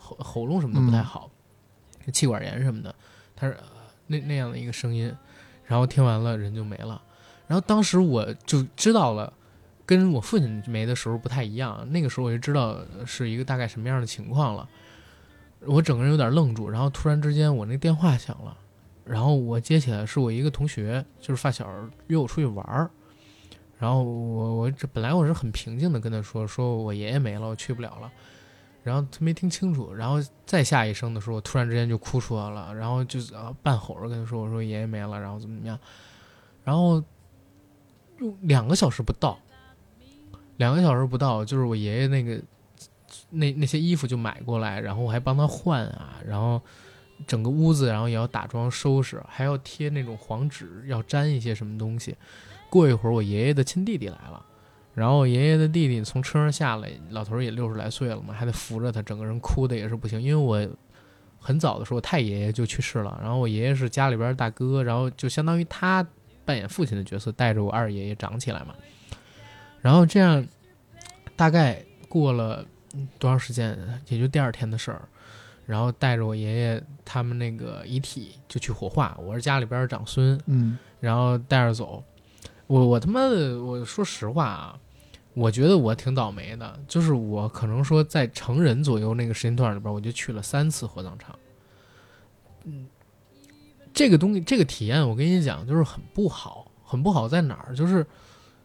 喉喉咙什么的不太好，嗯、气管炎什么的，他是、呃、那那样的一个声音，然后听完了人就没了。然后当时我就知道了，跟我父亲没的时候不太一样，那个时候我就知道是一个大概什么样的情况了。我整个人有点愣住，然后突然之间我那电话响了，然后我接起来是我一个同学，就是发小约我出去玩儿。然后我我这本来我是很平静的跟他说，说我爷爷没了，我去不了了。然后他没听清楚，然后再下一声的时候，我突然之间就哭出来了，然后就是啊半吼着跟他说，我说爷爷没了，然后怎么怎么样。然后用两个小时不到，两个小时不到，就是我爷爷那个那那些衣服就买过来，然后我还帮他换啊，然后整个屋子然后也要打桩收拾，还要贴那种黄纸，要粘一些什么东西。过一会儿我爷爷的亲弟弟来了，然后我爷爷的弟弟从车上下来，老头也六十来岁了嘛，还得扶着他，整个人哭的也是不行。因为我很早的时候太爷爷就去世了，然后我爷爷是家里边大哥，然后就相当于他扮演父亲的角色，带着我二爷爷长起来嘛。然后这样大概过了多长时间，也就第二天的事儿，然后带着我爷爷他们那个遗体就去火化，我是家里边的长孙， 嗯， 然后带着走。我我他妈的，我说实话啊，我觉得我挺倒霉的，就是我可能说在成人左右那个时间段里边，我就去了三次火葬场。嗯，这个东西，这个体验，我跟你讲，就是很不好，很不好在哪儿？就是，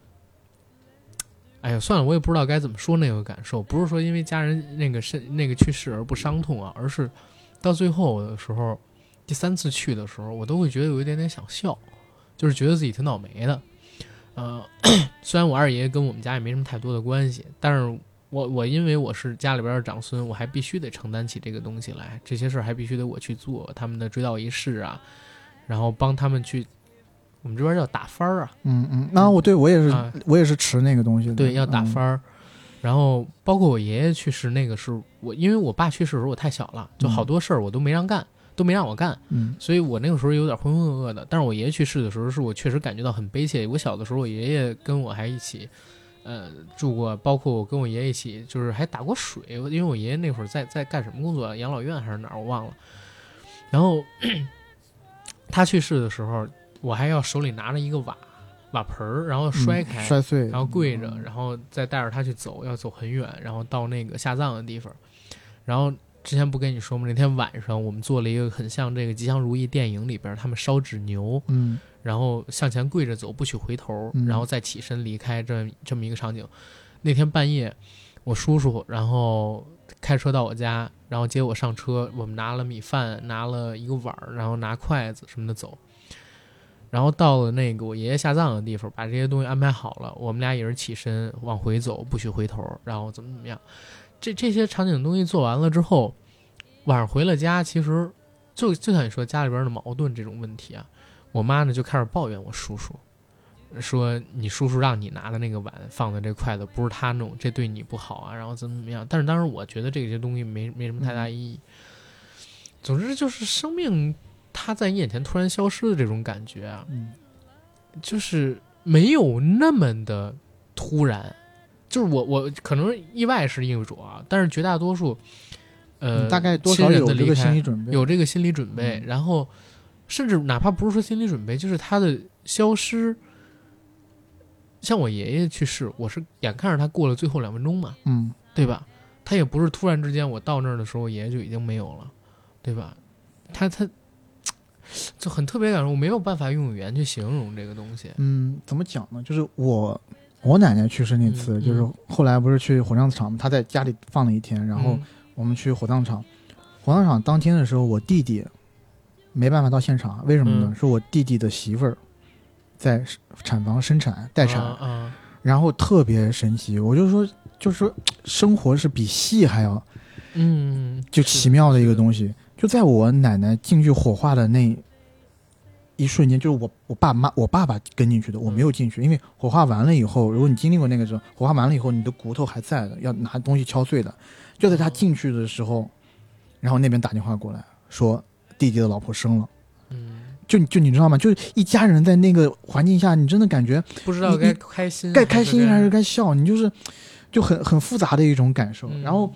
哎呀，算了，我也不知道该怎么说那个感受。不是说因为家人那个身那个去世而不伤痛啊，而是到最后的时候，第三次去的时候，我都会觉得有一点点想笑，就是觉得自己挺倒霉的。呃，虽然我二爷爷跟我们家也没什么太多的关系，但是我我因为我是家里边的长孙，我还必须得承担起这个东西来，这些事儿还必须得我去做，他们的追悼仪式啊，然后帮他们去，我们这边叫打幡儿啊， 嗯嗯，那我对我也是、啊，我也是持那个东西的， 对，要打幡儿、嗯，然后包括我爷爷去世那个是我，因为我爸去世的时候我太小了，就好多事儿我都没让干。嗯都没让我干， 嗯， 所以我那个时候有点浑浑噩噩的。但是我爷爷去世的时候，是我确实感觉到很悲切。我小的时候，我爷爷跟我还一起，呃，住过，包括我跟我爷爷一起，就是还打过水。因为我爷爷那会儿在在干什么工作，养老院还是哪儿，我忘了。然后他去世的时候，我还要手里拿着一个瓦瓦盆儿，然后摔开、 嗯、摔碎， 然后跪着，然后再带着他去走，要走很远，然后到那个下葬的地方，然后。之前不跟你说吗？那天晚上我们做了一个很像这个《吉祥如意》电影里边他们烧纸牛， 嗯， 然后向前跪着走，不许回头， 嗯、 然后再起身离开，这这么一个场景。那天半夜，我叔叔然后开车到我家，然后接我上车，我们拿了米饭，拿了一个碗，然后拿筷子什么的走。然后到了那个我爷爷下葬的地方，把这些东西安排好了，我们俩也是起身往回走，不许回头，然后怎么怎么样。这这些场景的东西做完了之后，晚上回了家，其实就就像你说家里边的矛盾这种问题啊，我妈呢就开始抱怨我叔叔，说你叔叔让你拿的那个碗放的这筷子不是他弄，这对你不好啊，然后怎么怎么样。但是当时我觉得这些东西没没什么太大意义。总之就是生命它在你眼前突然消失的这种感觉啊， 嗯， 就是没有那么的突然。就是我我可能意外是一种啊，但是绝大多数，呃， 大概多少有这个心理准备， 有这个心理准备，嗯、然后甚至哪怕不是说心理准备，就是他的消失。像我爷爷去世，我是眼看着他过了最后两分钟嘛， 嗯， 对吧？他也不是突然之间我到那儿的时候，爷爷就已经没有了，对吧？他他就很特别感受，我没有办法用语言去形容这个东西。 嗯，怎么讲呢？就是我。我奶奶去世那次、嗯、就是后来不是去火葬场，她在家里放了一天，然后我们去火葬场、嗯、火葬场当天的时候，我弟弟没办法到现场，为什么呢、嗯、是我弟弟的媳妇儿在产房生产待产、 啊啊、 然后特别神奇，我就说就是说生活是比戏还要嗯就奇妙的一个东西。就在我奶奶进去火化的那一瞬间，就是我我爸妈我爸爸跟进去的，我没有进去，因为火化完了以后，如果你经历过那个时候，火化完了以后，你的骨头还在的，要拿东西敲碎的。就在他进去的时候，然后那边打电话过来说弟弟的老婆生了， 嗯， 就就你知道吗？就是一家人在那个环境下，你真的感觉不知道该开心该开心还是该笑，你就是就很很复杂的一种感受。 嗯、 然后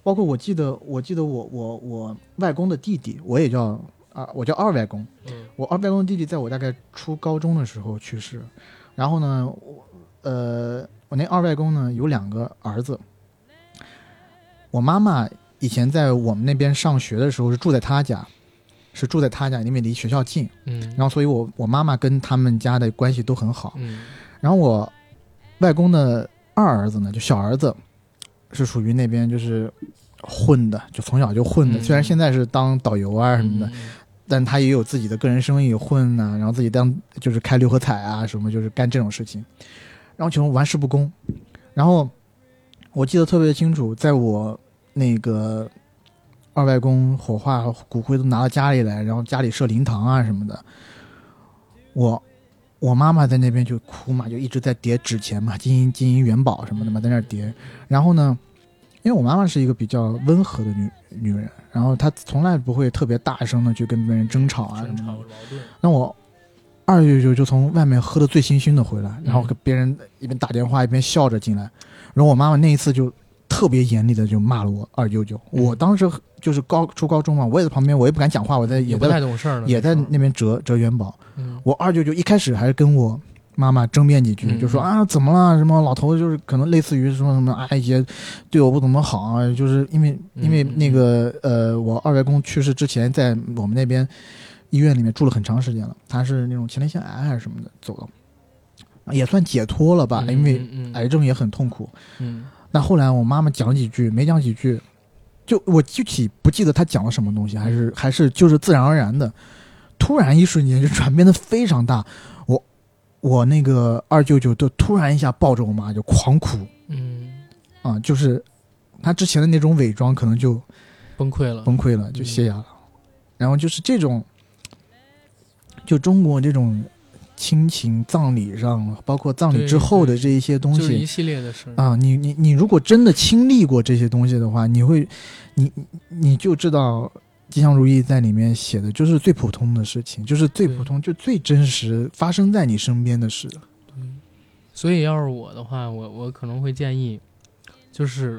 包括我记得，我记得我我我外公的弟弟，我也叫啊，我叫二外公。 嗯， 我二外公的弟弟在我大概初高中的时候去世，然后呢，我呃，我那二外公呢有两个儿子。我妈妈以前在我们那边上学的时候是住在他家，是住在他家，因为离学校近。 嗯， 然后所以我我妈妈跟他们家的关系都很好。 嗯， 然后我外公的二儿子呢，就小儿子，是属于那边就是混的，就从小就混的。 嗯、 虽然现在是当导游啊什么的， 嗯、 但他也有自己的个人生意混啊，然后自己当就是开六合彩啊什么，就是干这种事情。然后就玩世不恭。然后我记得特别清楚，在我那个二外公火化骨灰都拿到家里来，然后家里设灵堂啊什么的，我我妈妈在那边就哭嘛，就一直在叠纸钱嘛，金银金银元宝什么的嘛，在那叠。然后呢，因为我妈妈是一个比较温和的女女人，然后她从来不会特别大声的去跟别人争吵啊什么的。 矛盾。 那我二舅舅就从外面喝得醉醺醺的回来，然后跟别人一边打电话一边笑着进来，然后我妈妈那一次就特别严厉的就骂了我二舅舅。 嗯、 我当时就是高初高中嘛，我也在旁边，我也不敢讲话，我在也在不太懂事儿， 也在那边折折元宝。 嗯， 我二舅舅一开始还是跟我妈妈争辩几句， 嗯、 就说啊怎么了，什么老头就是可能类似于说什么啊也对我不怎么好啊，就是因为因为那个呃我二外公去世之前在我们那边医院里面住了很长时间了，他是那种前列腺癌还是什么的走了，也算解脱了吧， 嗯、 因为癌症也很痛苦。 嗯， 那后来我妈妈讲几句没讲几句，就我具体不记得她讲了什么东西，还是还是就是自然而然的，突然一瞬间就转变得非常大。我我那个二舅舅就突然一下抱着我妈就狂哭。 嗯， 啊，就是他之前的那种伪装可能就崩溃了， 崩溃了，就泄哑了。嗯、然后就是这种，就中国这种亲情葬礼上，包括葬礼之后的这一些东西， 就是一系列的事啊。你你你如果真的经历过这些东西的话，你会，你你就知道，吉祥如意在里面写的就是最普通的事情，就是最普通，就最真实发生在你身边的事。 对，所以要是我的话，我我可能会建议，就是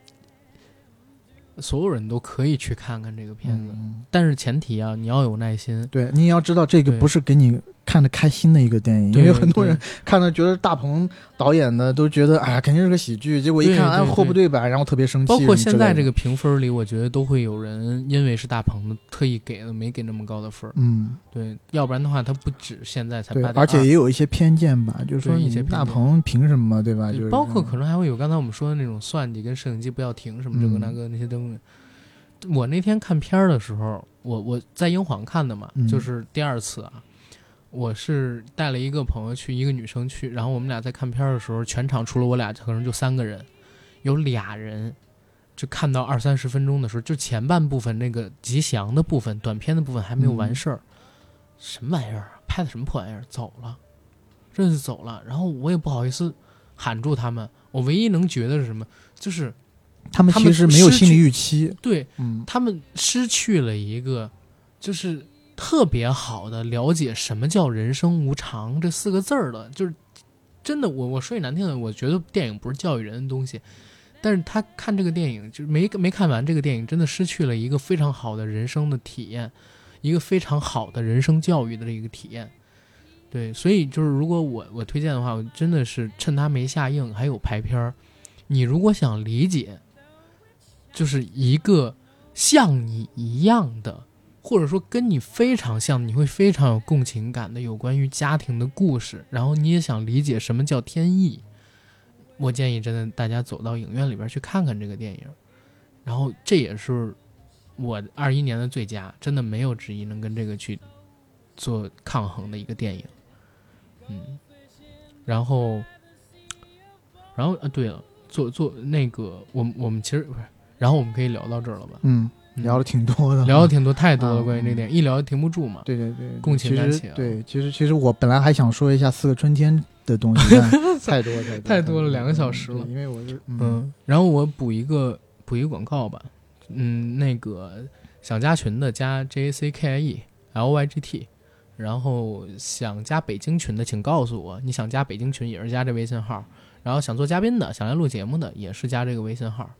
所有人都可以去看看这个片子， 嗯、 但是前提啊，你要有耐心。 对，你也要知道这个不是给你看着开心的一个电影，因为很多人看了觉得大鹏导演的都觉得哎呀肯定是个喜剧，结果一看哎货不对版，然后特别生气。 包括现在这个评分里，我觉得都会有人因为是大鹏的特意给的没给那么高的分。 嗯， 对，要不然的话他不止现在才八点二， 而且也有一些偏见吧，就是说你大鹏凭什么对吧？ 对， 就是包括可能还会有刚才我们说的那种算计跟摄影机不要停什么这个那个那些东西。嗯，我那天看片的时候，我我在英皇看的嘛， 嗯、 就是第二次啊，我是带了一个朋友去，一个女生去，然后我们俩在看片的时候，全场除了我俩可能就三个人，有俩人就看到二三十分钟的时候，就前半部分那个吉祥的部分，短片的部分还没有完事儿，嗯、什么玩意儿啊？拍的什么破玩意儿？走了，真是走了。然后我也不好意思喊住他们，我唯一能觉得是什么，就是他们其实没有心理预期， 对， 嗯， 他们失去了一个就是特别好的了解什么叫人生无常这四个字儿的，就是真的，我我说句难听的，我觉得电影不是教育人的东西，但是他看这个电影就是没没看完这个电影，真的失去了一个非常好的人生的体验，一个非常好的人生教育的这个体验。对，所以就是如果我我推荐的话，我真的是趁他没下映还有排片，你如果想理解就是一个像你一样的，或者说跟你非常像，你会非常有共情感的有关于家庭的故事，然后你也想理解什么叫天意，我建议真的大家走到影院里边去看看这个电影，然后这也是我二一年的最佳，真的没有之一能跟这个去做抗衡的一个电影。嗯，然后然后啊对了，做做那个我们我们其实不是，然后我们可以聊到这儿了吧？ 嗯，聊的挺多的， 聊的挺多，太多了，关于这个电影，嗯、一聊停不住嘛。 对对对， 共情感起。 对，其实其实我本来还想说一下四个春天的东西，太多太多太多了，两个小时了。 因为我是 嗯, 嗯，然后我补一个补一个广告吧，嗯，那个想加群的加 J A C K I E L Y G T， 然后想加北京群的请告诉我，你想加北京群也是加这微信号，然后想做嘉宾的想来录节目的也是加这个微信号。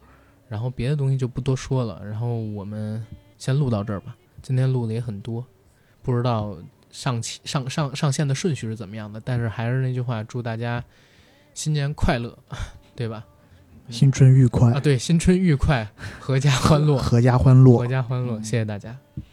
然后别的东西就不多说了，然后我们先录到这儿吧。今天录的也很多，不知道上期上上上线的顺序是怎么样的，但是还是那句话，祝大家新年快乐，对吧？ 新春愉快啊，对，新春愉快，阖家欢乐， 阖家欢乐， 阖家欢乐，谢谢大家。